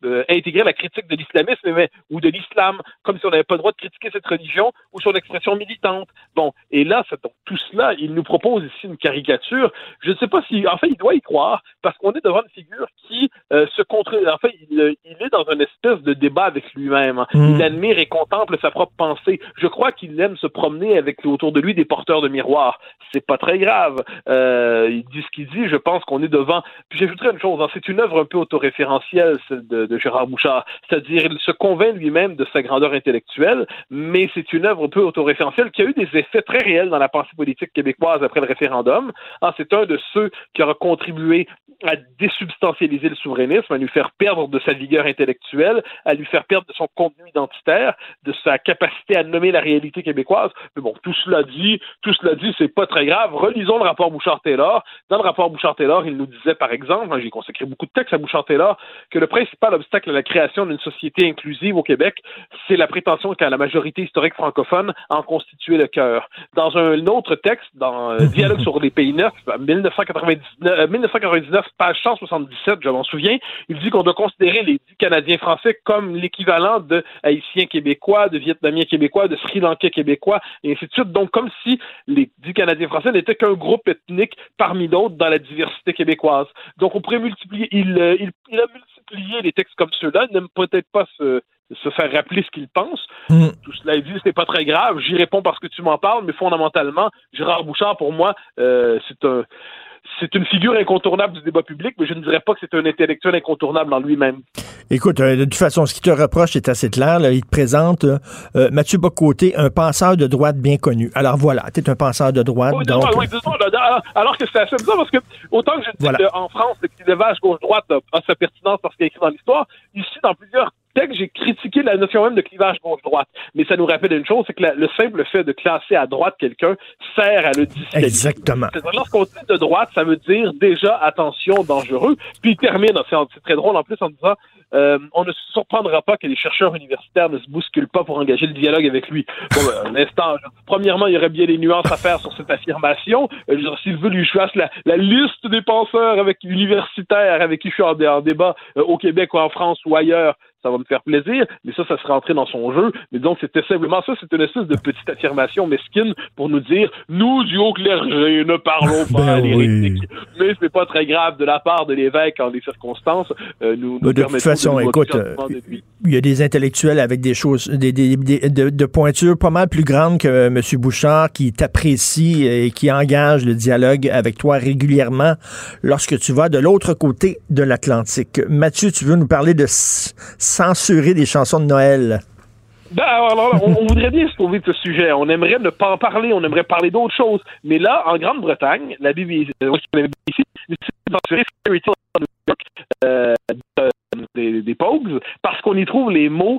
euh, intégrer la critique de l'islamisme mais, ou de l'islam, comme si on n'avait pas le droit de critiquer cette religion ou son expression militante. Bon, et là, ça, tout cela, il nous propose ici une caricature. Je ne sais pas si, enfin, il doit y croire, parce qu'on est devant une figure qui euh, se contre... Enfin, il, il est dans une espèce de débat avec lui-même. Mmh. Il admire et contemple sa propre pensée. Je crois qu'il aime se promener avec autour de lui des porteurs de miroirs. C'est pas très grave. Euh, il dit ce qu'il dit. Je pense qu'on est devant... Puis j'ajouterais une chose. Hein, c'est une œuvre un peu autoréférentielle, celle de, de Gérard Bouchard. C'est-à-dire, il se convainc lui-même de sa grandeur intellectuelle, mais c'est une œuvre un peu autoréférentielle qui a eu des effets très réels dans la pensée politique québécoise après le référendum. Ah, c'est un de ceux qui aura contribué à désubstantialiser le souverainisme, à lui faire perdre de sa vigueur intellectuelle, à lui faire perdre de son contenu identitaire, de sa capacité à nommer la réalité québécoise. Mais bon, tout cela dit, tout cela dit, c'est pas très grave. Relisons le rapport Bouchard-Taylor. Dans le rapport Bouchard-Taylor, il nous disait, par exemple, hein, j'ai consacré beaucoup de textes à Bouchard-Taylor, que le principal obstacle à la création d'une société inclusive au Québec, c'est la prétention qu'a la majorité historique francophone en constituer le cœur. Dans un autre texte, dans euh, Dialogue sur les pays neufs, dix-neuf cent quatre-vingt-dix-neuf, page cent soixante-dix-sept, je m'en souviens, il dit qu'on doit considérer les dix Canadiens français comme l'équivalent de Haïtiens québécois, de Vietnamiens québécois, de Sri Lankais québécois, et ainsi de suite. Donc, comme si les dix Canadiens français n'étaient qu'un groupe ethnique parmi d'autres dans la diversité québécoise. Donc, on pourrait multiplier, il, il, il a multiplié les textes comme ceux-là, il n'aime peut-être pas se... se faire rappeler ce qu'il pense. Mm. Tout cela dit, c'est pas très grave. J'y réponds parce que tu m'en parles, mais fondamentalement, Gérard Bouchard, pour moi, euh, c'est un... c'est une figure incontournable du débat public, mais je ne dirais pas que c'est un intellectuel incontournable en lui-même. Écoute, euh, de toute façon, ce qu'il te reproche est assez clair. Là. Il te présente euh, Mathieu Bock-Côté, un penseur de droite bien connu. Alors voilà, tu es un penseur de droite. Oui, donc... oui, là, alors que c'est assez bizarre, parce que autant que je dis voilà. qu'en France, le clivage gauche-droite a, a sa pertinence parce qu'il est écrit dans l'histoire, ici, dans plusieurs textes, j'ai critiqué la notion même de clivage gauche-droite. Mais ça nous rappelle une chose, c'est que la, le simple fait de classer à droite quelqu'un sert à le disqualifier. Exactement. C'est-à-dire, lorsqu'on dit de droite, ça veut dire déjà, attention, dangereux. Puis il termine, c'est, c'est très drôle en plus, en disant euh, on ne se surprendra pas que les chercheurs universitaires ne se bousculent pas pour engager le dialogue avec lui. Bon, ben, un instant, premièrement, il y aurait bien des nuances à faire sur cette affirmation. Euh, genre, s'il veut lui fasse la, la liste des penseurs avec universitaires avec qui je suis en, en débat euh, au Québec ou en France ou ailleurs, ça va me faire plaisir, mais ça, ça serait entré dans son jeu. Mais donc, c'était simplement ça, c'était une espèce de petite affirmation mesquine pour nous dire, nous, du haut clergé, ne parlons pas à l'hérétique. Oui. Mais c'est pas très grave de la part de l'évêque en des circonstances. Euh, nous, nous de toute façon, écoute, il y a des intellectuels avec des choses, des, des, des, de, de pointures pas mal plus grandes que euh, M. Bouchard qui t'apprécie et qui engage le dialogue avec toi régulièrement lorsque tu vas de l'autre côté de l'Atlantique. Mathieu, tu veux nous parler de s- censurer des chansons de Noël? Ben, alors, on, on voudrait bien se trouver de ce sujet. On aimerait ne pas en parler, on aimerait parler d'autres choses. Mais là, en Grande-Bretagne, la B B C, euh, la B B C décide de censurer Fairy Tale of New York euh, de, des, des Pogues parce qu'on y trouve les mots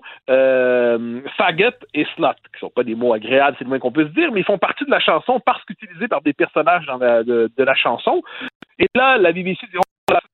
euh, faggot et slut, qui sont pas des mots agréables, c'est le moins qu'on peut se dire, mais ils font partie de la chanson parce qu'utilisés par des personnages dans la, de, de la chanson. Et là, la B B C dit on va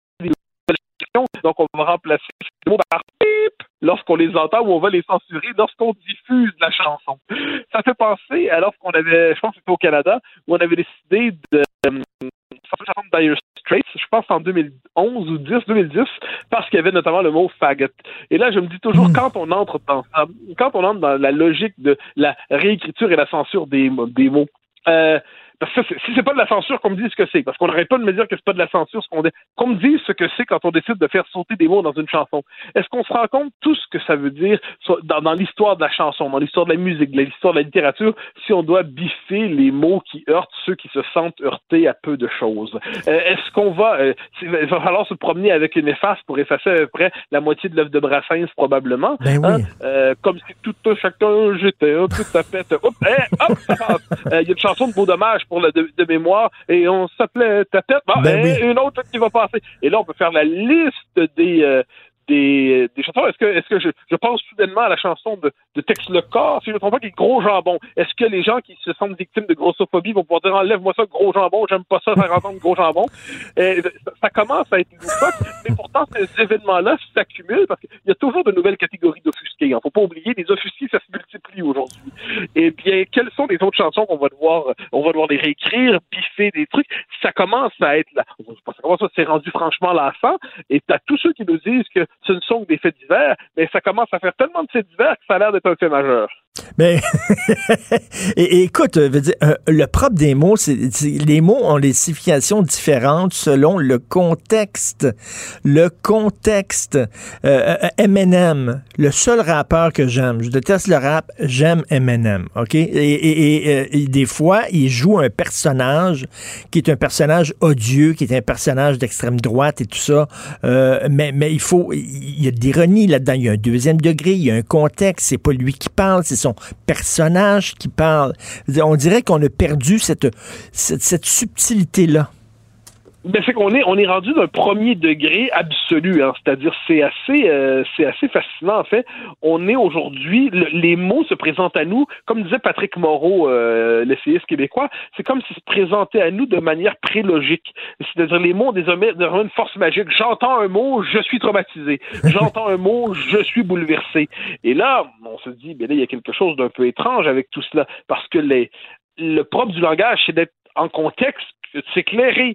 donc on va remplacer ces mots par pip lorsqu'on les entend ou on va les censurer lorsqu'on diffuse la chanson. Ça fait penser à lorsqu'on avait, je pense que c'était au Canada, où on avait décidé de euh, censurer la chanson de Dire Straits, je pense en deux mille onze ou dix, deux mille dix, parce qu'il y avait notamment le mot faggot. Et là, je me dis toujours, mmh. quand on entre dans quand on entre dans la logique de la réécriture et la censure des, des mots, euh, parce que si c'est pas de la censure, qu'on me dise ce que c'est. Parce qu'on n'arrête pas de me dire que c'est pas de la censure, ce qu'on dit. Qu'on me dise ce que c'est quand on décide de faire sauter des mots dans une chanson. Est-ce qu'on se rend compte tout ce que ça veut dire dans, dans l'histoire de la chanson, dans l'histoire de la musique, dans l'histoire de la littérature, si on doit biffer les mots qui heurtent ceux qui se sentent heurtés à peu de choses? Euh, est-ce qu'on va... Euh, il va falloir se promener avec une efface pour effacer à peu près la moitié de l'œuvre de Brassens, probablement. Ben oui. Hein? Euh, comme si tout un chacun, j'étais un peu tapette. Hop, hein, hop, ça passe. Il euh, y a une chanson de Beau Dommage pour le de, de mémoire, et on s'appelait Tapette, bon, ben et oui. Une autre qui va passer. Et là, on peut faire la liste des... Euh, Des, des chansons. Est-ce que, est-ce que je, je pense soudainement à la chanson de, de Tex Le Corps, si je ne me trompe pas, qui est Gros Jambon. Est-ce que les gens qui se sentent victimes de grossophobie vont pouvoir dire enlève-moi ça, Gros Jambon, j'aime pas ça, faire entendre Gros Jambon? Et ça, ça commence à être loufoque, mais pourtant, ces événements-là s'accumulent parce qu'il y a toujours de nouvelles catégories d'offusqués. Il ne faut pas oublier, les offusqués, ça se multiplie aujourd'hui. Et bien, quelles sont les autres chansons qu'on va devoir, on va devoir les réécrire, piffer des trucs? Ça commence à être là. Ça commence à s'est rendu franchement lassant. Et t'as tous ceux qui nous disent que ce ne sont que des faits divers, mais ça commence à faire tellement de faits divers que ça a l'air d'être un fait majeur. Mais et, et écoute, euh, veux dire, euh, le propre des mots, c'est, c'est les mots ont des significations différentes selon le contexte. Le contexte. Euh, Eminem, le seul rappeur que j'aime, je déteste le rap, j'aime Eminem, ok. Et, et, et, et des fois, il joue un personnage qui est un personnage odieux, qui est un personnage d'extrême droite et tout ça. Euh, mais mais il faut, il y a de l'ironie là-dedans. Il y a un deuxième degré, il y a un contexte. C'est pas lui qui parle, c'est son personnage qui parle. On dirait qu'on a perdu cette, cette, cette subtilité-là. Ben, c'est qu'on est, on est rendu d'un premier degré absolu, hein. C'est-à-dire, c'est assez, euh, c'est assez fascinant, en fait. On est aujourd'hui, le, les mots se présentent à nous, comme disait Patrick Moreau, euh, l'essayiste québécois, c'est comme s'ils se présentaient à nous de manière prélogique. C'est-à-dire, les mots ont désormais une force magique. J'entends un mot, je suis traumatisé. J'entends un mot, je suis bouleversé. Et là, on se dit, ben là, il y a quelque chose d'un peu étrange avec tout cela, parce que les, le propre du langage, c'est d'être en contexte, s'éclairer.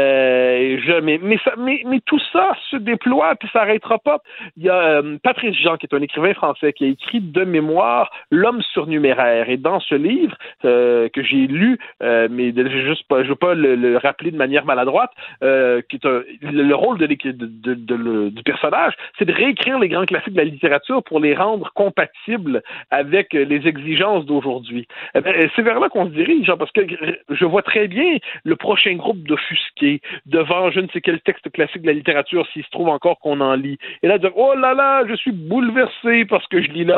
Euh, je, mais, mais, ça, mais, mais tout ça se déploie puis ça n'arrêtera pas. Il y a euh, Patrice Jean, qui est un écrivain français, qui a écrit de mémoire L'homme surnuméraire. Et dans ce livre euh, que j'ai lu, euh, mais je juste pas, je veux pas le, le rappeler de manière maladroite, euh, qui est un, le, le rôle de, de, de, de, de, du personnage, c'est de réécrire les grands classiques de la littérature pour les rendre compatibles avec les exigences d'aujourd'hui. Eh bien, c'est vers là qu'on se dirige, genre, parce que je vois très bien le prochain groupe d'offusqués devant je ne sais quel texte classique de la littérature, s'il se trouve encore qu'on en lit. Et là, dire « Oh là là, je suis bouleversé parce que je lis là. »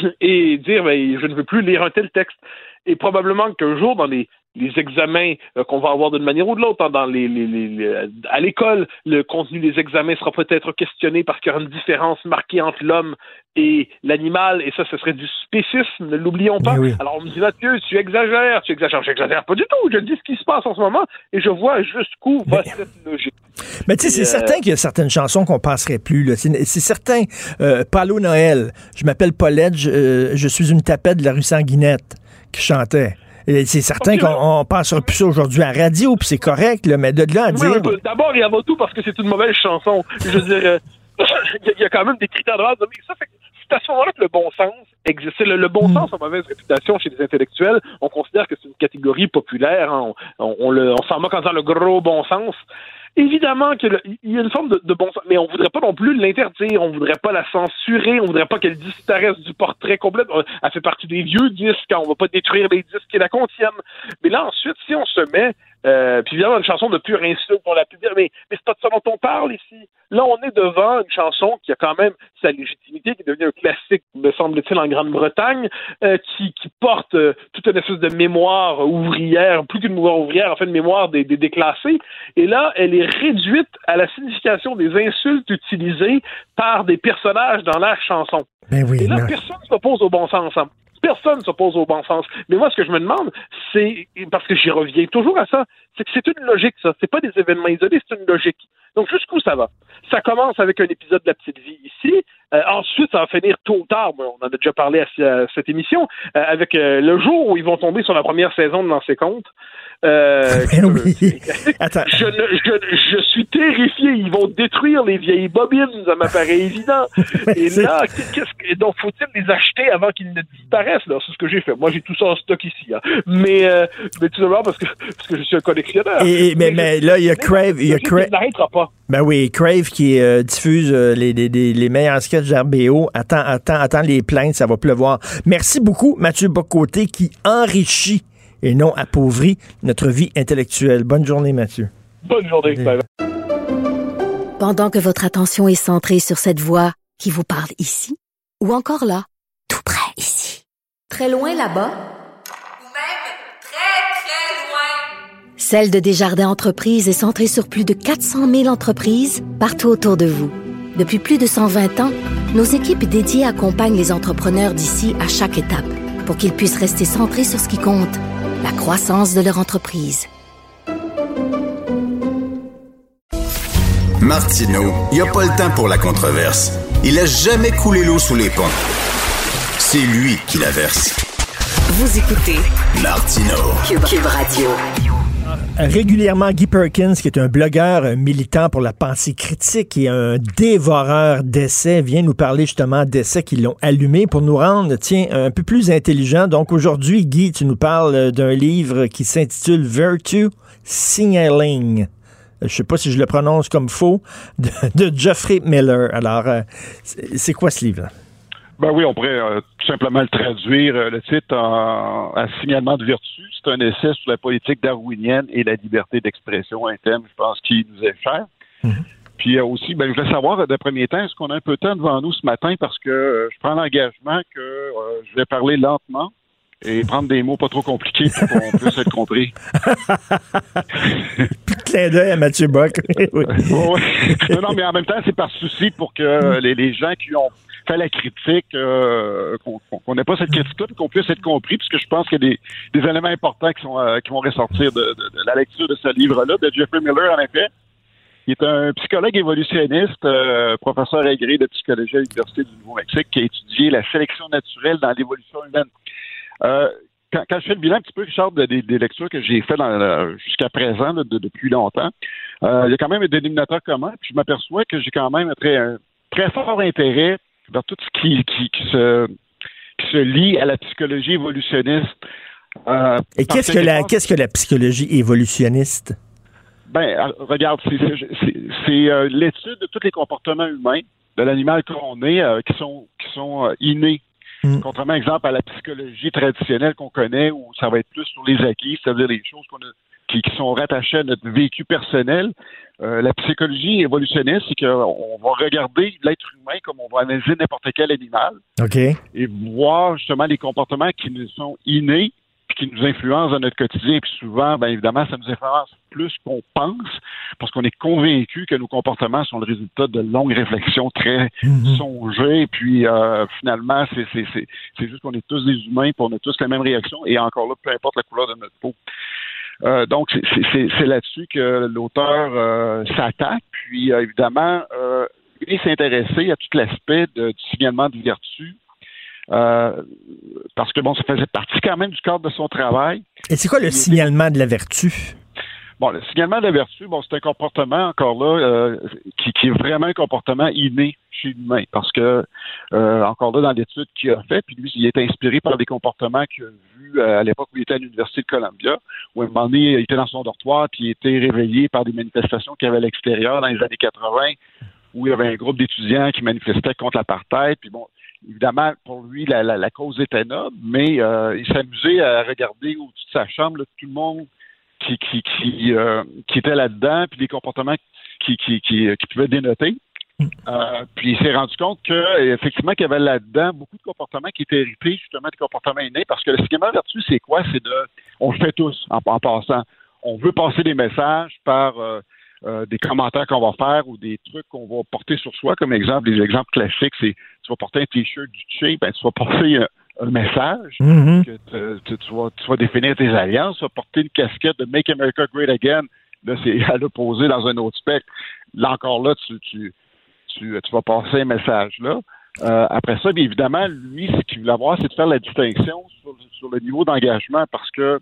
et dire ben, « Je ne veux plus lire un tel texte. » Et probablement qu'un jour, dans les les examens euh, qu'on va avoir d'une manière ou de l'autre, hein, dans les, les, les, les à l'école, le contenu des examens sera peut-être questionné parce qu'il y aura une différence marquée entre l'homme et l'animal, et ça, ce serait du spécisme, ne l'oublions pas. Oui. Alors, on me dit, Mathieu, tu exagères, tu exagères, j'exagère pas du tout, je dis ce qui se passe en ce moment, et je vois jusqu'où va cette logique. Mais tu sais, c'est euh... certain qu'il y a certaines chansons qu'on passerait plus, là. C'est, c'est certain, euh, Paulo Noël, je m'appelle Paulette, je, euh, je suis une tapette de la rue Sanguinette, qui chantait. Et c'est certain qu'on on passera plus ça aujourd'hui à la radio, puis c'est correct, là, mais de là à oui, dire... Oui, d'abord et avant tout, parce que c'est une mauvaise chanson. Je veux dire, euh, il y a quand même des critères de base. Mais ça fait que c'est à ce moment-là que le bon sens existe. Le, le bon sens a mauvaise réputation chez les intellectuels. On considère que c'est une catégorie populaire. Hein. On, on, on, le, on s'en moque en disant le gros bon sens. Évidemment qu'il y a une forme de, de bon sens, mais on voudrait pas non plus l'interdire, on voudrait pas la censurer, on voudrait pas qu'elle disparaisse du portrait complet. Elle fait partie des vieux disques, on va pas détruire les disques qui la contiennent. Mais là, ensuite, si on se met, euh, puis évidemment, une chanson de pure insulte, on l'a pu dire, mais, mais c'est pas de ça dont on parle ici. Là, on est devant une chanson qui a quand même sa légitimité, qui est devenue un classique, me semble-t-il, en Grande-Bretagne, euh, qui, qui porte euh, toute une espèce de mémoire ouvrière, plus qu'une mémoire ouvrière, en fait, une mémoire des, des déclassés. Et là, elle est réduite à la signification des insultes utilisées par des personnages dans la chanson. Ben oui, et là, mais... personne ne s'oppose au bon sens. Hein. Personne ne s'oppose au bon sens. Mais moi, ce que je me demande, c'est, parce que j'y reviens toujours à ça, c'est que c'est une logique, ça. C'est pas des événements isolés, c'est une logique. Donc, jusqu'où ça va? Ça commence avec un épisode de La Petite Vie ici. Euh, ensuite, ça va finir tôt ou tard. On en a déjà parlé à, à cette émission, euh, avec euh, le jour où ils vont tomber sur la première saison de Lancer Compte. Euh, ben oui. Attends. Je, ne, je, je suis terrifié. Ils vont détruire les vieilles bobines, ça m'apparaît évident. Et là, qu'est-ce que, donc faut-il les acheter avant qu'ils ne disparaissent? Là, c'est ce que j'ai fait. Moi, j'ai tout ça en stock ici. Hein. Mais, euh, mais tout d'abord parce que parce que je suis un collectionneur. Et, mais, mais, mais là, il y a Crave, il y a Crave. n'arrêtera pas. Ben oui, Crave qui euh, diffuse euh, les, les, les, les meilleurs sketchs d'R B O. Attends, attends, attends les plaintes, ça va pleuvoir. Merci beaucoup, Mathieu Bock-Côté, qui enrichit et non appauvrit notre vie intellectuelle. Bonne journée, Mathieu. Bonne journée. Bye bye. Pendant que votre attention est centrée sur cette voix qui vous parle ici, ou encore là, tout près ici, très loin là-bas, ou même très, très loin, Celle de Desjardins Entreprises est centrée sur plus de quatre cent mille entreprises partout autour de vous. Depuis plus de cent vingt ans, nos équipes dédiées accompagnent les entrepreneurs d'ici à chaque étape pour qu'ils puissent rester centrés sur ce qui compte, la croissance de leur entreprise. Martineau, il n'y a pas le temps pour la controverse. Il a jamais coulé l'eau sous les ponts. C'est lui qui la verse. Vous écoutez Martineau. Cube, Cube Radio. Régulièrement, Guy Perkins, qui est un blogueur, un militant pour la pensée critique et un dévoreur d'essais, vient nous parler justement d'essais qui l'ont allumé pour nous rendre, tiens, un peu plus intelligents. Donc aujourd'hui, Guy, tu nous parles d'un livre qui s'intitule Virtue Signaling. Je sais pas si je le prononce comme faux, de, de Geoffrey Miller. Alors, euh, c'est quoi ce livre-là? Ben oui, on pourrait euh, tout simplement le traduire, euh, le titre en, en signalement de vertu. C'est un essai sur la politique darwinienne et la liberté d'expression, un thème, je pense, qui nous est cher. Mm-hmm. Puis euh, aussi, ben, je voulais savoir, de premier temps, est-ce qu'on a un peu de temps devant nous ce matin, parce que euh, je prends l'engagement que euh, je vais parler lentement et prendre des mots pas trop compliqués pour qu'on puisse être compris. Plus de clin d'œil à Mathieu Bock. Oui. Ouais, ouais. Non, non, mais en même temps, c'est par souci pour que euh, les, les gens qui ont fait la critique, euh, qu'on qu'on n'ait pas cette critique-là, puis qu'on puisse être compris, puisque je pense qu'il y a des, des éléments importants qui, sont, euh, qui vont ressortir de, de, de la lecture de ce livre-là, de Geoffrey Miller, en effet. Il est un psychologue évolutionniste, euh, professeur agrégé de psychologie à l'Université du Nouveau-Mexique, qui a étudié la sélection naturelle dans l'évolution humaine. Euh, quand, quand je fais le bilan un petit peu, Richard, de, des, des lectures que j'ai faites jusqu'à présent, là, de, depuis longtemps, euh, il y a quand même un dénominateur commun, puis je m'aperçois que j'ai quand même un très, un très fort intérêt vers tout ce qui, qui, qui, se, qui se lie à la psychologie évolutionniste. Euh, Et qu'est-ce que, la, qu'est-ce que la psychologie évolutionniste? Ben, regarde, c'est, c'est, c'est, c'est euh, l'étude de tous les comportements humains, de l'animal qu'on est, euh, qui sont, qui sont euh, innés. Mm. Contrairement, exemple, à la psychologie traditionnelle qu'on connaît, où ça va être plus sur les acquis, c'est-à-dire les choses qu'on a, qui, qui sont rattachées à notre vécu personnel. Euh, la psychologie évolutionniste, c'est qu'on va regarder l'être humain comme on va analyser n'importe quel animal. OK. Et voir justement les comportements qui nous sont innés, qui nous influencent dans notre quotidien. Puis souvent, bien évidemment, ça nous influence plus qu'on pense, parce qu'on est convaincu que nos comportements sont le résultat de longues réflexions très mm-hmm. songées. Puis euh, finalement, c'est, c'est, c'est, c'est juste qu'on est tous des humains, puis on a tous la même réaction, et encore là, peu importe la couleur de notre peau. Euh, donc, c'est, c'est, c'est là-dessus que l'auteur euh, s'attaque. Puis, euh, évidemment, euh, il s'est intéressé à tout l'aspect de, du signalement de vertu. Euh, parce que, bon, ça faisait partie quand même du cadre de son travail. Et c'est quoi le signalement de la vertu? Bon, le signalement de la vertu, bon, c'est un comportement, encore là, euh, qui, qui est vraiment un comportement inné chez l'humain. Parce que, euh, encore là, dans l'étude qu'il a fait, puis lui, il est inspiré par des comportements qu'il a vus euh, à l'époque où il était à l'Université de Columbia, où à un moment donné, il était dans son dortoir, puis il était réveillé par des manifestations qu'il y avait à l'extérieur dans les années quatre-vingt, où il y avait un groupe d'étudiants qui manifestaient contre l'apartheid. Puis bon, évidemment, pour lui, la, la, la cause était noble, mais euh, il s'amusait à regarder au-dessus de sa chambre là, tout le monde qui qui qui, euh, qui était là-dedans, puis les comportements qui qui qui, qui pouvaient dénoter. Euh, puis il s'est rendu compte que effectivement qu'il y avait là-dedans beaucoup de comportements qui étaient hérités justement des comportements innés, parce que le signalement de vertu, c'est quoi? C'est de, on le fait tous en, en passant. On veut passer des messages par euh, euh, des commentaires qu'on va faire ou des trucs qu'on va porter sur soi. Comme exemple, les exemples classiques, c'est tu vas porter un t-shirt du Che, ben tu vas passer un, un message, mm-hmm. que tu, tu, vas, tu vas définir tes alliances, tu vas porter une casquette de Make America Great Again. Là, c'est à l'opposé dans un autre spectre. Là encore là, tu, tu, tu, tu vas passer un message là. Euh, après ça, bien évidemment, lui, ce qu'il voulait avoir, c'est de faire la distinction sur, sur le niveau d'engagement, parce que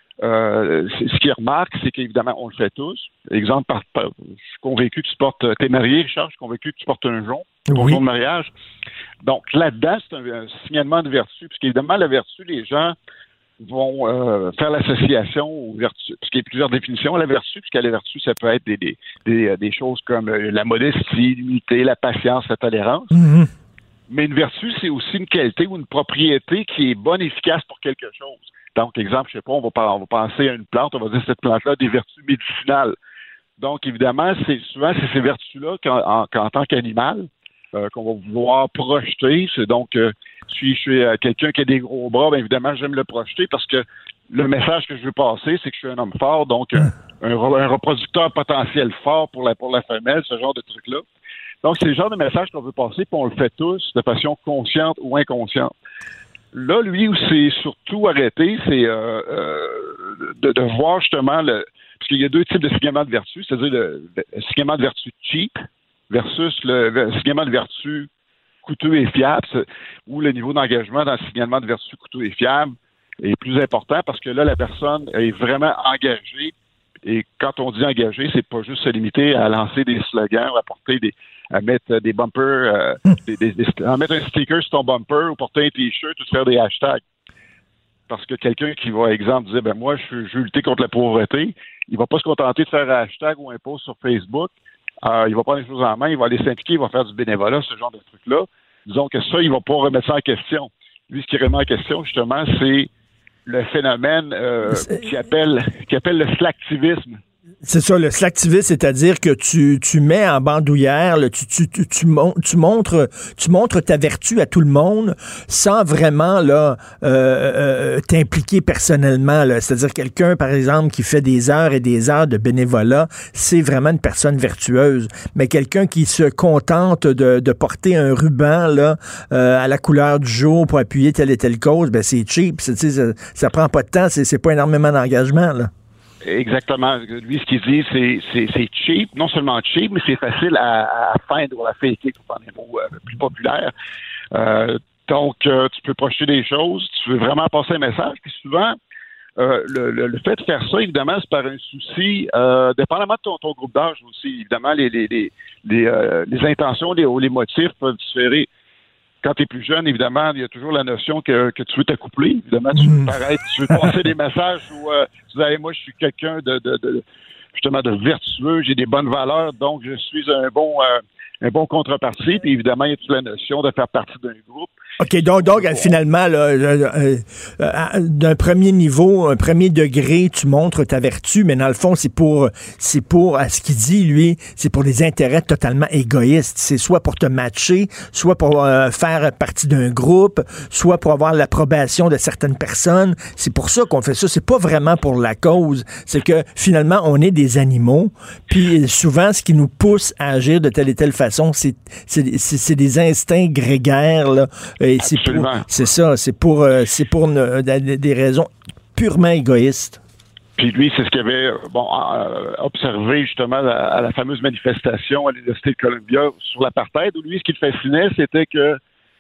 euh, ce qu'il remarque, c'est qu'évidemment, on le fait tous. Exemple, par, par, je suis convaincu que tu portes, t'es marié, Richard, je suis convaincu que tu portes un jonc, ton oui. jonc de mariage. Donc là-dedans, c'est un, un signalement de vertu, puisqu'évidemment, la vertu, les gens vont euh, faire l'association aux vertus, parce qu'il y a plusieurs définitions à la vertu, puisqu'à la vertu, ça peut être des, des, des, des choses comme la modestie, l'humilité, la patience, la tolérance. Mm-hmm. Mais une vertu, c'est aussi une qualité ou une propriété qui est bonne et efficace pour quelque chose. Donc, exemple, je sais pas, on va, on va penser à une plante, on va dire que cette plante-là a des vertus médicinales. Donc, évidemment, c'est souvent c'est ces vertus-là qu'en, en, qu'en tant qu'animal euh, qu'on va vouloir projeter. C'est donc, euh, si je suis euh, quelqu'un qui a des gros bras, bien évidemment, j'aime le projeter parce que le message que je veux passer, c'est que je suis un homme fort, donc euh, un, un reproducteur potentiel fort pour la, pour la femelle, ce genre de truc-là. Donc, c'est le genre de message qu'on veut passer, puis on le fait tous de façon consciente ou inconsciente. Là, lui, où c'est surtout arrêté, c'est euh, euh, de, de voir justement le... Parce qu'il y a deux types de signalements de vertu, c'est-à-dire le, le signalement de vertu cheap versus le, le signalement de vertu coûteux et fiable, où le niveau d'engagement dans le signalement de vertu coûteux et fiable est plus important parce que là, la personne est vraiment engagée Et quand on dit engagé, c'est pas juste se limiter à lancer des slogans, à porter des, à mettre des bumpers, euh, des, des, des, à mettre un sticker sur ton bumper ou porter un t-shirt ou faire des hashtags. Parce que quelqu'un qui va, exemple, dire, ben moi, je, je veux lutter contre la pauvreté, il va pas se contenter de faire un hashtag ou un post sur Facebook. Euh, il va prendre les choses en main, il va aller s'impliquer, il va faire du bénévolat, ce genre de trucs-là. Disons que ça, il va pas remettre ça en question. Lui, ce qui remet en question, justement, c'est le phénomène euh, qui appelle qui appelle le slacktivisme. C'est ça, le slacktivisme, c'est-à-dire que tu, tu mets en bandoulière, là, tu, tu, tu, tu, mon, tu, montres, tu montres ta vertu à tout le monde sans vraiment là euh, euh, t'impliquer personnellement. Là. C'est-à-dire quelqu'un, par exemple, qui fait des heures et des heures de bénévolat, c'est vraiment une personne vertueuse. Mais quelqu'un qui se contente de, de porter un ruban là euh, à la couleur du jour pour appuyer telle et telle cause, ben c'est cheap. C'est, ça, ça prend pas de temps, c'est, c'est pas énormément d'engagement, là. Exactement. Lui, ce qu'il dit, c'est, c'est, c'est cheap, non seulement cheap, mais c'est facile à, à feindre ou à faker, pour prendre un mot euh, plus populaire. Euh, donc, euh, tu peux projeter des choses, tu veux vraiment passer un message, puis souvent, euh, le, le, le fait de faire ça, évidemment, c'est par un souci, euh, dépendamment de ton, ton groupe d'âge aussi. Évidemment, les, les, les, les, euh, les intentions, les, les motifs peuvent différer. Quand tu es plus jeune, évidemment, il y a toujours la notion que, que tu veux t'accoupler. Évidemment, tu veux paraître, tu veux passer des messages où euh, tu dis, hey, moi, je suis quelqu'un de, de, de justement de vertueux, j'ai des bonnes valeurs, donc je suis un bon euh, un bon contrepartie. Puis évidemment, il y a toute la notion de faire partie d'un groupe. OK, donc, donc finalement, là, euh, euh, d'un premier niveau, un premier degré, tu montres ta vertu, mais dans le fond, c'est pour, c'est pour, à ce qu'il dit, lui, c'est pour des intérêts totalement égoïstes. C'est soit pour te matcher, soit pour euh, faire partie d'un groupe, soit pour avoir l'approbation de certaines personnes. C'est pour ça qu'on fait ça. C'est pas vraiment pour la cause. C'est que finalement, on est des animaux, puis souvent, ce qui nous pousse à agir de telle et telle façon, c'est, c'est, c'est, c'est des instincts grégaires, là. Et c'est, pour, c'est ça, c'est pour, euh, c'est pour ne, des raisons purement égoïstes. Puis lui, c'est ce qu'il avait bon, euh, observé justement à, à la fameuse manifestation à l'Université de Columbia sur l'apartheid, où lui, ce qui le fascinait, c'était que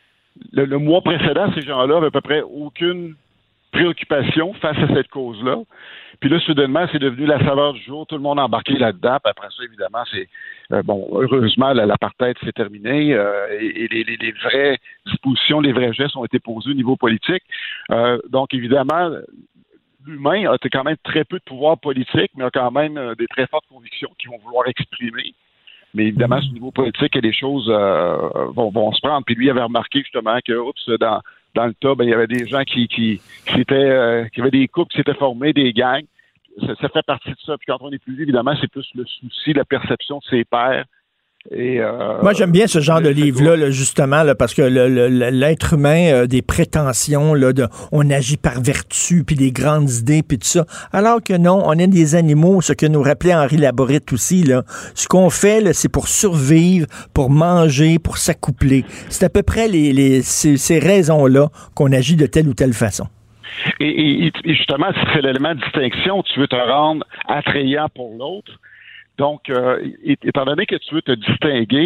le, le mois précédent, ces gens-là avaient à peu près aucune préoccupation face à cette cause-là. Puis là, soudainement, c'est devenu la saveur du jour. Tout le monde a embarqué là-dedans. Puis après ça, évidemment, c'est euh, bon. Heureusement, l'apartheid s'est terminé euh, et, et les, les, les vraies dispositions, les vrais gestes ont été posés au niveau politique. Euh, donc, évidemment, l'humain a quand même très peu de pouvoir politique, mais a quand même euh, des très fortes convictions qu'ils vont vouloir exprimer. Mais évidemment, mmh. au niveau politique, les choses euh, vont, vont se prendre. Puis lui avait remarqué justement que, oups, dans Dans le tas, ben, il y avait des gens qui qui, qui étaient euh, qui avaient des couples qui s'étaient formés, des gangs. Ça, ça fait partie de ça. Puis quand on est plus vieux, évidemment, c'est plus le souci, la perception de ses pairs. Et, euh, Moi, j'aime bien ce genre de livre-là, là, justement, là, parce que le, le, l'être humain a des prétentions, là, de, on agit par vertu, puis des grandes idées, puis tout ça. Alors que non, on est des animaux, ce que nous rappelait Henri Laborit aussi. Là. Ce qu'on fait, là, c'est pour survivre, pour manger, pour s'accoupler. C'est à peu près les, les, ces, ces raisons-là qu'on agit de telle ou telle façon. Et, et, et justement, c'est l'élément de distinction. Tu veux te rendre attrayant pour l'autre. Donc, euh, étant donné que tu veux te distinguer,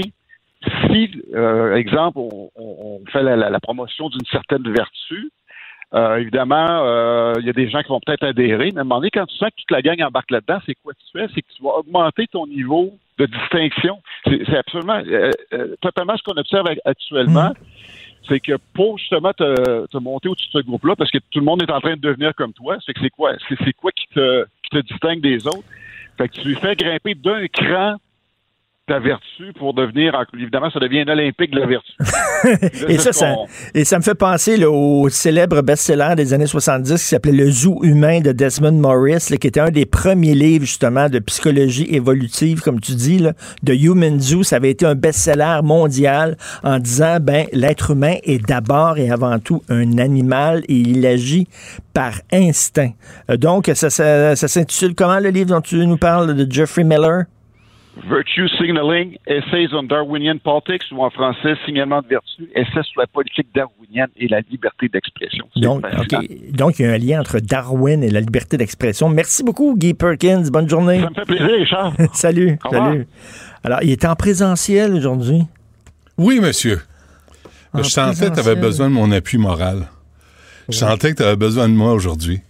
si, euh, exemple, on, on fait la, la, la promotion d'une certaine vertu, euh, évidemment, euh, il y a des gens qui vont peut-être adhérer, mais à un moment donné, quand tu sens que toute la gang embarque là-dedans, c'est quoi tu fais? C'est que tu vas augmenter ton niveau de distinction. C'est, c'est absolument, euh, euh, totalement ce qu'on observe actuellement. Mmh. C'est que pour justement te, te monter au-dessus de ce groupe-là, parce que tout le monde est en train de devenir comme toi, c'est que c'est quoi? C'est, c'est quoi qui te, qui te distingue des autres? Fait que tu lui fais grimper d'un cran ta vertu pour devenir, évidemment, ça devient un olympique de la vertu. Là, et, ça, ça, et ça me fait penser là, au célèbre best-seller des années soixante-dix qui s'appelait Le Zoo humain de Desmond Morris, là, qui était un des premiers livres, justement, de psychologie évolutive, comme tu dis, là, de Human Zoo. Ça avait été un best-seller mondial en disant, ben, l'être humain est d'abord et avant tout un animal et il agit par instinct. Euh, donc, ça, ça, ça s'intitule comment, le livre dont tu nous parles, de Jeffrey Miller? Virtue Signaling, Essays on Darwinian Politics, ou en français, Signalement de vertu, Essais sur la politique darwinienne et la liberté d'expression. C'est Donc, okay. Donc, il y a un lien entre Darwin et la liberté d'expression. Merci beaucoup, Guy Perkins. Bonne journée. Ça me fait plaisir, Richard. Salut. Salut. Alors, il est en présentiel aujourd'hui. Oui, monsieur. En je sentais que tu avais besoin de mon appui moral. Oui. Je sentais que tu avais besoin de moi aujourd'hui.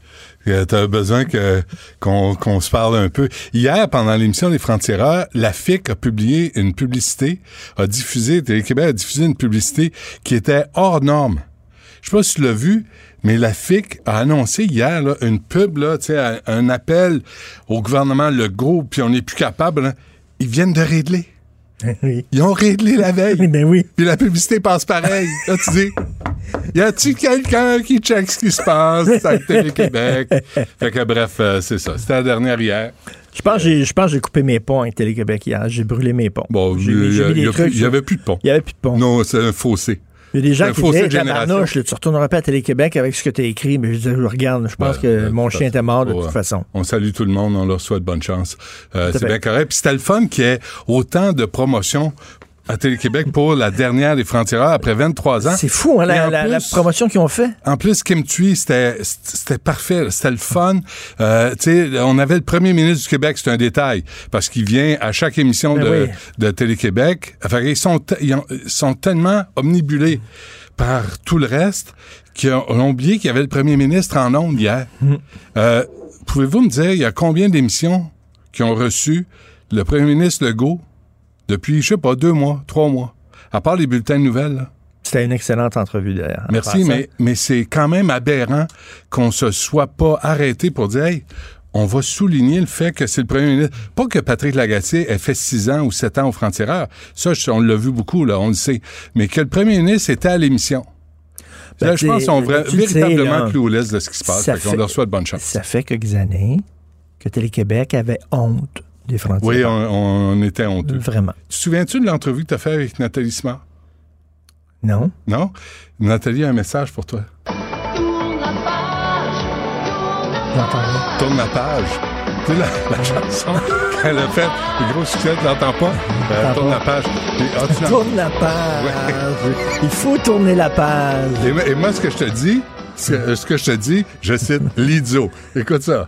Tu as besoin que, qu'on, qu'on se parle un peu. Hier, pendant l'émission des Francs-Tireurs, la F I C a publié une publicité, a diffusé, Télé-Québec a diffusé une publicité qui était hors norme. Je sais pas si tu l'as vu, mais la F I C a annoncé hier là, une pub, là, un appel au gouvernement Legault, puis on n'est plus capable. Là. Ils viennent de régler. Oui. Ils ont réglé la veille. Ben oui. Puis la publicité passe pareil. Là, tu dis, y a-t-il quelqu'un qui check ce qui se passe à Télé-Québec? Fait que bref, euh, c'est ça. C'était la dernière hier. Je pense que j'ai, je pense que j'ai coupé mes ponts avec Télé-Québec hier. J'ai brûlé mes ponts. Bon, j'ai, j'ai mis des trucs. Il n'y avait plus de ponts. Il n'y avait plus de ponts. Non, c'est un fossé. Il y a des gens qui disaient, tabarnouche, tu retourneras pas à Télé-Québec avec ce que tu as écrit. Mais je disais, regarde, je pense ouais, que ouais, mon chien était mort de ouais. toute façon. On salue tout le monde, on leur souhaite bonne chance. Euh, c'est fait. Bien correct. Puis c'était le fun qu'il y ait autant de promotions à Télé-Québec pour la dernière des Francs-Tireurs après vingt-trois ans. C'est fou, hein, la, la, plus, la promotion qu'ils ont fait. En plus, Kim Thuy, c'était, c'était parfait. C'était le fun. Euh, tu sais, on avait le premier ministre du Québec, c'est un détail, parce qu'il vient à chaque émission de, oui. de Télé-Québec. Enfin, ils sont, ils ont, sont tellement omnibulés par tout le reste qu'ils ont, ont oublié qu'il y avait le premier ministre en ondes hier. Mm. Euh, pouvez-vous me dire, il y a combien d'émissions qui ont reçu le premier ministre Legault depuis, je sais pas, deux mois, trois mois, à part les bulletins de nouvelles, là? C'était une excellente entrevue, d'ailleurs. Merci, mais, mais c'est quand même aberrant qu'on se soit pas arrêté pour dire, hey, on va souligner le fait que c'est le premier ministre. Pas que Patrick Lagacé ait fait six ans ou sept ans aux Francs-Tireurs. Ça, on l'a vu beaucoup, là, on le sait. Mais que le premier ministre était à l'émission. Ben, là, je pense qu'ils sont vra- véritablement clueless de ce qui se passe. Fait fait, qu'on leur souhaite bonne chance. Ça fait quelques années que Télé-Québec avait honte des Francs-Tireurs. Oui, on, on était honteux. Vraiment. Tu te souviens-tu de l'entrevue que tu as faite avec Nathalie Simard? Non. Non? Nathalie a un message pour toi. Tourne la page. Tourne la page. Tu sais, la, la chanson qu'elle a faite, le gros succès, tu l'entends pas? Euh, tourne la page. Et, ah, tu tourne la page. Ouais. Il faut tourner la page. Et, et moi, ce que je te dis, ce, ce que je te dis, je cite l'idiot. Écoute ça.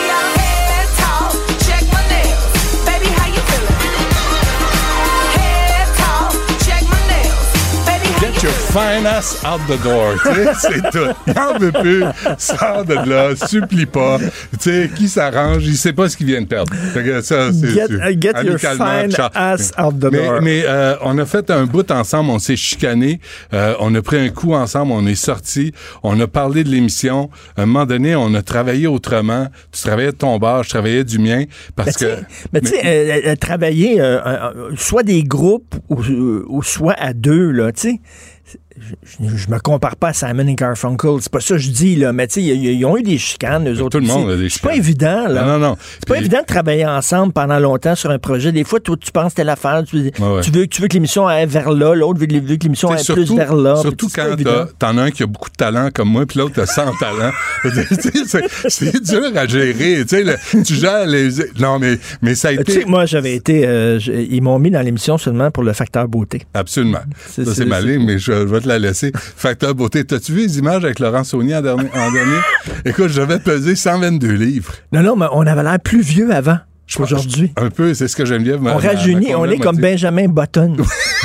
Your fine ass out the door. Tu sais, c'est tout. Il n'en veut plus. Sors de là. Supplie pas. Tu sais, qui s'arrange, il sait pas ce qu'il vient de perdre. Ça, c'est get, uh, get your fine chat. ass out the mais, door. Mais euh, on a fait un bout ensemble. On s'est chicané. Euh, on a pris un coup ensemble. On est sortis. On a parlé de l'émission. À un moment donné, on a travaillé autrement. Tu travaillais de ton bar, je travaillais du mien. Parce mais que. Mais tu sais, euh, euh, travailler euh, euh, soit des groupes ou, ou soit à deux, là, tu sais. Je, je, je me compare pas à Simon et Garfunkel, c'est pas ça que je dis, là, mais tu sais, ils ont eu des chicanes, eux autres. Tout le monde a des chicanes. C'est pas évident, là. Non, non, non. C'est pas Puis... évident de travailler ensemble pendant longtemps sur un projet. Des fois, toi, tu penses telle affaire, tu, ouais, ouais. tu, veux, tu veux que l'émission aille vers là, l'autre veut, veut que l'émission aille plus vers là. Surtout quand t'en as un qui a beaucoup de talent comme moi, puis l'autre a cent talent. c'est, c'est dur à gérer, tu sais, tu gères les... Non, mais, mais ça a été... Tu sais, moi, j'avais été... Euh, ils m'ont mis dans l'émission seulement pour le facteur beauté. Absolument. C'est, ça, c'est, c'est malin, mais je, je vais te la laisser. Facteur beauté. T'as-tu vu les images avec Laurent Saunier en dernier? En dernier? Écoute, je devais peser cent vingt-deux livres. Non, non, mais on avait l'air plus vieux avant qu'aujourd'hui. Un peu, c'est ce que j'aime bien. On rajeunit, on est comme Benjamin Button.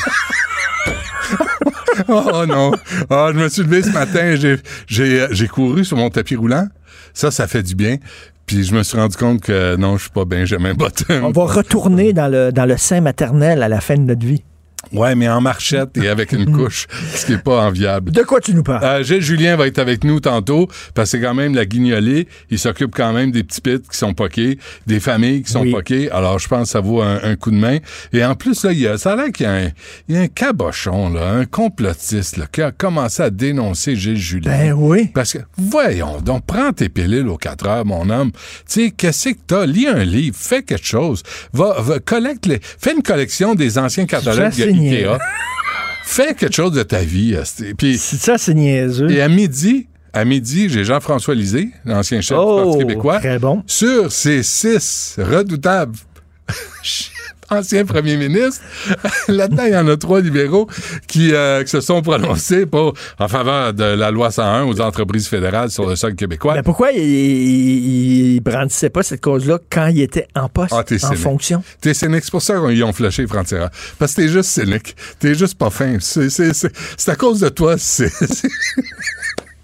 Oh non. Oh, je me suis levé ce matin, j'ai, j'ai, j'ai couru sur mon tapis roulant. Ça, ça fait du bien. Puis je me suis rendu compte que non, je suis pas Benjamin Button. On va retourner dans le, dans le sein maternel à la fin de notre vie. Ouais, mais en marchette et avec une couche, ce qui est pas enviable. De quoi tu nous parles? Euh, Gilles Julien va être avec nous tantôt, parce que c'est quand même la guignolée. Il s'occupe quand même des petits pits qui sont poqués, des familles qui sont oui. poquées. Alors, je pense que ça vaut un, un coup de main. Et en plus, là, il y a, ça a l'air qu'il y a un, il y a un cabochon, là, un complotiste, là, qui a commencé à dénoncer Gilles Julien. Ben oui. Parce que, voyons donc, prends tes pilules aux quatre heures, mon homme. Tu sais, qu'est-ce que t'as? Lis un livre, fais quelque chose. Va, va collecte les, fais une collection des anciens catalogues Ikea. Fais quelque chose de ta vie. Puis, c'est ça, c'est niaiseux. Et à midi, à midi, j'ai Jean-François Lisée, l'ancien chef oh, du Parti québécois, très bon. sur ces six redoutables anciens premiers ministres. Là-dedans, il y en a trois libéraux qui, euh, qui se sont prononcés pour, en faveur de la loi cent un aux entreprises fédérales sur le sol québécois. Mais pourquoi ils ne brandissaient pas cette cause-là quand ils étaient en poste, ah, en fonction? T'es cynique. C'est pour ça qu'ils ont flashé Franc-Tireur. Parce que t'es juste cynique. T'es juste pas fin. C'est, c'est, c'est, c'est à cause de toi. C'est... c'est...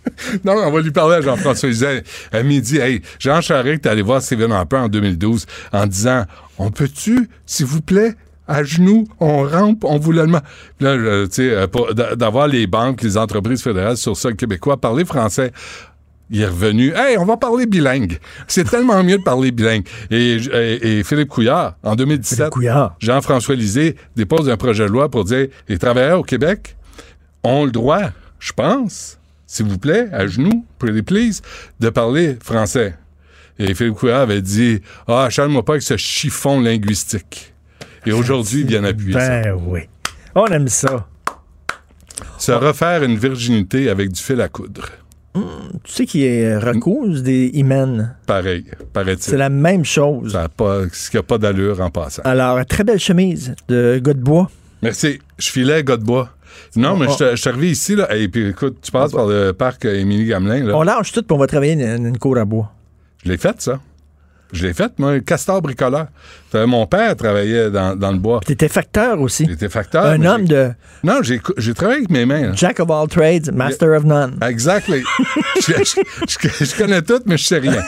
Non, on va lui parler à Jean-François Lisée à midi. Hey, Jean Charest, t'es allé voir Stephen Harper en deux mille douze en disant, on peut-tu, s'il vous plaît, à genoux, on rampe, on vous le demande. Puis là, tu sais, pour, d'avoir les banques, les entreprises fédérales sur ça, le québécois, parler français. Il est revenu. Hey, on va parler bilingue. C'est tellement mieux de parler bilingue. Et, et, et Philippe Couillard, en deux mille dix-sept, Jean-François Lisée dépose un projet de loi pour dire les travailleurs au Québec ont le droit, je pense, s'il vous plaît, à genoux, pretty please, de parler français. Et Philippe Couillard avait dit ah, achale-moi pas avec ce chiffon linguistique. Et aujourd'hui, il vient appuyer ben ça. Ben oui. On aime ça. Se refaire une virginité avec du fil à coudre. Mmh, tu sais qu'il y a recouse des hymens. Pareil, paraît-il. C'est la même chose. Ça n'a pas, ce qui n'a pas d'allure en passant. Alors, très belle chemise de gars de bois. Merci. Je filais gars de bois. Non, mais oh, je suis arrivé ici, là, et puis écoute, tu passes oh, par le parc Émilie-Gamelin. Là. On lâche tout, puis on va travailler une, une cour à bois. Je l'ai fait, ça. Je l'ai fait, moi, castor bricoleur. Mon père travaillait dans, dans le bois. Tu étais facteur aussi. J'étais facteur. Un homme j'ai... de... Non, j'ai, j'ai travaillé avec mes mains. Là. Jack of all trades, master yeah. of none. Exactly. je, je, je, je connais tout, mais je sais rien.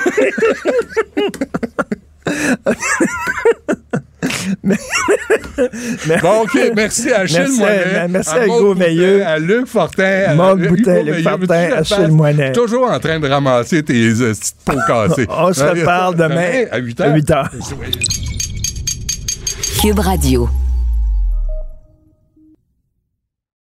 mais, mais, bon, OK. Merci à Achille Moinet. Merci à Hugo Meilleux. À Luc Fortin. Marc Boutin, Luc Fortin, Achille Moinet. Toujours en train de ramasser tes euh, petites peaux cassées. On se reparle demain, demain à huit heures. À huit heures. Cube Radio.